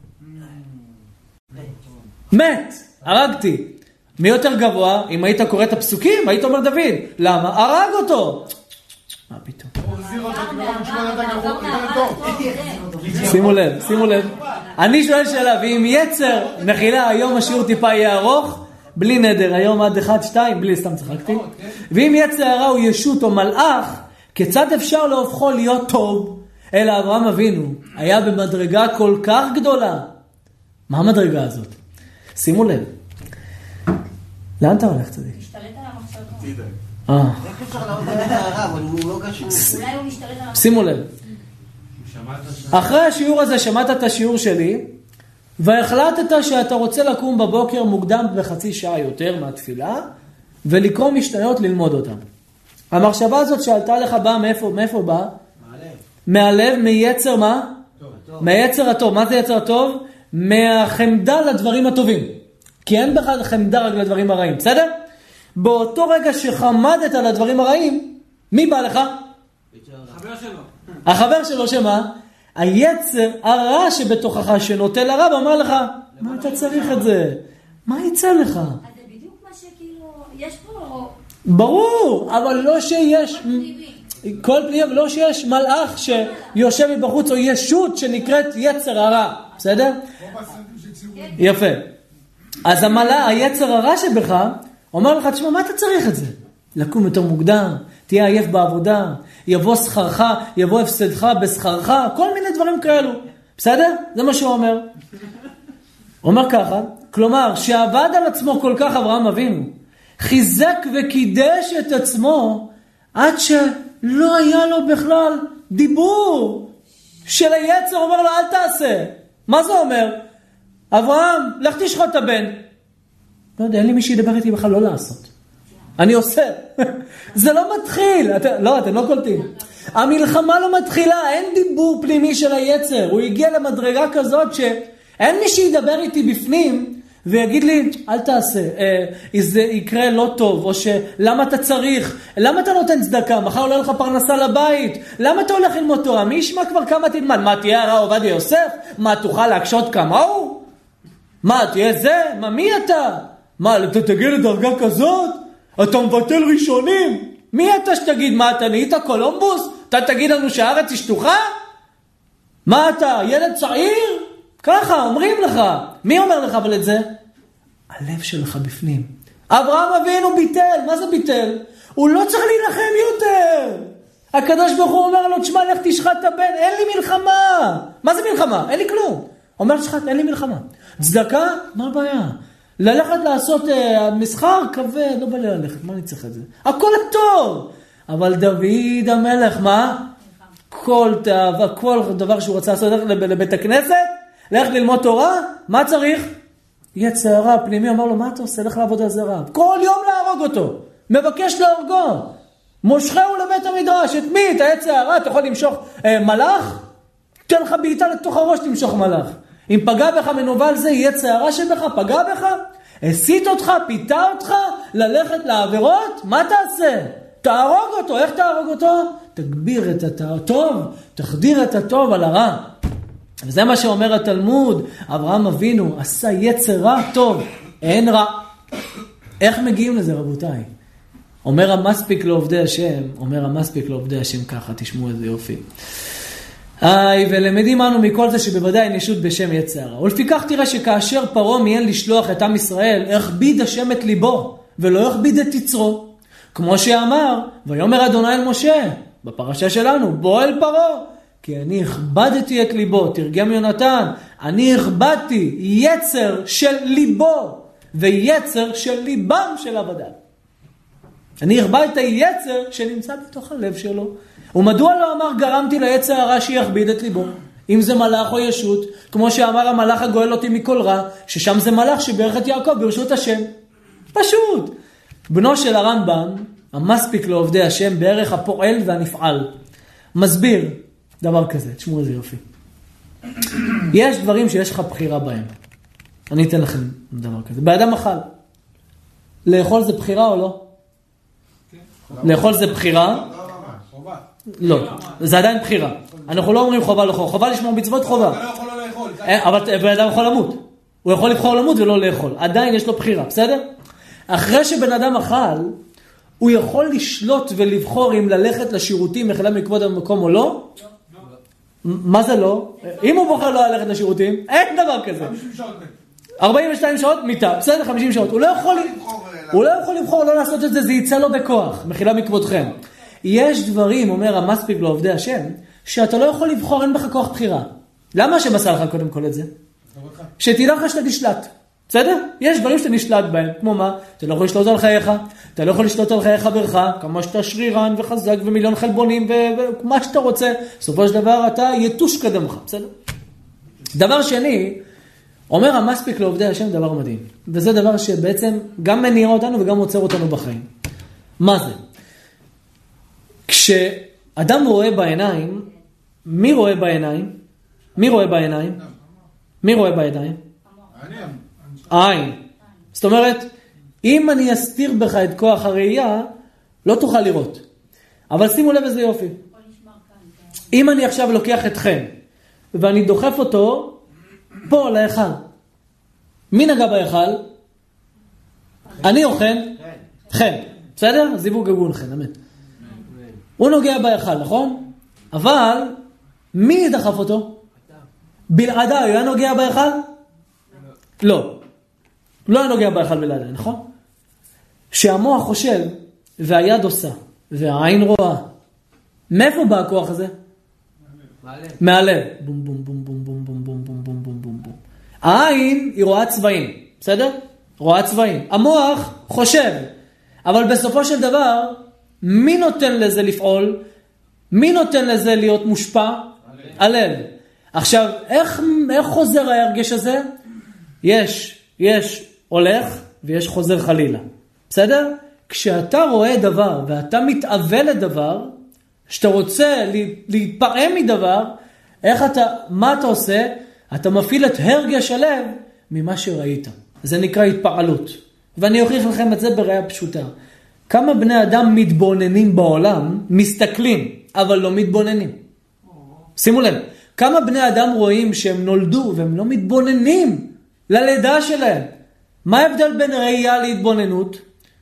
מת, הרגתי. מי יותר גבוה? אם היית קורא את הפסוקים, היית אומר דוד. למה? הרג אותו. מה פתאום? שימו לב. אני שואל שאלה, ואם יצר, מחילה, היום השיעור טיפה יהיה ארוך, בלי נדר, היום עד 1-2, בלי סתם צחקתי. ואם יצר הרע הוא ישות או מלאך, כיצד אפשר להופכו להיות טוב? אלא אברהם אבינו היה במדרגה כל כך גדולה. מה המדרגה הזאת? שימו לב. לאן אתה הולך צדיק? משתלט על המחשבות. איך אפשר להראות את הרע, אבל הוא לא קשור. אולי הוא משתלט על המחשבות. שימו לב. אחרי השיעור הזה שמעת את השיעור שלי, והחלטת שאתה רוצה לקום בבוקר מוקדם בחצי שעה יותר מהתפילה, ולקרוא משניות ללמוד אותם. המחשבה הזאת שעלתה לך באה מאיפה באה? מהלב, מיצר מה? מיצר הטוב. מה זה יצר טוב? מהחמדה לדברים הטובים. כי אין בכלל חמדה רק לדברים הרעים, בסדר? באותו רגע שחמדת על הדברים הרעים, מי בא לך? החבר שלו. החבר שלו שמה? היצר הרע שבתוכך שנוטה לרע ואומר לך, מה אתה צריך את זה? מה יצא לך? אז זה בדיוק מה שכאילו, יש פה... ברור, אבל לא שיש... כל פנייה, לא שיש מלאך שיושב מבחוץ או ישות שנקראת יצר הרע. בסדר? יפה. אז היצר הרע שבך אומר לך, תשמע, מה אתה צריך את זה? לקום יותר מוקדם, תהיה עייף בעבודה, יבוא שכרך, יבוא הפסדך בשכרך, כל מיני דברים כאלו. בסדר? זה מה שהוא אומר. הוא אומר ככה, כלומר, שעבד על עצמו כל כך אברהם אבינו, חיזק וקידש את עצמו, עד שלא היה לו בכלל דיבור של היצר, אומר לו, אל תעשה. מה זה אומר? אברהם, לך תשחוט את הבן. לא יודע, אין לי מי שידבר איתי בכלל לא לעשות. אני עושה. זה לא מתחיל. לא, אתם לא קולטים. המלחמה לא מתחילה, אין דיבור פנימי של היצר. הוא הגיע למדרגה כזאת שאין מי שידבר איתי בפנים ויגיד לי, אל תעשה, זה יקרה לא טוב, או למה אתה צריך, למה אתה נותן צדקה, מחר לא יהיה לך פרנסה לבית, למה אתה הולך ללמוד תורה, מי ישמע כבר כמה תלמד, מה תהיה הרע עובדיה יוסף, מה תוכל להקשות כמוהו, מה תהיה זה, מה מי אתה, מה אתה תגיע לדרגה כזאת, אתה מבטל ראשונים, מי אתה שתגיד, מה אתה נהיית קולומבוס, אתה תגיד לנו שהארץ היא שטוחה, מה אתה, ילד צעיר, ככה אומרים לך, מי אומר לך אבל את זה? הלב שלך בפנים. אברהם אבינו ביטל, מה זה ביטל? הוא לא צריך להילחם יותר. הקדוש ברוך הוא אומר לו, תשמע, לך תשחט את הבן, אין לי מלחמה. מה זה מלחמה? אין לי כלום. אומר תשחט, אין לי מלחמה. צדקה? מה הבעיה? ללכת לעשות מסחר כבד, לא בא לי ללכת, מה אני צריך את זה? הכל טוב. אבל דוד המלך, מה? כל תאווה, כל דבר שהוא רצה לעשות, ללכת לבית הכנסת, ללכת ללמוד תורה, מה צריך? יצר הרע פנימי אמר לו, מה אתה עושה? לך לעבוד על זרע. כל יום להרוג אותו. מבקש להורגו. מושכהו לבית המדרש. את מי? את היצר הרע? אתה יכול למשוך מלאך? תן לך בעיטה לתוך הראש תמשוך מלאך. אם פגע בך מנובל זה, יצר הרע שבך, פגע בך, הסית אותך, פיתה אותך, ללכת לעבירות, מה תעשה? תהרוג אותו. איך תהרוג אותו? תגביר את הטוב, תחדיר את הטוב על הרע. וזה מה שאומר התלמוד, אברהם אבינו עשה יצר רע טוב, אין רע. איך מגיעים לזה רבותיי? אומר המספיק לעובדי השם, ככה, תשמעו איזה יופי. ולמדים אנו מכל זה שבוודאי נשות בשם יצר רע. ולפיכך תראה שכאשר פרעה מיין לשלוח את עם ישראל, הכביד השם את ליבו, ולא הכביד את יצרו. כמו שאמר, ויאמר אדוני אל משה, בפרשה שלנו, בוא אל פרעה. כי אני הכבדתי את ליבו, תרגם יונתן, אני הכבדתי יצר של ליבו, ויצר של ליבם של עבדיו. אני הכבדתי את היצר שנמצא בתוך הלב שלו. ומדוע לא אמר גרמתי ליצר הרע שיכביד את ליבו? אם זה מלאך או ישות, כמו שאמר המלאך הגואל אותי מכל רע, ששם זה מלאך שברך את יעקב ברשות השם. פשוט. בנו של הרמב"ם, המספיק לעובדי השם, בערך הפועל והנפעל. מסביר. דבר כזה, תשמעו איזה יופי. יש דברים שיש לך בחירה בהם. אני אתן לכם דבר כזה. באדם אכל. לאכול זה בחירה או לא? לאכול זה בחירה? לא, זה עדיין בחירה. אנחנו לא אומרים חובה לאכול. חובה לשמור מצוות חובה. אתה לא יכול לא לאכול. אבל באדם יכול למות. הוא יכול לבחור למות ולא לאכול. עדיין יש לו בחירה, בסדר? אחרי שבן אדם אכל, הוא יכול לשלוט ולבחור אם ללכת לשירותים מחילה מכבוד המקום או לא? מה זה לא? אם הוא בוחר לא ללכת לשירותים, אין דבר כזה. 50 שעות. 42 שעות מיטה, בסדר 50 שעות. הוא לא יכול לבחור לא לעשות את זה, זה יצא לו בכוח, מחילה מכבודכם. יש דברים, אומר המספיק לעובדי השם, שאתה לא יכול לבחור, אין בך כוח בחירה. למה השם עשה לך קודם כל את זה? שתדע לך שאתה נשלט. בסדר? יש דברים שאתה נשלט בהם, כמו מה? אתה לא יכול לשלוט על חייך, אתה לא יכול לשלוט על חיי חברך, כמה שאתה שרירן וחזק ומיליון חלבונים ומה שאתה רוצה, בסופו של דבר אתה יתוש קדמך, בסדר? דבר שני, אומר המספיק לעובדי השם דבר מדהים, וזה דבר שבעצם גם מניע אותנו וגם עוצר אותנו בחיים. מה זה? כשאדם רואה בעיניים, מי רואה בעיניים? מי רואה בעיניים? מי רואה בעיניים? עין. זאת אומרת, אם אני אסתיר בך את כוח הראייה, לא תוכל לראות. אבל שימו לב איזה יופי. אם אני עכשיו לוקח אתכם, ואני דוחף אותו פה להיכל. מי נגע בהיכל? אני או חן? חן. בסדר? זיווג גגון חן, אמן. הוא נוגע בהיכל, נכון? אבל מי דחף אותו? בלעדיי, הוא היה נוגע בהיכל? לא. לא היה נוגע בהיכל בלעדיי, נכון? שהמוח חושב, והיד עושה, והעין רואה. מאיפה בא הכוח הזה? מהלב. בום בום בום בום בום בום בום בום בום בום בום בום. העין היא רואה צבעים, בסדר? רואה צבעים. המוח חושב, אבל בסופו של דבר, מי נותן לזה לפעול? מי נותן לזה להיות מושפע? הלב. עכשיו, איך חוזר ההרגש הזה? יש הולך ויש חוזר חלילה. בסדר? כשאתה רואה דבר ואתה מתאבל לדבר, שאתה רוצה להתפעם מדבר, מה אתה עושה? אתה מפעיל את הרגש הלב ממה שראית. זה נקרא התפעלות. ואני אוכיח לכם את זה בראיה פשוטה. כמה בני אדם מתבוננים בעולם, מסתכלים, אבל לא מתבוננים. שימו לב, כמה בני אדם רואים שהם נולדו והם לא מתבוננים ללידה שלהם. מה ההבדל בין ראייה להתבוננות?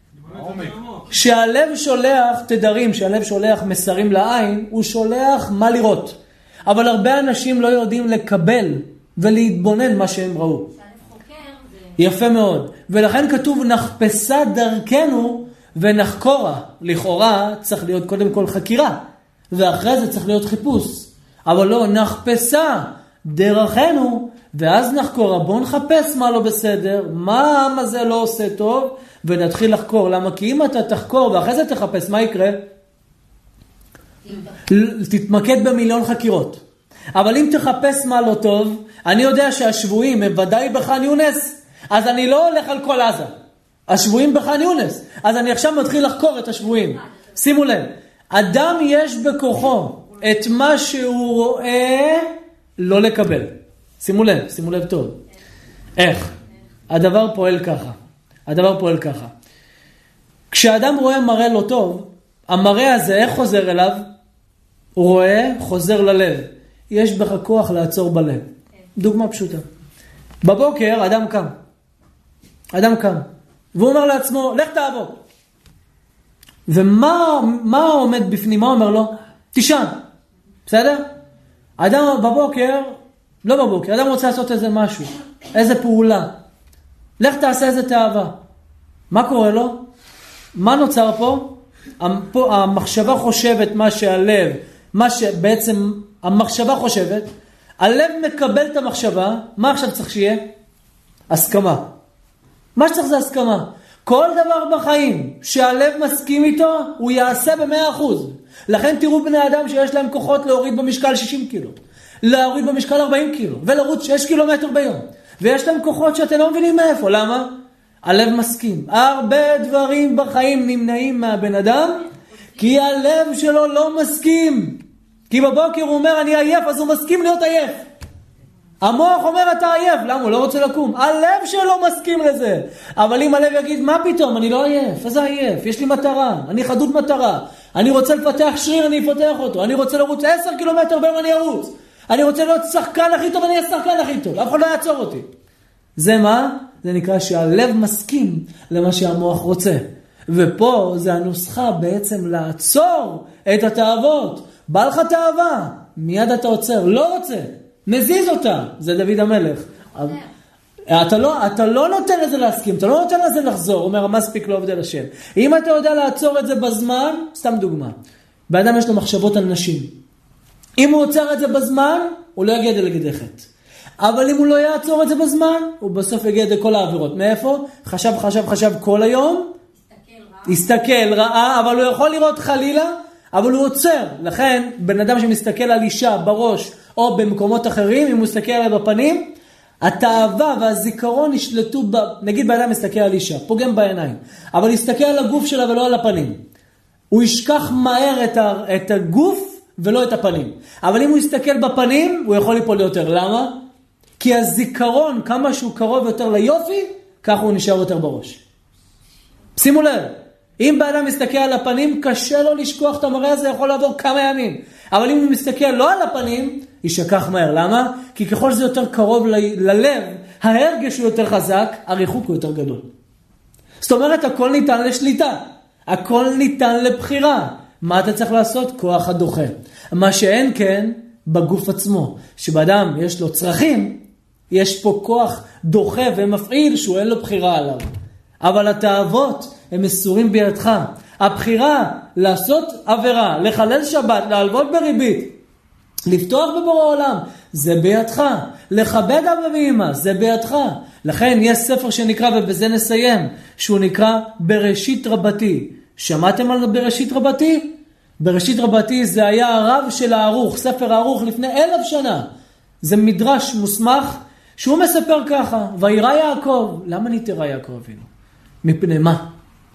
שהלב שולח תדרים, שהלב שולח מסרים לעין, הוא שולח מה לראות. אבל הרבה אנשים לא יודעים לקבל ולהתבונן מה שהם ראו. יפה מאוד. ולכן כתוב נחפשה דרכנו ונחקורה. לכאורה צריך להיות קודם כל חקירה, ואחרי זה צריך להיות חיפוש. אבל לא, נחפשה דרכנו, ואז נחקורה. בואו נחפש מה לא בסדר, מה העם הזה לא עושה טוב, ונתחיל לחקור. למה? כי אם אתה תחקור ואחרי זה תחפש, מה יקרה? תתמקד במיליון חקירות. אבל אם תחפש מה לא טוב, אני יודע שהשבויים הם ודאי בח'אן יונס, אז אני לא הולך על כל עזה. השבויים בח'אן יונס, אז אני עכשיו מתחיל לחקור את השבויים. שימו לב, אדם יש בכוחו את מה שהוא רואה לא לקבל. שימו לב טוב. איך? הדבר פועל ככה. כשאדם רואה מראה לא טוב, המראה הזה, איך חוזר אליו? הוא רואה, חוזר ללב. יש בך כוח לעצור בלב. דוגמה פשוטה. בבוקר אדם קם. והוא אומר לעצמו, לך תעבוד. ומה עומד בפנים? מה אומר לו? תישן. בסדר? אדם אדם רוצה לעשות איזה משהו, איזה פעולה. לך תעשה איזה תאווה. מה קורה לו? מה נוצר פה? המחשבה חושבת מה שהלב, מה שבעצם המחשבה חושבת, הלב מקבל את המחשבה, מה עכשיו צריך שיהיה? הסכמה. מה שצריך זה הסכמה. כל דבר בחיים שהלב מסכים איתו, הוא יעשה ב100%. לכן תראו בני אדם שיש להם כוחות להוריד במשקל 60 קילו, להוריד במשקל 40 קילו, ולרוץ 6 קילומטר ביום. ויש להם כוחות שאתם לא מבינים מאיפה. למה? הלב מסכים. הרבה דברים בחיים נמנעים מהבן אדם, כי הלב שלו לא מסכים. כי בבוקר הוא אומר אני עייף, אז הוא מסכים להיות עייף. המוח אומר אתה עייף, למה? הוא לא רוצה לקום. הלב שלו מסכים לזה. אבל אם הלב יגיד מה פתאום, אני לא עייף, אז עייף, יש לי מטרה, אני חדוד מטרה. אני רוצה לפתח שריר, אני אפתח אותו. אני רוצה לרוץ 10 קילומטר ביום, אני ארוץ. אני רוצה להיות שחקן הכי טוב, אני אהיה שחקן הכי טוב. אף אחד לא יעצור אותי. זה מה? זה נקרא שהלב מסכים למה שהמוח רוצה. ופה זה הנוסחה בעצם לעצור את התאוות. בא לך תאווה, מיד אתה עוצר, לא רוצה, מזיז אותה. זה דוד המלך. אתה לא נותן לזה להסכים, אתה לא נותן לזה לחזור. אומר, מספיק לא עובד על השם. אם אתה יודע לעצור את זה בזמן, סתם דוגמה. באדם יש לו מחשבות על נשים. אם הוא עוצר את זה בזמן, הוא לא יגיע לגדי חטא. אבל אם הוא לא יעצור את זה בזמן, הוא בסוף יגיע לכל העבירות. מאיפה? חשב כל היום. הסתכל רעה, אבל הוא יכול לראות חלילה, אבל הוא עוצר. לכן, בן אדם שמסתכל על אישה בראש, או במקומות אחרים, אם הוא מסתכל עליה בפנים, התאווה והזיכרון ישלטו, נגיד בן אדם מסתכל על אישה, פוגם בעיניים, אבל יסתכל על הגוף שלה ולא על הפנים. הוא ישכח מהר את הגוף ולא את הפנים. אבל אם הוא יסתכל בפנים, הוא יכול ליפול יותר. למה? כי הזיכרון, כמה שהוא קרוב יותר ליופי, ככה הוא נשאר יותר בראש. שימו לב, אם באדם מסתכל על הפנים, קשה לו לשכוח את המראה הזה, יכול לעבור כמה ימים. אבל אם הוא מסתכל לא על הפנים, ישכח מהר. למה? כי ככל שזה יותר קרוב ללב, ההרגש הוא יותר חזק, הריחוק הוא יותר גדול. זאת אומרת, הכל ניתן לשליטה. הכל ניתן לבחירה. מה אתה צריך לעשות? כוח הדוחה. מה שאין כן, בגוף עצמו. שבאדם יש לו צרכים, יש פה כוח דוחה ומפעיל שהוא אין לו בחירה עליו. אבל התאוות הם מסורים בידך. הבחירה לעשות עבירה, לחלל שבת, להלוות בריבית, לפתוח בבורא עולם, זה בידך. לכבד אבא ואמא, זה בידך. לכן יש ספר שנקרא, ובזה נסיים, שהוא נקרא בראשית רבתי. שמעתם על בראשית רבתי? בראשית רבתי זה היה הרב של הערוך, ספר הערוך לפני 1000 שנה. זה מדרש מוסמך שהוא מספר ככה, וירא יעקב. למה נתרא יעקב אבינו? מפני מה?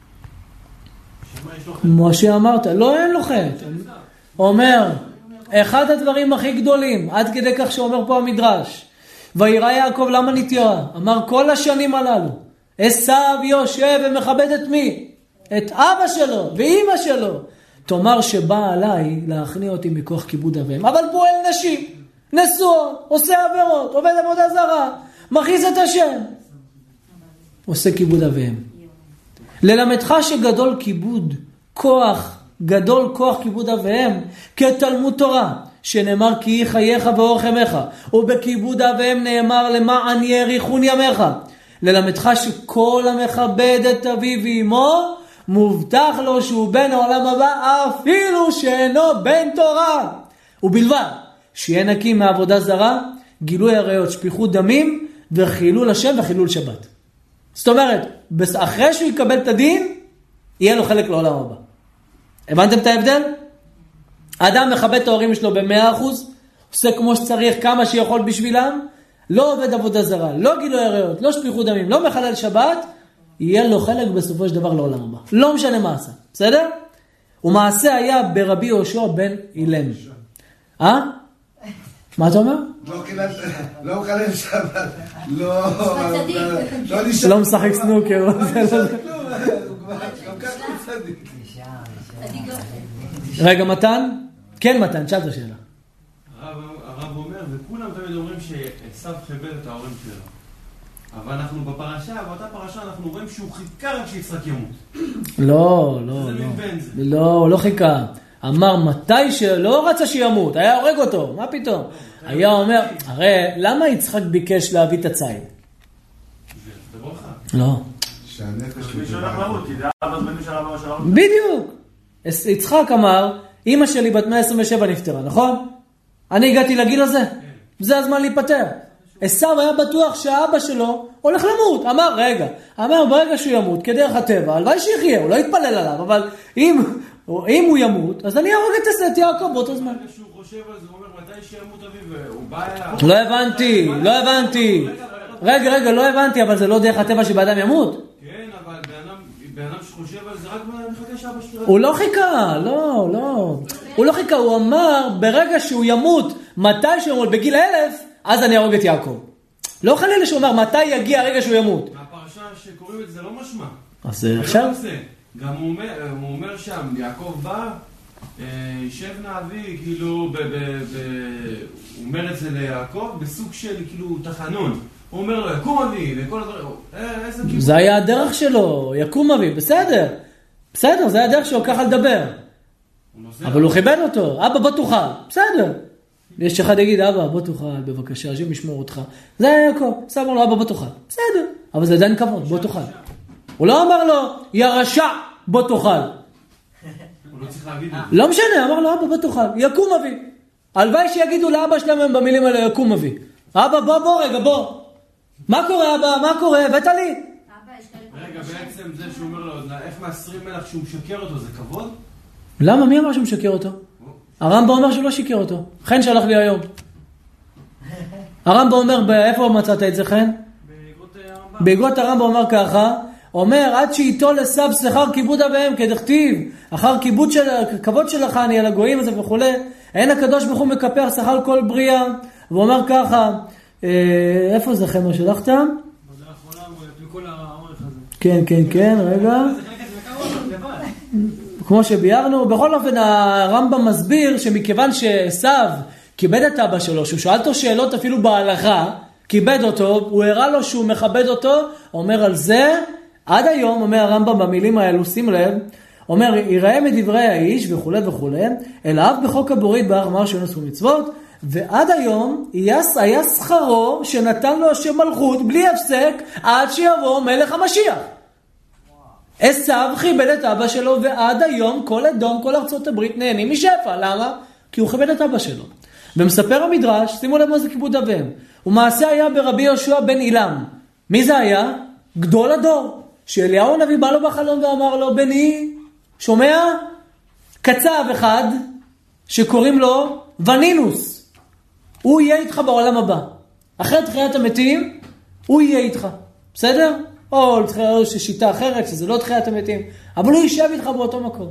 כמו שאמרת, לא, אין לו חטא. אומר, אחד הדברים הכי גדולים, עד כדי כך שאומר פה המדרש, וירא יעקב למה נתירה? אמר כל השנים הללו, עשיו יושב ומכבד את מי? את אבא שלו ואמא שלו. תאמר שבא עליי להכניע אותי מכוח כיבוד אביהם, אבל פועל נשים, נשוא, עושה עבירות, עובד עבודה זרה, מכריז את השם, עושה כיבוד אביהם. ללמדך שגדול כיבוד, כוח, גדול כוח כיבוד אביהם, כתלמוד תורה, שנאמר כי יהי חייך ואורך ימיך, ובכיבוד אביהם נאמר למען יאריכון ימיך. ללמדך שכל המכבד את אביו ואמו, מובטח לו שהוא בן העולם הבא, אפילו שאינו בן תורה. ובלבד שיהיה נקי מעבודה זרה, גילוי עריות, שפיכות דמים, וחילול השם וחילול שבת. זאת אומרת, אחרי שהוא יקבל את הדין, יהיה לו חלק לעולם הבא. הבנתם את ההבדל? האדם מכבד את ההורים שלו ב100%, עושה כמו שצריך, כמה שיכול בשבילם, לא עובד עבודה זרה, לא גילוי עריות, לא שפיכות דמים, לא מחלל שבת, יהיה לו חלק בסופו של דבר לעולם הבא. לא משנה מה עשה, בסדר? ומעשה היה ברבי יהושע בן אילם. מה אתה אומר? לא מחלל שבת, לא משחק סנוקר. רגע, מתן? כן, מתן, שאלת השאלה. הרב אומר, וכולם תמיד אומרים שעשיו כיבד את ההורים שלו. אבל אנחנו בפרשה, באותה פרשה אנחנו רואים שהוא חיכה רק שיצחק ימות. לא, לא חיכה. אמר מתי שלא רצה שימות, היה הורג אותו, מה פתאום? היה אומר, הרי למה יצחק ביקש להביא את הציד? זה ברכה. לא. בדיוק. יצחק אמר, אמא שלי בת 127 נפטרה, נכון? אני הגעתי לגיל הזה, זה הזמן להיפטר. עשיו היה בטוח שהאבא שלו הולך למות. אמר ברגע שהוא ימות, כדרך הטבע, הלוואי שיחיה, הוא לא יתפלל עליו, אבל אם הוא ימות, אז אני ארוג את יעקב באותו זמן. ברגע שהוא חושב על זה, הוא אומר מתי שימות אביו, והוא בא אליו. לא הבנתי. רגע, לא הבנתי, אבל זה לא דרך הטבע שבאדם ימות. כן, אבל באדם שחושב על זה רק מחכה שאבא שלו. הוא לא חיכה, לא. הוא לא חיכה, הוא אמר ברגע שהוא ימות, מתי שהוא ימות, בגיל 1000, אז אני ארוג את יעקב. לא חלילה שהוא אומר מתי יגיע הרגע שהוא ימות. מהפרשה שקוראים את זה לא משמע. אז עכשיו? גם הוא אומר שם, יעקב בא, ישב נא אבי, כאילו, הוא אומר את זה ליעקב בסוג של כאילו תחנון. הוא אומר לו, יקום אבי, וכל הדברים. זה היה הדרך שלו, יקום אבי, בסדר, זה היה הדרך שלו ככה לדבר. אבל הוא חיבד אותו, אבא בוא תוכל, בסדר. יש אחד יגיד, אבא בוא תוכל, בבקשה, השם ישמור אותך. זה היה יעקב, סבר לו, אבא בוא תוכל, בסדר. אבל זה עדיין כבוד, בוא תוכל. הוא לא אמר לו, יא רשע, בוא תוכל. הוא לא צריך להגיד. לא משנה, אמר לו, אבא בוא תוכל, יקום אבי. הלוואי שיגידו לאבא שלהם במילים האלה, יקום אבי. אבא בוא רגע, בוא. מה קורה אבא? מה קורה? הבאת לי? רגע, בעצם זה שהוא אומר לו, איך מאסרים מלך שהוא משקר אותו, זה כבוד? למה? מי אמר שהוא משקר אותו? הרמב"ם אומר שהוא לא שיקר אותו. חן שלח לי היום. הרמב"ם אומר, איפה מצאת את זה חן? באגרות הרמב"ם אומר ככה, אומר, עד שאיתו לסב שכר כיבוד אביהם, כדכתיב, אחר כבוד שלך אני על הגויים הזה וכו', אין הקדוש ברוך הוא מקפח שכר כל בריאה, והוא אומר ככה, איפה זה חן מה שלחת? כן, רגע. כמו שביארנו, בכל אופן הרמב"ם מסביר שמכיוון שעשיו כיבד את אבא שלו, שהוא שאל אותו שאלות אפילו בהלכה, כיבד אותו, הוא הראה לו שהוא מכבד אותו, אומר על זה, עד היום, אומר הרמב"ם במילים האלו, שים לב, אומר, יראה מדברי האיש וכו' וכו', אלא אף בחוק הבורית בהר מר שאינוס ומצוות, ועד היום היה שכרו שנתן לו השם מלכות בלי הפסק עד שיבוא מלך המשיח. עשיו כיבד את אבא שלו, ועד היום כל אדום, כל ארצות הברית נהנים משפע. למה? כי הוא כיבד את אבא שלו. ומספר המדרש, שימו לב מה זה כיבוד אב ואם. ומעשה היה ברבי יהושע בן אילם. מי זה היה? גדול הדור. שאליהו הנביא בא לו בחלום ואמר לו, בני, שומע? קצב אחד שקוראים לו ונינוס. הוא יהיה איתך בעולם הבא. אחרי תחיית המתים, הוא יהיה איתך. בסדר? או שיטה אחרת, שזה לא תחיית המתים. אבל הוא יישב איתך באותו מקום.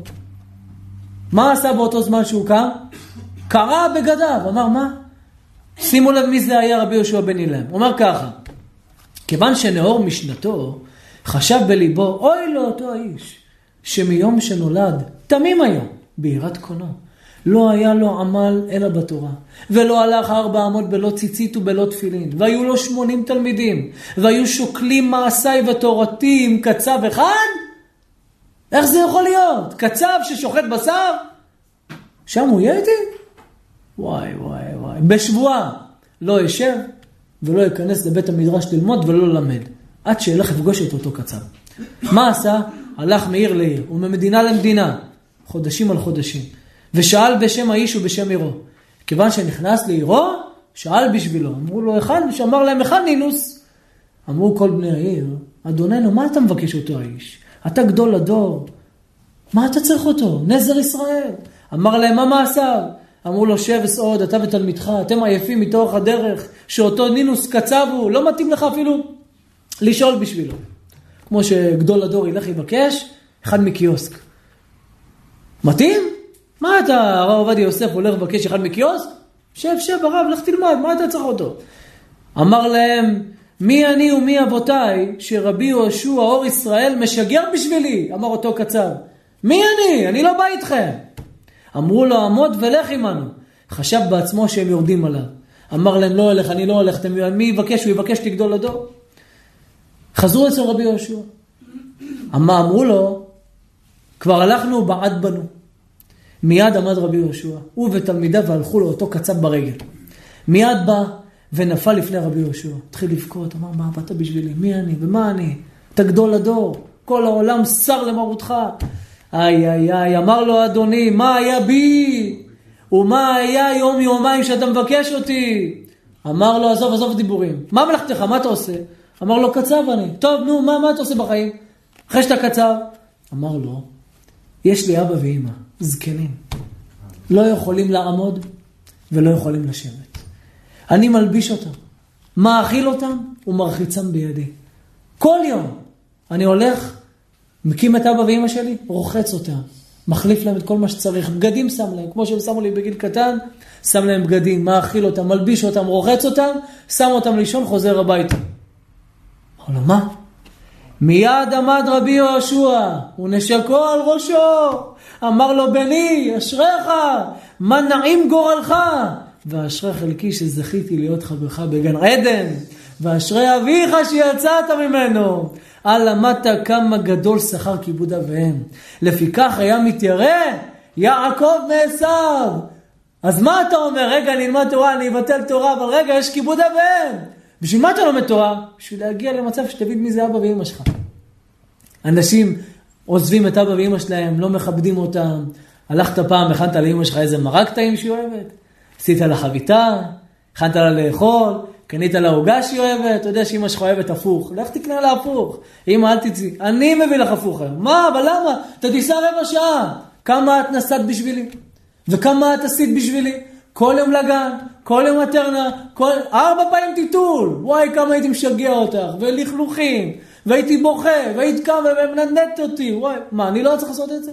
מה עשה באותו זמן שהוא קם? קרא בגדיו. אמר מה? שימו לב מי זה היה רבי יהושע בן אילם. הוא אומר ככה, כיוון שנאור משנתו, חשב בליבו, אוי לו אותו האיש, שמיום שנולד, תמים היה, ביראת קונו. לא היה לו עמל אלא בתורה, ולא הלך 400 בלא ציצית ובלא תפילין, והיו לו 80 תלמידים, והיו שוקלים מעשי ותורתי עם קצב אחד? איך זה יכול להיות? קצב ששוחט בשר? שם הוא יהיה איתי? וואי וואי וואי. בשבועה לא ישב ולא ייכנס לבית המדרש ללמוד ולא ללמד, עד שילך לפגוש את אותו קצב. מה עשה? הלך מעיר לעיר וממדינה למדינה, חודשים על חודשים, ושאל בשם האיש ובשם עירו. כיוון שנכנס לעירו, שאל בשבילו. אמרו לו, שאמר להם, אחד נינוס. אמרו כל בני העיר, אדוננו, מה אתה מבקש אותו האיש? אתה גדול הדור. מה אתה צריך אותו? נזר ישראל. אמר להם, מה מעשיו? אמרו לו, שב וסעוד, אתה ותלמידך, אתם עייפים מתוך הדרך, שאותו נינוס קצב הוא, לא מתאים לך אפילו לשאול בשבילו. כמו שגדול הדור ילך יבקש, אחד מקיוסק. מתאים? מה אתה, הרב עובדיה יוסף, הולך לבקש אחד מקיוסק? שב הרב, לך תלמד, מה אתה צריך אותו? אמר להם, מי אני ומי אבותיי, שרבי יהושע אור ישראל משגר בשבילי? אמר אותו קצב. מי אני? אני לא בא איתכם. אמרו לו, עמוד ולך עמנו. חשב בעצמו שהם יורדים עליו. אמר להם, לא הולך, אני לא הולך. מי יבקש? הוא יבקש לגדול לדור. חזרו אצל רבי יהושע. אמרו לו, כבר הלכנו בעד בנו. מיד עמד רבי יהושע, הוא ותלמידיו והלכו לאותו קצב ברגל. מיד בא ונפל לפני רבי יהושע. התחיל לבכות, אמר, מה באת בשבילי? מי אני ומה אני? אתה גדול הדור, כל העולם שר למרותך. איי, אמר לו אדוני, מה היה בי? ומה היה יומיים שאתה מבקש אותי? אמר לו, עזוב דיבורים. מה מלאכתך? מה אתה עושה? אמר לו, קצב אני. טוב, נו, מה אתה עושה בחיים? אחרי שאתה קצב. אמר לו, יש לי אבא ואמא, זקנים. לא יכולים לעמוד ולא יכולים לשבת. אני מלביש אותם, מאכיל אותם ומרחיצם בידי. כל יום אני הולך, מקים את אבא ואמא שלי, רוחץ אותם, מחליף להם את כל מה שצריך. בגדים שם להם, כמו שהם שמו לי בגיל קטן, שם להם בגדים, מאכיל אותם, מלביש אותם, רוחץ אותם, שם אותם לישון, חוזר הביתה. אמר לו, מה? מיד עמד רבי יהושע, ונשקו על ראשו, אמר לו, בני, אשריך, מה נעים גורלך, ואשרי חלקי שזכיתי להיות חברך בגן עדן, ואשרי אביך שיצאת ממנו, למדת כמה גדול שכר כיבוד אב ואם. לפיכך היה מתיירא יעקב מעשיו. אז מה אתה אומר? רגע, אני אלמד תורה, אני אבטל תורה, אבל רגע, יש כיבוד אב ואם. בשביל מה אתה לומד תורה? בשביל להגיע למצב שתבין מי זה אבא ואמא שלך. אנשים עוזבים את אבא ואמא שלהם, לא מכבדים אותם. הלכת פעם, הכנת לאמא שלך איזה מרק טעים שהיא אוהבת, עשית לה חביתה, הכנת לה לאכול, קנית לה עוגה שהיא אוהבת. אתה יודע שאמא שלך אוהבת הפוך, לך תקנה לה הפוך. אמא, אל תצאי, אני מביא לך הפוך היום. מה? אבל למה? אתה תיסע רבע שעה. כמה את נסעת בשבילי? וכמה את עשית בשבילי? כל יום לגן, כל יום מטרנה, 4 פעמים טיטול. וואי, כמה הייתי משגע אותך, ולכלוכים, והייתי בוכה, והיית קם ומנדנת אותי. וואי, מה, אני לא צריך לעשות את זה?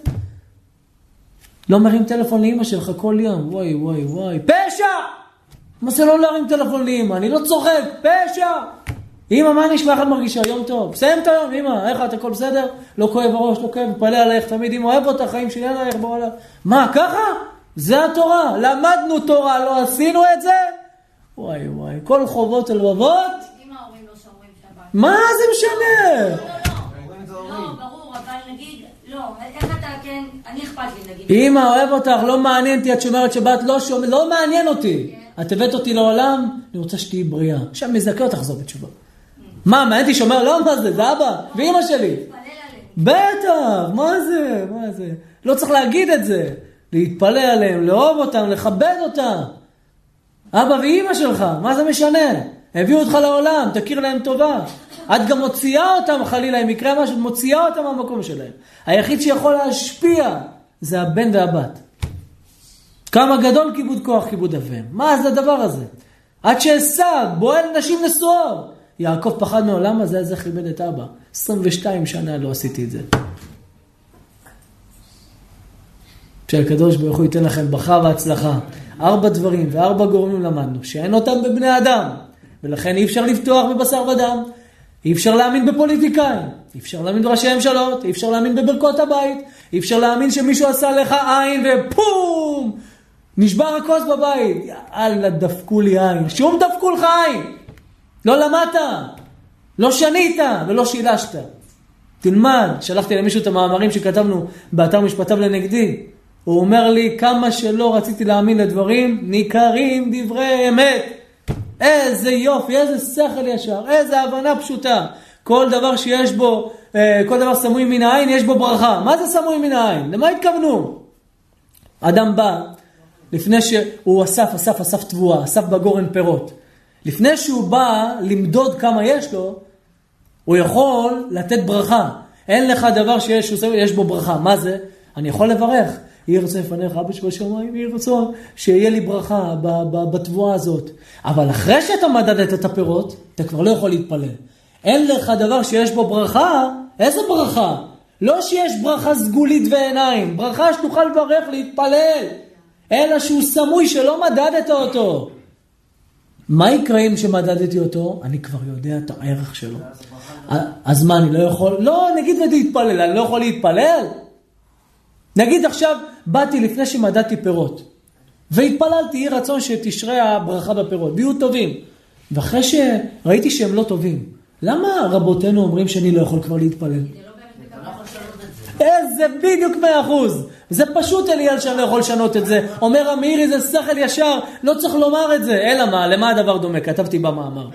לא מרים טלפון לאמא שלך כל יום. וואי, פשע! מה זה לא להרים טלפון לאמא? אני לא צוחק, פשע! אמא, מה נשמע? איך את מרגישה? יום טוב. סיים את היום, אמא, איך את? הכל בסדר? לא כואב הראש, לא כואב, פלא עלייך, תמיד אמא אוהב אותך, חיים שלי עלייך בעולם. מה, ככה? זה התורה. למדנו תורה, לא עשינו את זה? וואי, כל חובות הלבבות. אם ההורים לא שומרים שבת. מה זה משנה? לא, ברור, אבל נגיד, לא, איך אתה כן, אני אכפת לי נגיד. אמא אוהב אותך, לא מעניין אותי, את שומרת שבת, לא מעניין אותי. את הבאת אותי לעולם, אני רוצה שתהי בריאה. עכשיו מזכה אותך חזור בתשובה. מה, מעניין אותי שאומר, לא, מה זה, זה אבא, ואמא שלי. בטח, מה זה? לא צריך להגיד את זה. להתפלל עליהם, לאהוב אותם, לכבד אותם. אבא ואמא שלך, מה זה משנה? הביאו אותך לעולם, תכיר להם טובה. את גם מוציאה אותם, חלילה, אם יקרה משהו, מוציאה אותם מהמקום שלהם. היחיד שיכול להשפיע זה הבן והבת. כמה גדול כיבוד כוח, כיבוד אבן. מה זה הדבר הזה? עד שהשג, בועל נשים נשואות. יעקב פחד מעולם הזה, זה כיבד את אבא. 22 שנה לא עשיתי את זה. שהקדוש ברוך הוא ייתן לכם ברכה והצלחה. 4 דברים ו4 גורמים למדנו, שאין אותם בבני אדם. ולכן אי אפשר לפתוח בבשר ודם. אי אפשר להאמין בפוליטיקאים. אי אפשר להאמין בראשי ממשלות. אי אפשר להאמין בברכות הבית. אי אפשר להאמין שמישהו עשה לך עין ופום! נשבר הכוס בבית. יאללה, דפקו לי עין. שום דפקו לך עין. לא למדת. לא שנית ולא שילשת. תלמד. שלחתי למישהו את המאמרים שכתבנו באתר משפטיו לנגדי. הוא אומר לי, כמה שלא רציתי להאמין לדברים, ניכרים דברי אמת. איזה יופי, איזה שכל ישר, איזה הבנה פשוטה. כל דבר שיש בו, כל דבר סמוי מן העין, יש בו ברכה. מה זה סמוי מן העין? למה התכוונו? אדם בא, לפני שהוא אסף תבואה, אסף בגורן פירות. לפני שהוא בא למדוד כמה יש לו, הוא יכול לתת ברכה. אין לך דבר שיש בו ברכה. מה זה? אני יכול לברך. יהי רצון לפניך, אבא שבשמיים, יהי רצון שיהיה לי ברכה בתבואה הזאת. אבל אחרי שאתה מדדת את הפירות, אתה כבר לא יכול להתפלל. אין לך דבר שיש בו ברכה. איזה ברכה? לא שיש ברכה סגולית ועיניים. ברכה שתוכל לברך להתפלל. אלא שהוא סמוי שלא מדדת אותו. מה יקרה אם שמדדתי אותו? אני כבר יודע את הערך שלו. אז מה, אני לא יכול? לא, נגיד להתפלל, אני לא יכול להתפלל? נגיד עכשיו, באתי לפני שמדדתי פירות, והתפללתי, יהי רצון שתשרה הברכה בפירות, ויהיו טובים. ואחרי שראיתי שהם לא טובים, למה רבותינו אומרים שאני לא יכול כבר להתפלל? זה בדיוק 100%. זה פשוט אליאל שאני לא יכול לשנות את זה. אומר אמירי, זה שכל ישר, לא צריך לומר את זה. אלא מה, למה הדבר דומה? כתבתי במאמר.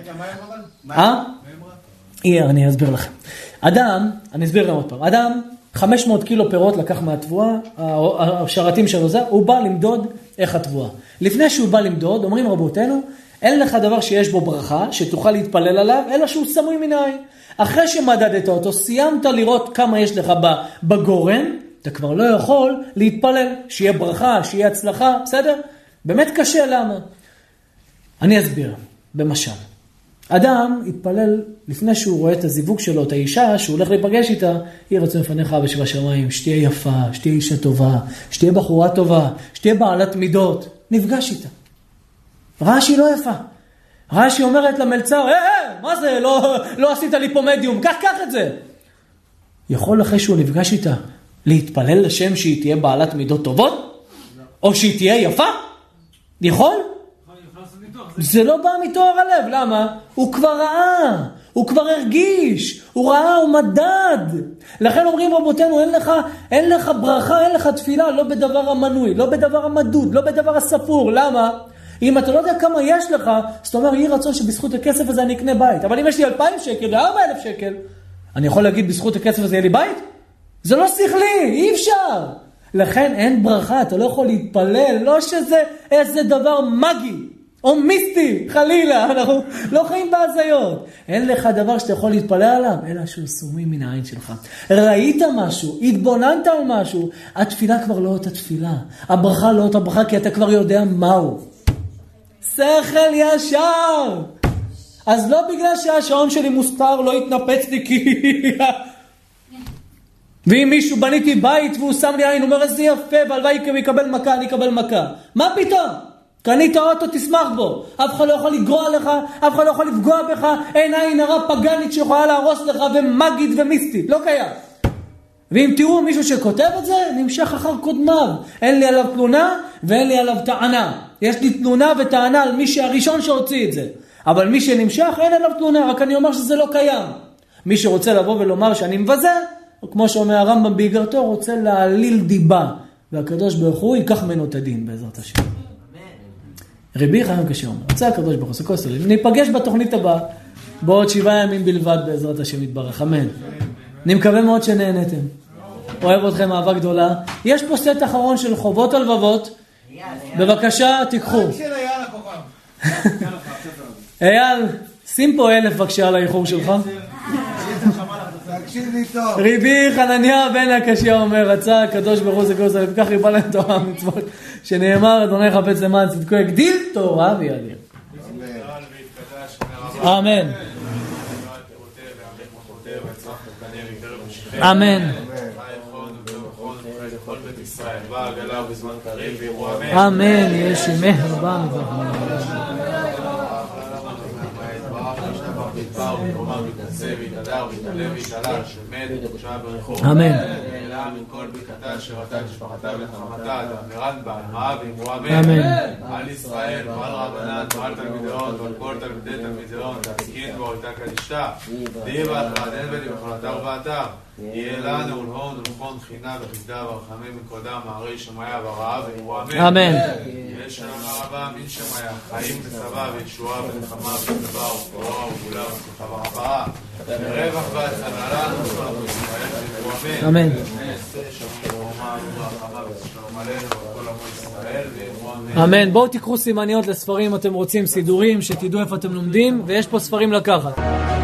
אני אסביר לכם. אדם, אני אסביר גם עוד פעם. אדם, 500 קילו פירות לקח מהתבואה, השרתים שלו זה, הוא בא למדוד איך התבואה. לפני שהוא בא למדוד, אומרים רבותינו, אין לך דבר שיש בו ברכה, שתוכל להתפלל עליו, אלא שהוא סמוי מן העין. אחרי שמדדת אותו, סיימת לראות כמה יש לך בגורן, אתה כבר לא יכול להתפלל, שיהיה ברכה, שיהיה הצלחה, בסדר? באמת קשה, למה? אני אסביר, במשל. אדם יתפלל לפני שהוא רואה את הזיווג שלו, את האישה, שהוא הולך להיפגש איתה, יהי רצון לפניך אבא שבשמיים, שתהיה יפה, שתהיה אישה טובה, שתהיה בחורה טובה, שתהיה בעלת מידות, נפגש איתה. ראה שהיא לא יפה. ראה שהיא אומרת למלצר, מה זה, לא עשית לי פה מדיום, קח את זה. יכול אחרי שהוא נפגש איתה, להתפלל לשם שהיא תהיה בעלת מידות טובות? או שהיא תהיה יפה? יכול? זה לא בא מתואר הלב, למה? הוא כבר ראה, הוא כבר הרגיש, הוא ראה, הוא מדד. לכן אומרים רבותינו, אין לך ברכה, אין לך תפילה, לא בדבר המנוי, לא בדבר המדוד, לא בדבר הספור. למה? אם אתה לא יודע כמה יש לך, זאת אומרת, יהי רצון שבזכות הכסף הזה אני אקנה בית. אבל אם יש לי 2,000 שקל ו4,000 שקל, אני יכול להגיד בזכות הכסף הזה יהיה לי בית? זה לא שכלי, אי אפשר. לכן אין ברכה, אתה לא יכול להתפלל, לא שזה איזה דבר מגי. או מיסטי, חלילה, אנחנו לא חיים בהזיות. אין לך דבר שאתה יכול להתפלל עליו, אלא שהוא סומי מן העין שלך. ראית משהו, התבוננת על משהו, התפילה כבר לא אותה תפילה. הברכה לא אותה ברכה, כי אתה כבר יודע מהו. שכל ישר. אז לא בגלל שהשעון שלי מוסתר, לא יתנפץ לי כי... ואם מישהו בניתי בית והוא שם לי עין, הוא אומר איזה יפה, והלוואי יקבל מכה, אני אקבל מכה. מה פתאום? קנית אוטו, תשמח בו. אף אחד לא יכול לגרוע לך, אף אחד לא יכול לפגוע בך. אין עין הרע פגנית שיכולה להרוס לך ומגיד ומיסטית. לא קיים. ואם תראו מישהו שכותב את זה, נמשך אחר קודמיו. אין לי עליו תלונה ואין לי עליו טענה. יש לי תלונה וטענה על מי שהראשון שהוציא את זה. אבל מי שנמשך אין עליו תלונה, רק אני אומר שזה לא קיים. מי שרוצה לבוא ולומר שאני מבזה, כמו שאומר הרמב"ם באיגרתו, רוצה להעליל דיבה. והקדוש ברוך הוא ייקח ממנו את הדין בעזרת השם. רבי חיים קשה אומר, רצה הקדוש ברוך הוא, סקוס עליהם, ניפגש בתוכנית הבאה, בעוד 7 ימים בלבד בעזרת השם יתברך, אמן. אני מקווה מאוד שנהנתם. אוהב אתכם אהבה גדולה. יש פה סט אחרון של חובות הלבבות. בבקשה, תיקחו. אייל, שים פה 1000 בבקשה על האיחור שלך. תקשיב לי טוב. רבי חנניה בן הקשיא אומר, רצה הקדוש ברוך הוא סקוס עליהם, וכך ריבה להם תורה המצוות, שנאמר, אדוני חפץ למען צדקו, יגדיל תורה ויאדיר. אמן. אמן. אמן. יש שמח רבה מזרח. אמן. אמן. על ישראל ועל רבנן ועל תלמידות ועל כל תלמידי תלמידות תזכין ואותה קדישתה דיבה חדן ובחלתה ובעתה יהיה לנו ולהון ולכון חינה וחסדה ורחמים וקודם מערי שמיה ורעב ואמרו אמן. יש שלום הרבה מן שמיה חיים וסבא וישועה ונחמה וצבא ופורה וגולה וצלחה ורבעה ורווח והצלה לנו כל ישראל ואמרו אמן. אמן. בואו תיקחו סימניות לספרים, אתם רוצים סידורים, שתדעו איפה אתם לומדים, ויש פה ספרים לקחת.